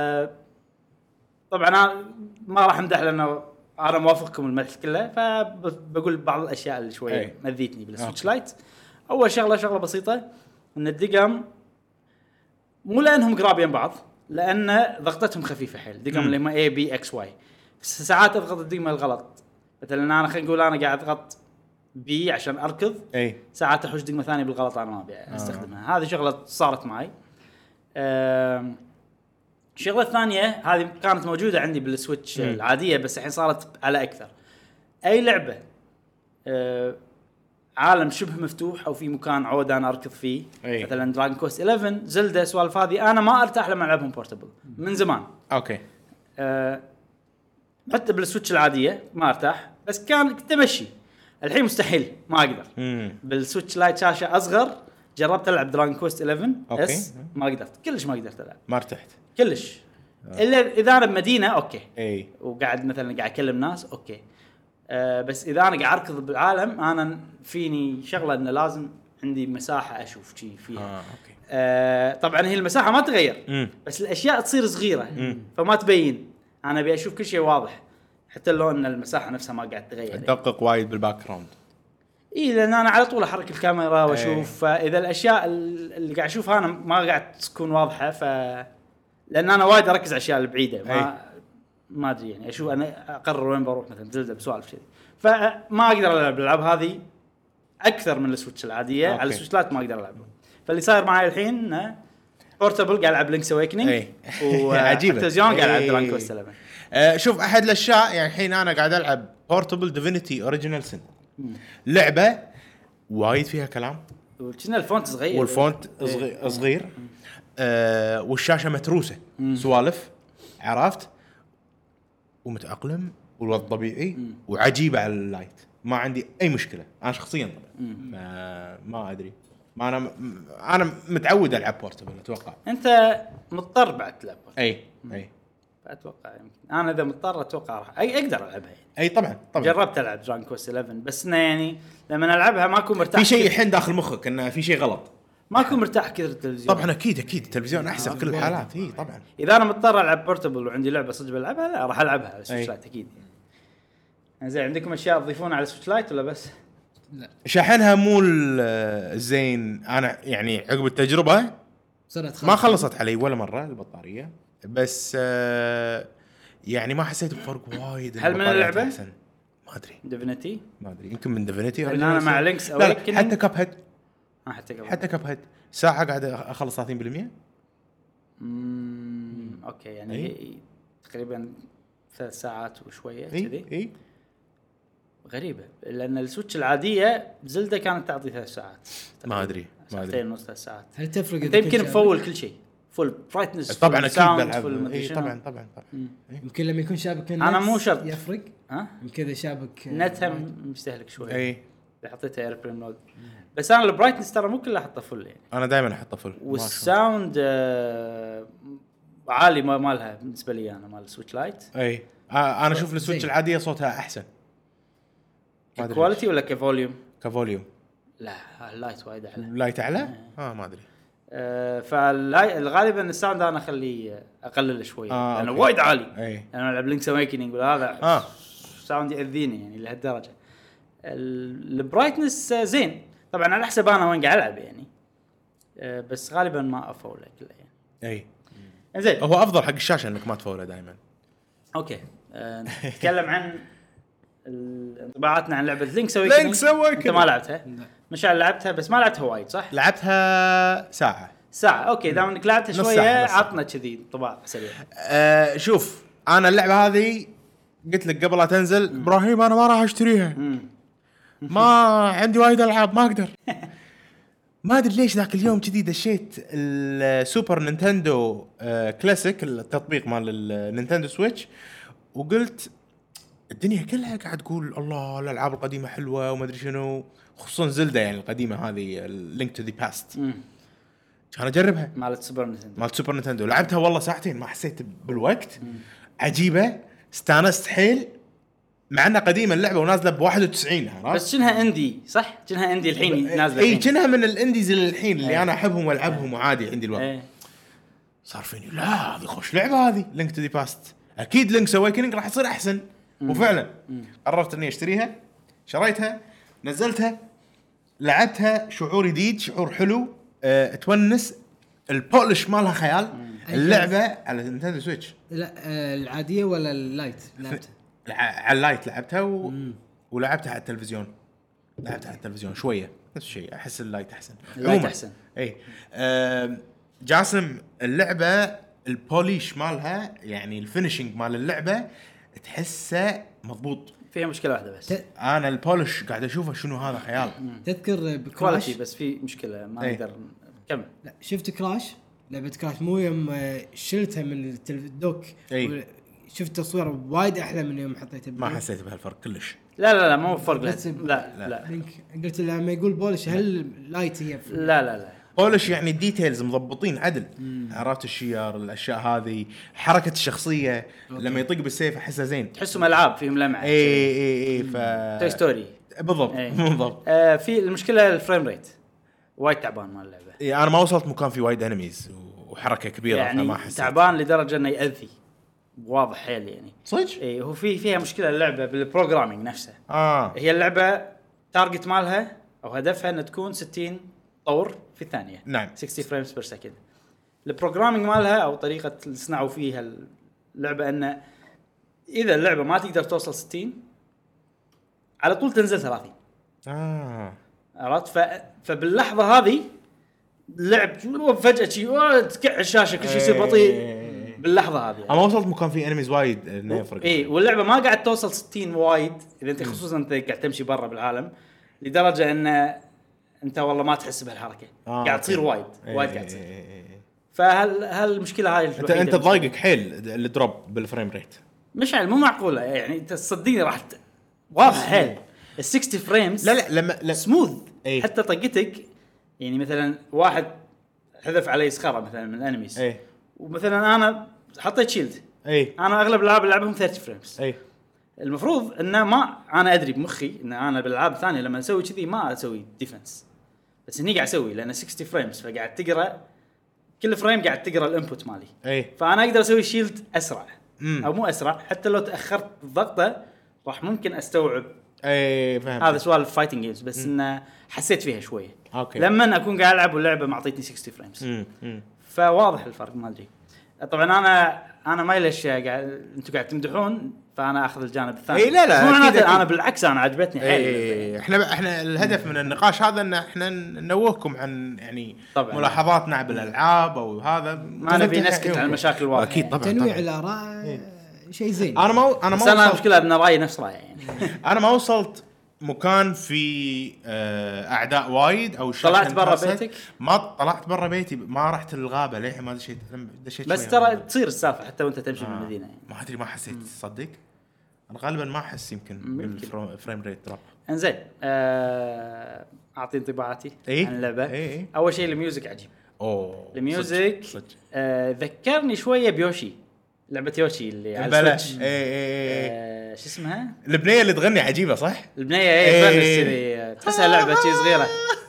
طبعا انا ما راح امدح لانه انا موافقكم المدح كله فبقول بعض الاشياء اللي شويه مذيتني بالسويتش لايت. اول شغله بسيطه ان الدقم مو لانهم قرابين بعض لان ضغطتهم خفيفه حيل. دقم اللي ما اي بي اكس واي ساعات اضغط الدقمه الغلط مثلا انا خلينا نقول انا قاعد اضغط بي عشان اركض ساعات احوش دقمه ثانيه بالغلط انا ما ابي استخدمها. هذه شغله صارت معي. الشغله الثانيه هذه كانت موجوده عندي بالسويتش العاديه بس الحين صارت على اكثر. اي لعبه عالم شبه مفتوح او في مكان عود انا اركض فيه مثلا دراجون كوست 11 زلدا سوالف هذه انا ما ارتاح لما العبهم بورتبل من زمان. اوكي. حتى بالسويتش العاديه ما ارتاح، بس كان تمشي. الحين مستحيل، ما اقدر. بالسويتش لايت شاشه اصغر جربت العب دراجون كويست 11 اس، ما قدرت، كلش ما قدرت العب، ما ارتحت كلش. الا اذا انا بمدينه اوكي، اي، وقاعد مثلا قاعد اكلم ناس اوكي. بس اذا انا قاعد اركض بالعالم، انا فيني شغله انه لازم عندي مساحه اشوف شيء فيها. اوكي. طبعا هي المساحه ما تغير، بس الاشياء تصير صغيره فما تبين. انا ابي اشوف كل شيء واضح، حتى لو ان المساحه نفسها ما قاعد تغير. تدقق وايد بالباك جراوند. اي، لان انا على طول احرك الكاميرا واشوف. اذا الاشياء اللي قاعد اشوفها انا ما قاعد تكون واضحه، لان انا وايد اركز على الاشياء البعيده، ما ادري يعني اشوف، انا اقرر وين بروح مثلا زلده بسوالف كذي، فما اقدر العب الالعاب هذه اكثر من السويتش العاديه. على السويتشات ما اقدر العبها. فاللي صاير معي الحين بورتبل قاعد العب لينكس اويكنينج، وعجيبه التلفزيون قاعد العب دراجون كويست 11. شوف احد الاشياء، يعني الحين انا قاعد العب بورتبل ديفينيتي اوريجينال سن، لعبه وايد فيها كلام، وكنا الفونت صغير، والفونت صغير، والشاشه متروسه، سوالف، عرفت، ومتأقلم والوضع طبيعي، وعجيبه على اللايت، ما عندي اي مشكله انا شخصيا طبعا. ما ادري، ما انا متعود العب بورتبل. اتوقع انت مضطر بعد تلعب. اي اتوقع يمكن انا اذا مضطر اتوقع راح اقدر العبها يعني. اي طبعا جربت العب دراجون كويست 11، بس انه يعني لما العبها ما اكون مرتاح. في شيء الحين داخل مخك انه في شيء غلط، ما اكون مرتاح كثر التلفزيون. طبعا اكيد التلفزيون احسن في كل الحالات. اي طبعا اذا انا مضطر العب بورتبل وعندي لعبه صدق بلعبها، لا راح العبها على السويتش لايت اكيد. زين، عندكم اشياء تضيفونها على السويتش لايت ولا بس؟ لا، شاحنها مو زين. انا يعني عقب التجربه ما خلصت علي ولا مره البطاريه، بس يعني ما حسيت بفرق وايد. هل من اللعبه؟ ما ادري، ديفينيتي ما ادري، يمكن من ديفينيتي. انا مع لينكس اويكنينج حتى كاب هيد، حتى كاب هيد ساعه قاعد اخلص 30%. اوكي، يعني تقريبا 3 ساعات وشويه كذي. اي غريبه، لان السويتش العاديه زلده كانت تعطي 3 ساعات. ما ادري ساعتين ونص 3 ساعات. هل تفرق؟ انت يمكن مفول كل شيء، فول برايتنس طبعا اكيد بلعب. طبعا يمكن لما يكون شابك انا مو شرط يفرق. يمكن اذا شابك نتها مستهلك شوي. اللي حطيته ايربلين مود، بس انا البرايتنس ترى مو كله احطه فل يعني. انا دائما احطه فل. والساوند عالي مالها بالنسبه لي انا، مال السويتش لايت. انا اشوف السويتش العاديه صوتها احسن. كواليتي ولا كفوليوم؟ كفوليوم. لا اللايت وايد اعلى. لايت اعلى؟ ما ادري. فالغالبا الساوند انا اخليه اقلل شوي، لانه وايد عالي. انا العب لينكس اويكنينج وهذا ساوند ياذيني يعني لهالدرجه. البرايتنس زين طبعا على حسب انا وين قاعد العب يعني، بس غالبا ما افوله كله يعني. زين، هو افضل حق الشاشه انك ما تفوله دائما. اوكي، نتكلم عن انطباعاتنا عن لعبه لينكس اويكنينج. انت ما لعبتها؟ مشعل لعبتها بس ما لعبتها وايد صح؟ لعبتها ساعه. اوكي، دام انك لعبتها شويه عطنا كذي انطباع سريع. شوف، انا اللعبه هذه قلت لك قبل لا تنزل ابراهيم انا ما راح اشتريها. ما عندي وايد العاب ما اقدر. ما ادري ليش ذاك اليوم كذي دشيت السوبر نينتندو كلاسيك، التطبيق مال النينتندو سويتش، وقلت الدنيا كلها قاعد تقول الله الالعاب القديمه حلوه وما ادري شنو، خصوصا زلدة يعني القديمه هذه لينك تو ذا باست. كان اجربها مال سوبر نينتندو. لعبتها والله ساعتين ما حسيت بالوقت. عجيبه، استانست حيل مع انها قديمه اللعبه ونازله ب91. بس شنها اندي صح؟ شنها اندي الحين نازله. اي شنها من الانديز الحين اللي انا احبهم والعبهم وعادي عندي الوقت. صار فيني لا هذه خوش لعبه هذه لينك تو ذا باست، اكيد لينكس اويكنينج راح تصير احسن. وفعلا قررت اني اشتريها، شريتها، نزلتها، لعبتها. شعور جديد، شعور حلو، تونس. البولش مالها خيال. اللعبه على نينتندو سويتش. لا العاديه ولا اللايت؟ لعبتها على اللايت لعبتها ولعبتها على التلفزيون. لعبتها على التلفزيون شويه نفس الشيء. احس اللايت احسن. اللايت احسن. اي جاسم، اللعبه البوليش مالها يعني الفينيشنج مال اللعبه تحسه مضبوط. فيها مشكله واحده بس، انا البولش قاعد اشوفه شنو هذا خيال. تذكر بكراش بس في مشكله ما نقدر نكمل. لا شفت كراش لعبه كراش مو يوم شلتها من الدوك شفت تصوير وايد احلى من يوم حطيته ما حسيت بهالفرق كلش. لا مو فرق. لا قلت لما يقول بولش هل لايت هي لا بولش يعني الديتيلز مضبطين عدل. عرفت الشيار الاشياء هذه حركه الشخصيه لما يطق بالسيف احسها زين تحسهم العاب فيهم لمعه. اي توي ستوري بالضبط بالضبط. في المشكله الفريم ريت وايد تعبان مال اللعبه. انا ما وصلت مكان في وايد انميز وحركه كبيره يعني فما حسيت تعبان لدرجه انه ياذي واضح حيل يعني صدق. هو فيها مشكله اللعبه بالبروجرامينج نفسه. هي اللعبه تارجت مالها او هدفها ان تكون 60 طور في الثانيه. نعم 60 فريمز بير سكند. البروجرامينج مالها او طريقه اللي صنعوا فيها اللعبه انه اذا اللعبه ما تقدر توصل 60 على طول تنزل 30. عرفت؟ فباللحظه هذه اللعب فجاه شيء تكع الشاشه كل شيء يصير بطيء باللحظه هذه. انا وصلت مكان فيه انميز وايد انه يفرق. واللعبه ما قاعد توصل 60 وايد اذا انت خصوصا انت قاعد تمشي برا بالعالم لدرجه ان انت والله ما تحس بهالحركه. قاعد تصير وايد قاعد تصير. فهالمشكله هاي انت تضايقك حيل الدروب بالفريم ريت. مش مو معقوله يعني انت تصدقني راح واضح حيل ال 60 فريمز. لا لما سموث حتى طقتك يعني مثلا واحد حذف علي صخره مثلا من الانميز ومثلا انا حطيت شيلد انا اغلب الالعاب العبهم 30 فريمز. المفروض انه ما انا ادري بمخي ان انا بالالعاب الثانيه لما اسوي كذي ما اسوي ديفنس بس هني قاعد اسوي لان 60 فريمز فقاعد تقرا كل فريم قاعد تقرا الانبوت مالي. فانا اقدر اسوي شيلد اسرع او مو اسرع حتى لو تاخرت الضغطه راح ممكن استوعب. فهمت. هذا سؤال الفايتنج جيمز بس انه حسيت فيها شويه لما اكون قاعد العب واللعبه معطيتني 60 فريمز. فواضح الفرق ما ادري. طبعا انا ما ليش قاعد انتم قاعد تمدحون فانا اخذ الجانب الثاني. لا انا بالعكس انا عجبتني حيل. احنا الهدف من النقاش هذا ان احنا ننوهكم عن يعني طبعًا. ملاحظاتنا بالالعاب او هذا ما نبي نسكت عن المشاكل الواقعيه. اكيد طبعا تنويع الاراء شيء زين. انا ما انا مشكله ان رايي نفس رايي يعني. انا ما وصلت مكان في اعداء وايد او طلعت برا بيتك. ما طلعت برا بيتي ما رحت الغابه ليه ما دشيت بس ترى تصير السالفه حتى وانت تمشي بالمدينه يعني. ما ادري ما حسيت تصدق انا غالبا ما احس يمكن بالفريم ريت دروب. انزين اعطي انطباعاتي عن اللعبه. اول شيء الميوزك عجيب. الميوزك ذكرني شويه بيوشي لعبه يوشي اللي على السويتش. شو اسمها البنيه اللي تغني عجيبه صح البنيه تونس كذي تحسها لعبه شيء صغيره.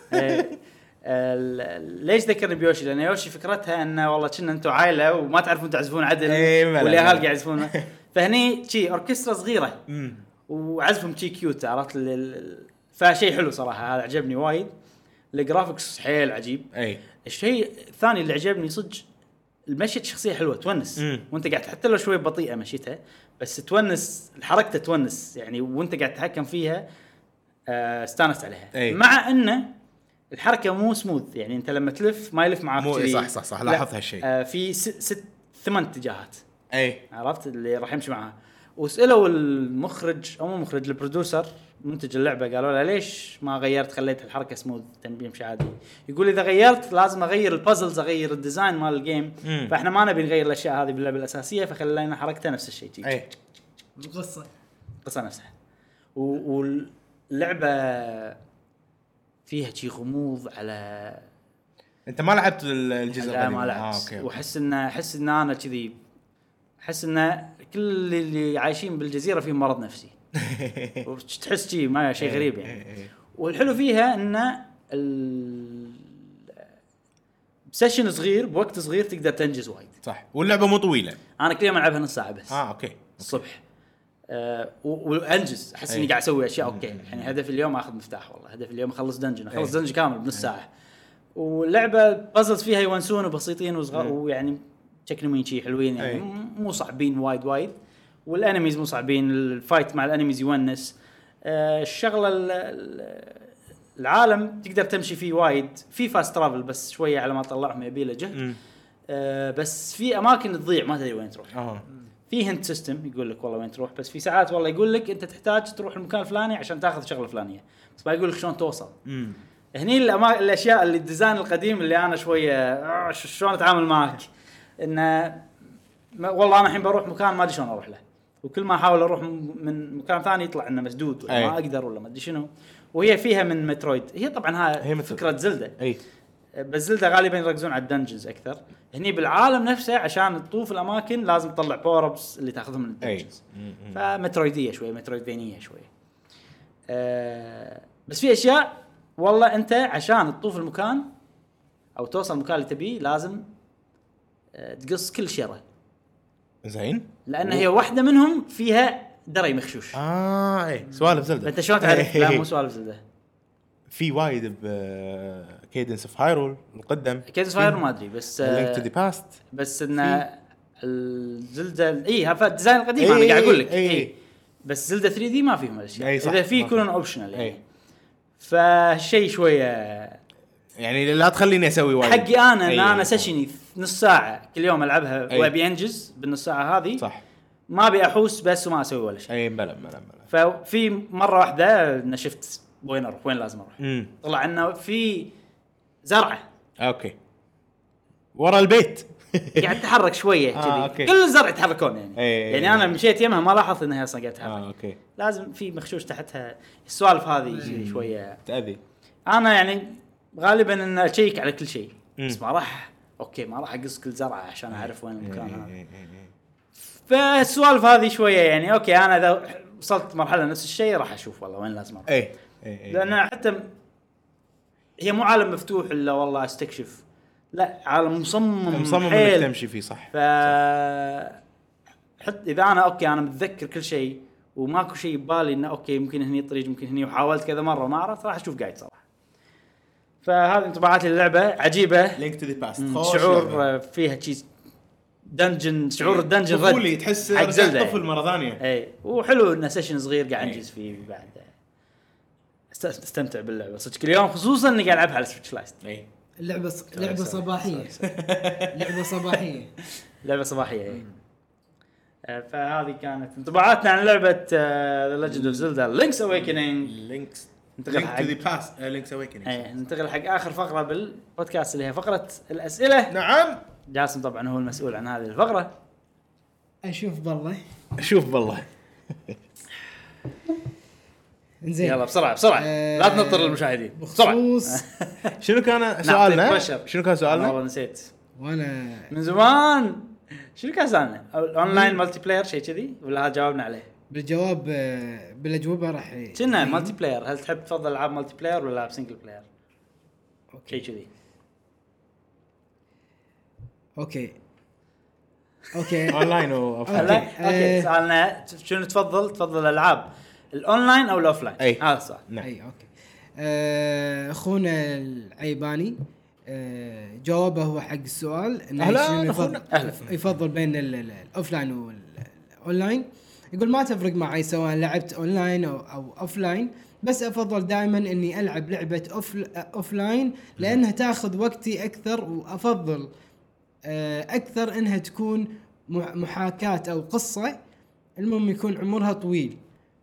ليش ذكرني بيوشي لان يوشي فكرتها انه والله كنا انتم عائله وما تعرفون تعزفون عدل والاهل قاعد يعزفون فهني شيء اوركسترا صغيره وعزفهم شيء كيوت عرفت فشيء حلو صراحه. هذا عجبني وايد. الجرافيكس حيل عجيب. الشيء الثاني اللي عجبني صدق المشية شخصية حلوة تونس وانت قاعد حتى لو شوي بطيئة مشيتها بس تونس الحركة تونس يعني وانت قاعد تتحكم فيها استانست عليها. مع انه الحركة مو سموث يعني انت لما تلف ما يلف معك مو صح لاحظ هالشيء. في 8 اتجاهات عرفت اللي راح يمشي معها. وسألوا المخرج او مو مخرج البرودوسر منتج اللعبة قالوا له ليش ما غيرت خليت الحركة سموث تمشي عادي. يقول إذا غيرت لازم أغير البازلز أغير الديزاين مال الجيم فإحنا ما نبي نغير الأشياء هذه باللعبة الأساسية فخلينا حركتها نفس الشيء. القصة نفسها. واللعبة فيها شيء غموض على أنت ما لعبت الجزء لا ما لعبت. وحس إن أنا كذي حس إن كل اللي عايشين بالجزيرة فيهم مرض نفسي. وتحس شيء ما شيء غريب يعني. والحلو فيها ان سيشن صغير بوقت صغير تقدر تنجز وايد صح. واللعبه مو طويله. انا كل يوم العبها نص ساعه بس. اوكي الصبح وانجز احس اني قاعد اسوي اشياء اوكي يعني هدف اليوم اخذ مفتاح والله هدف اليوم اخلص دنجن كامل بنص ساعه. واللعبه بازلز فيها يونسون وبسيطين وصغار ويعني تكنيمين شيء حلوين يعني مو صعبين وايد والانميز مو صعبين. الفايت مع الانميز يونس. الشغله العالم تقدر تمشي فيه وايد في فاست ترافل بس شويه على ما تطلعهم يبي له جهد. بس في اماكن تضيع ما تدري وين تروح. في هنت سيستم يقول لك والله وين تروح بس في ساعات والله يقول لك انت تحتاج تروح المكان الفلاني عشان تاخذ شغله فلانيه بس ما يقول لك شلون توصل. هني الاشياء اللي الديزاين القديم اللي انا شويه شلون اتعامل معك انه والله انا الحين بروح مكان ما ادري شلون اروح له، وكل ما احاول اروح من مكان ثاني يطلع انه مسدود ولا ما اقدر ولا ما ادري شنو. وهي فيها من مترويد، هي طبعا هاي فكره زلدة بس زلدة غالبا يركزون على الدنجنز اكثر. هني بالعالم نفسه عشان تطوف الاماكن لازم تطلع باور ابس اللي تاخذهم من الدنجنز، فمترويديه شويه، مترويدفينيه شويه. بس في اشياء والله انت عشان تطوف المكان او توصل المكان اللي تبيه لازم تقص كل شيره زين، لان هي واحده منهم فيها دري مخشوش. اي سوالف زلدة. انت شلون تعرف؟ لا مو سوالف زلدة، في وايد بكيدنس اوف هايرول القدم. كيدنس هايرول ما ادري بس لينك تو ذا باست، بس ان الزلدة هذا الديزاين القديم انا قاعد اقول لك بس زلدة 3 دي ما فيهم الاشياء اذا في يكونون اوبشنال يعني. فشيء شويه يعني لا تخليني اسوي وايد حقي انا ان انا سيشني نص ساعه كل يوم العبها وابي انجز بالنص ساعه هذه صح، ما ابي احوس بس وما اسوي ولا شيء. اي بلا ففي مره واحده انا شفت وين اروح، وين لازم اروح. طلع انه في زرعه اوكي ورا البيت قاعد تتحرك شويه كذي كل الزرع يتحركون يعني. يعني انا مشيت يمها ما لاحظت انها اصلا قاعده تتحرك. اوكي لازم في مخشوش تحتها. السوالف هذه شويه تأذي. انا يعني غالبا ان اشيك على كل شيء بس ما راح ما راح اقص كل زرعه عشان اعرف وين المكان هذا. فالسوالف هذه شويه يعني اوكي انا اذا وصلت مرحله نفس الشيء راح اشوف والله وين لازم اروح. لان حتى هي مو عالم مفتوح الا والله استكشف، لا عالم مصمم انك تمشي فيه صح. حتى اذا انا انا متذكر كل شيء وماكو شيء ببالي انه اوكي ممكن هني طريق ممكن هني وحاولت كذا مره ما عرفت راح اشوف قايد صراحه. فهذه انطباعاتي للعبه عجيبه. لينك تو ذا باست شعور فيها تشيز دنجن، شعور الدنجن طفولي تحس رجعت طفل مره ثانيه. اي وحلو انه سيشن صغير قاعد انجز فيه بعد استمتع باللعبه صدق كل يوم، خصوصا اني قاعد العبها على سويتش لايست. اي لعبه صباحيه لعبه صباحيه. فهذه كانت انطباعاتنا عن لعبه The Legend of Zelda Link's Awakening. ننتقل to the past Link's Awakening. ننتقل حق اخر فقره بالبودكاست اللي هي فقره الاسئله. نعم جاسم طبعا هو المسؤول عن هذه الفقره. اشوف بالله زين يلا بسرعه لا تنطر المشاهدين بسرعه. شنو كان سؤالنا والله نسيت وانا من زمان. شنو كان سؤالنا؟ اونلاين مالتي بلاير شيء كذي ولا جاوبنا عليه؟ بالجواب بالاجوبه راح كنا مالتي بلاير. هل تحب تفضل العاب مالتي بلاير ولا العاب سنجل بلاير؟ شيء كذي. اوكي اونلاين او اوكي سالنا شنو تفضل الالعاب الاونلاين او الاوفلاين؟ هذا السؤال. اي اوكي. اخونا العيباني جوابه هو حق السؤال انه يفضل بين الاوفلاين والاونلاين. يقول ما تفرق معي سواء لعبت اونلاين او اوفلاين، بس افضل دائما اني العب لعبه اوفلاين لانها تاخذ وقتي اكثر، وافضل اكثر انها تكون محاكاه او قصه، المهم يكون عمرها طويل.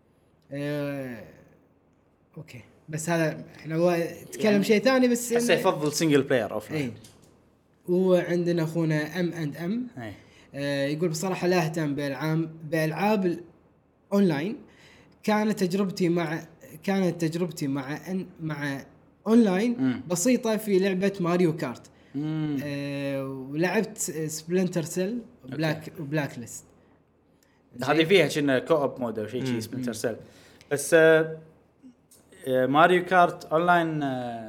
اوكي بس هذا احنا هو تكلم يعني شيء ثاني بس هسه يفضل سنجل بلاير اوفلاين. وعندنا اخونا ام يقول بصراحه لا اهتم بالالعاب الاونلاين. كانت تجربتي مع اونلاين بسيطه في لعبه ماريو كارت. ولعبت سبلنتر سيل وبلاك ليست. هذه فيها كنا كوب مود او شيء سبلنتر سيل. بس ماريو كارت اونلاين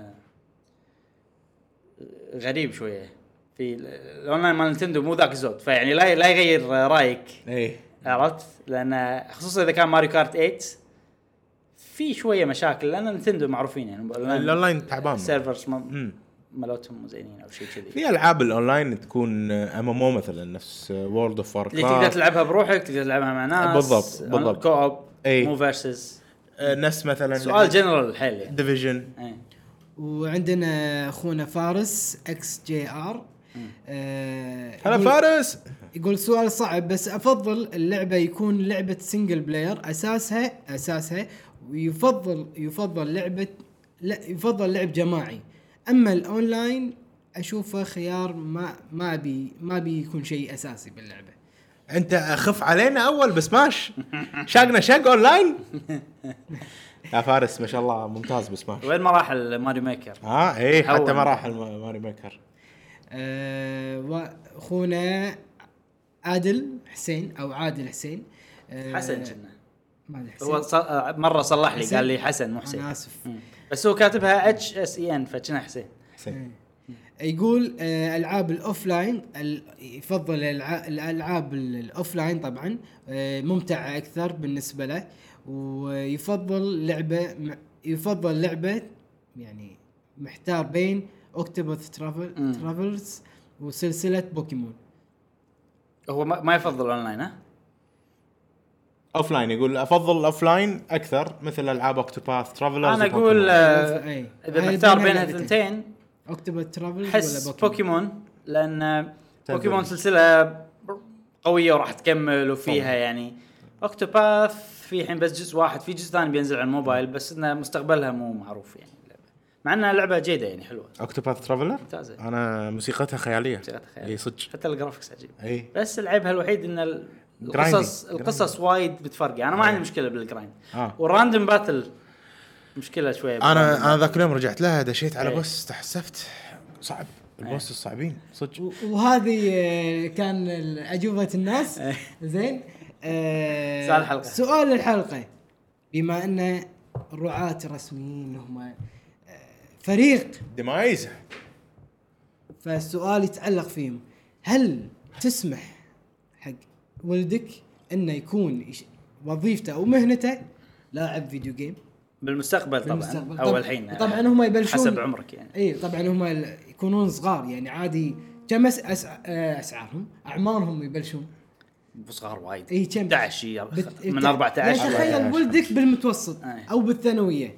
غريب شويه في الاونلاين مال نينتندو مو ذاك الزود، فيعني لا يغير رايك. عرفت؟ لان خصوصا اذا كان ماريو كارت 8 في شويه مشاكل لان نينتندو معروفين يعني الاونلاين تعبان، السيرفرز مالتهم زينين او شيء كذي. في العاب الاونلاين تكون ام مثلا نفس وورلد اوف واركرافت اللي تقدر تلعبها بروحك، تقدر تلعبها مع ناس بالضبط كوب مو فيرسز ناس مثلا. سؤال جنرال الحين يعني. ديفيجن. وعندنا اخونا فارس اكس جي ار. هلا فارس. يقول سؤال صعب بس افضل اللعبه يكون لعبه سنجل بلاير اساسها ويفضل لا يفضل لعب جماعي. اما الاونلاين اشوفه خيار ما بيكون شيء اساسي باللعبه. انت اخف علينا اول بسماش شاقنا شق اونلاين. يا فارس ما شاء الله ممتاز بسماش. وين مراحل ماريو ميكر؟ ايه حتى مراحل ماريو ميكر. واخونا عادل حسين او عادل حسين حسن كنا هو مره صلح لي قال لي حسن مو حسين. انا اسف بس هو كاتبها HSEN فكنا حسين. يقول العاب الاوفلاين يفضل الالعاب الاوفلاين طبعا ممتعه اكثر بالنسبه له. ويفضل لعبه يعني محتار بين اوكتوباث ترافلز وسلسله بوكيمون. هو ما يفضل اونلاين ها اوفلاين. يقول افضل الاوفلاين اكثر مثل العاب اوكتوباث ترافلرز. انا اقول اذا محتار بينها الثنتين اوكتوباث ترافلرز ولا بوكيمون لان بوكيمون سلسله قويه وراح تكمل وفيها يعني. اوكتوباث في الحين بس جزء واحد، في جزء ثاني بينزل على الموبايل بس انه مستقبلها مو معروف يعني اللعبة. مع انها لعبه جيده يعني حلوه. اوكتوباث ترافلر ممتازه. انا موسيقتها خياليه اي صدق حتى الجرافيكس عجيب. أي. بس العيبها الوحيد ان القصص وايد بتفرق. انا ما عندي مشكله بالجرايند والراندوم باتل مشكله شويه. انا ذاك اليوم رجعت لها دشيت على بوس تحسفت صعب البوس الصعبين صدق. وهذه كان اجوبه الناس. زين سؤال الحلقه بما ان الرعاة الرسميين هم فريق ديمايز، فالسؤال يتعلق فيهم. هل تسمح حق ولدك انه يكون وظيفته او مهنته لاعب فيديو جيم بالمستقبل؟ طبعا او الحين طبعا هم يبلشون حسب عمرك يعني. اي طبعا هم يكونون صغار يعني عادي. كم اسعارهم اعمارهم يبلشون صغار وايد. اي كم 11 من 14. يعني تخيل ولدك بالمتوسط او بالثانويه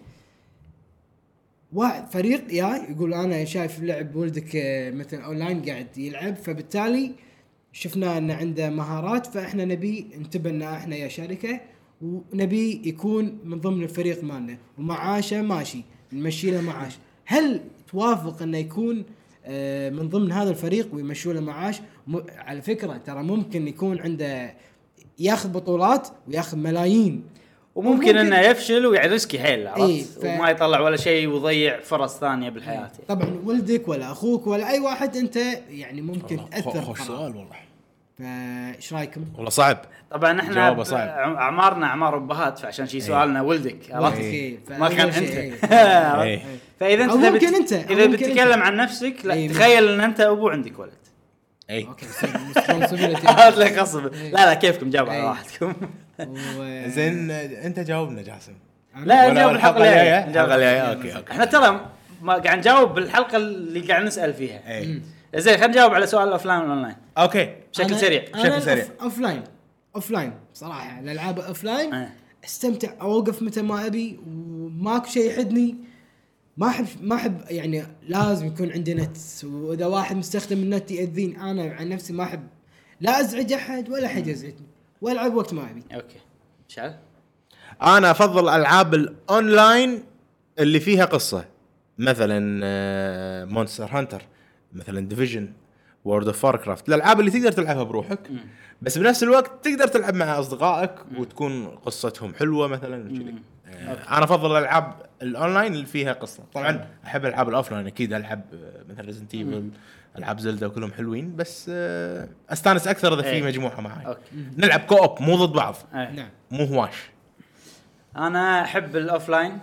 واحد فريق يقول انا شايف لعب ولدك مثلا اونلاين قاعد يلعب فبالتالي شفنا ان عنده مهارات فاحنا نبي انتبهنا احنا يا شركه ونبي يكون من ضمن الفريق مالنا ومعاشه ماشي نمشي له معاش. هل توافق انه يكون من ضمن هذا الفريق ويمشوا له معاش؟ على فكره ترى ممكن يكون عنده ياخذ بطولات وياخذ ملايين وممكن انه يفشل ويعرسك حيل عرفت وما يطلع ولا شيء ويضيع فرص ثانيه بالحياه. طبعا ولدك ولا اخوك ولا اي واحد انت يعني ممكن تاثر. خوش سؤال والله. فايش رايكم؟ والله صعب. طبعا احنا اعمارنا اعمار ابهات فعشان شيء سؤالنا ولدك عرفت ما كان انت. فاذا انت اذا بتتكلم عن نفسك لا تخيل ان انت ابو عندك ولد. اي هات لك غصب. لا كيفكم جاوب على واحدكم. زين انت جاوبنا جاسم. لا نجاوب الحلقه الجايه. اوكي احنا ترى ما قاعد نجاوب بالحلقه اللي قاعد نسال فيها. زين خلينا نجاوب على سؤال الاوفلاين والاونلاين. اوكي بشكل سريع. اوفلاين صراحه الالعاب اوفلاين استمتع اوقف متى ما ابي وماكو شيء يحدني. ما احب يعني لازم يكون عندي نت واذا واحد مستخدم النت يأذين. انا عن نفسي ما احب لا ازعج احد ولا حد يزعجني والعب وقت ما ابي. اوكي شعل انا افضل العاب الاونلاين اللي فيها قصه مثلا مونستر هانتر مثلا ديفيجن وورد اوف واركرافت. الالعاب اللي تقدر تلعبها بروحك بس بنفس الوقت تقدر تلعب مع اصدقائك وتكون قصتهم حلوه مثلا كذي. انا افضل الالعاب الاونلاين اللي فيها قصه. طبعا احب العاب الاوفلاين اكيد العب مثل ريزنت ايفل العاب زلدا وكلهم حلوين بس استانس اكثر اذا في مجموعه معي نلعب كوب مو ضد بعض. نعم مو هواش. انا احب الاوفلاين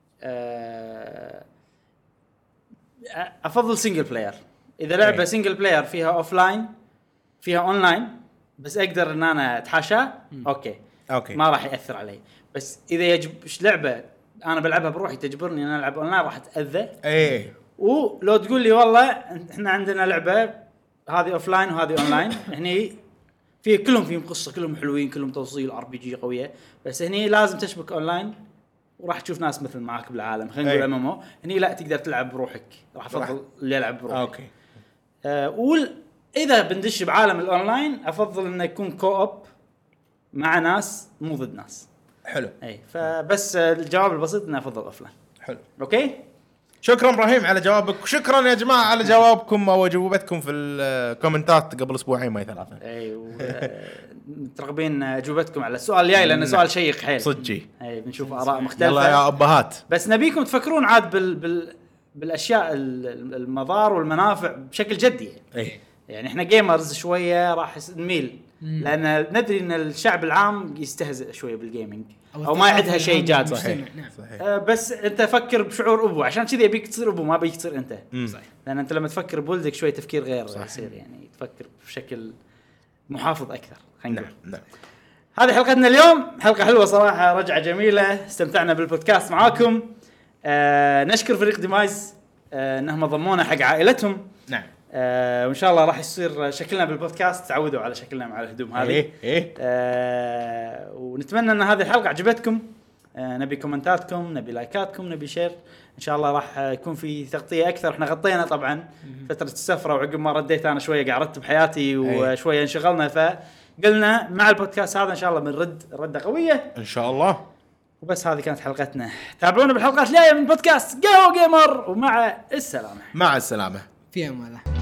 افضل سنجل بلاير. اذا لعبه سنجل بلاير فيها اوفلاين فيها اونلاين بس اقدر ان انا اتحاشى اوكي ما راح ياثر علي. بس اذا لعبه انا بلعبها بروحي تجبرني ان العب اونلاين راح اتاذى. ولو تقول لي والله احنا عندنا لعبه هذه اوفلاين وهذه اونلاين هني في كلهم فيهم قصه كلهم حلوين كلهم توصيل ار بي جي قويه بس هني لازم تشبك اونلاين وراح تشوف ناس مثل معاك بالعالم. خلينا نقول امامو هني لا تقدر تلعب بروحك راح افضل اللي يلعب بروحه. اذا بندش بعالم الاونلاين افضل انه يكون كوب مع ناس مو ضد ناس. حلو. فبس الجواب البسيط انه افضل اوفلاين. حلو. اوكي شكرا ابراهيم على جوابك، وشكرا يا جماعه على جوابكم او اجوبتكم في الكومنتات قبل اسبوعين ما 3. مترقبين اجوبتكم على السؤال الجاي لانه سؤال شيق حيل صدقي. بنشوف اراء مختلفه. يلا يا ابهات، بس نبيكم تفكرون عاد بالاشياء المضار والمنافع بشكل جدي. يعني احنا جيمرز شويه راح نميل لان ندري ان الشعب العام يستهزئ شويه بالجيمنج او ما يعدها شيء جاد. صحيح. بس انت فكر بشعور ابو، عشان كذا يبيك تصير ابو ما بيك تصير انت. صحيح. لان انت لما تفكر بولدك شوي تفكير غير يصير، يعني تفكر بشكل محافظ اكثر. خلينا نقول هذه حلقتنا اليوم، حلقه حلوه صراحه، رجعه جميله، استمتعنا بالبودكاست معاكم. نشكر فريق ديمايز انهم ضمونا حق عائلتهم. نعم. وان شاء الله راح يصير شكلنا بالبودكاست، تعودوا على شكلنا مع الهدوم هذه. ونتمنى ان هذه الحلقه عجبتكم. نبي كومنتاتكم، نبي لايكاتكم، نبي شير. ان شاء الله راح يكون في تغطيه اكثر. احنا غطينا طبعا فتره السفره، وعقب ما رديت انا شويه قعدت بحياتي وشويه انشغلنا، فقلنا مع البودكاست هذا ان شاء الله بنرد رده قويه ان شاء الله. وبس هذه كانت حلقتنا. تابعونا بالحلقات الجايه من بودكاست جو جيمر، ومع السلامه. مع السلامه. في امان الله.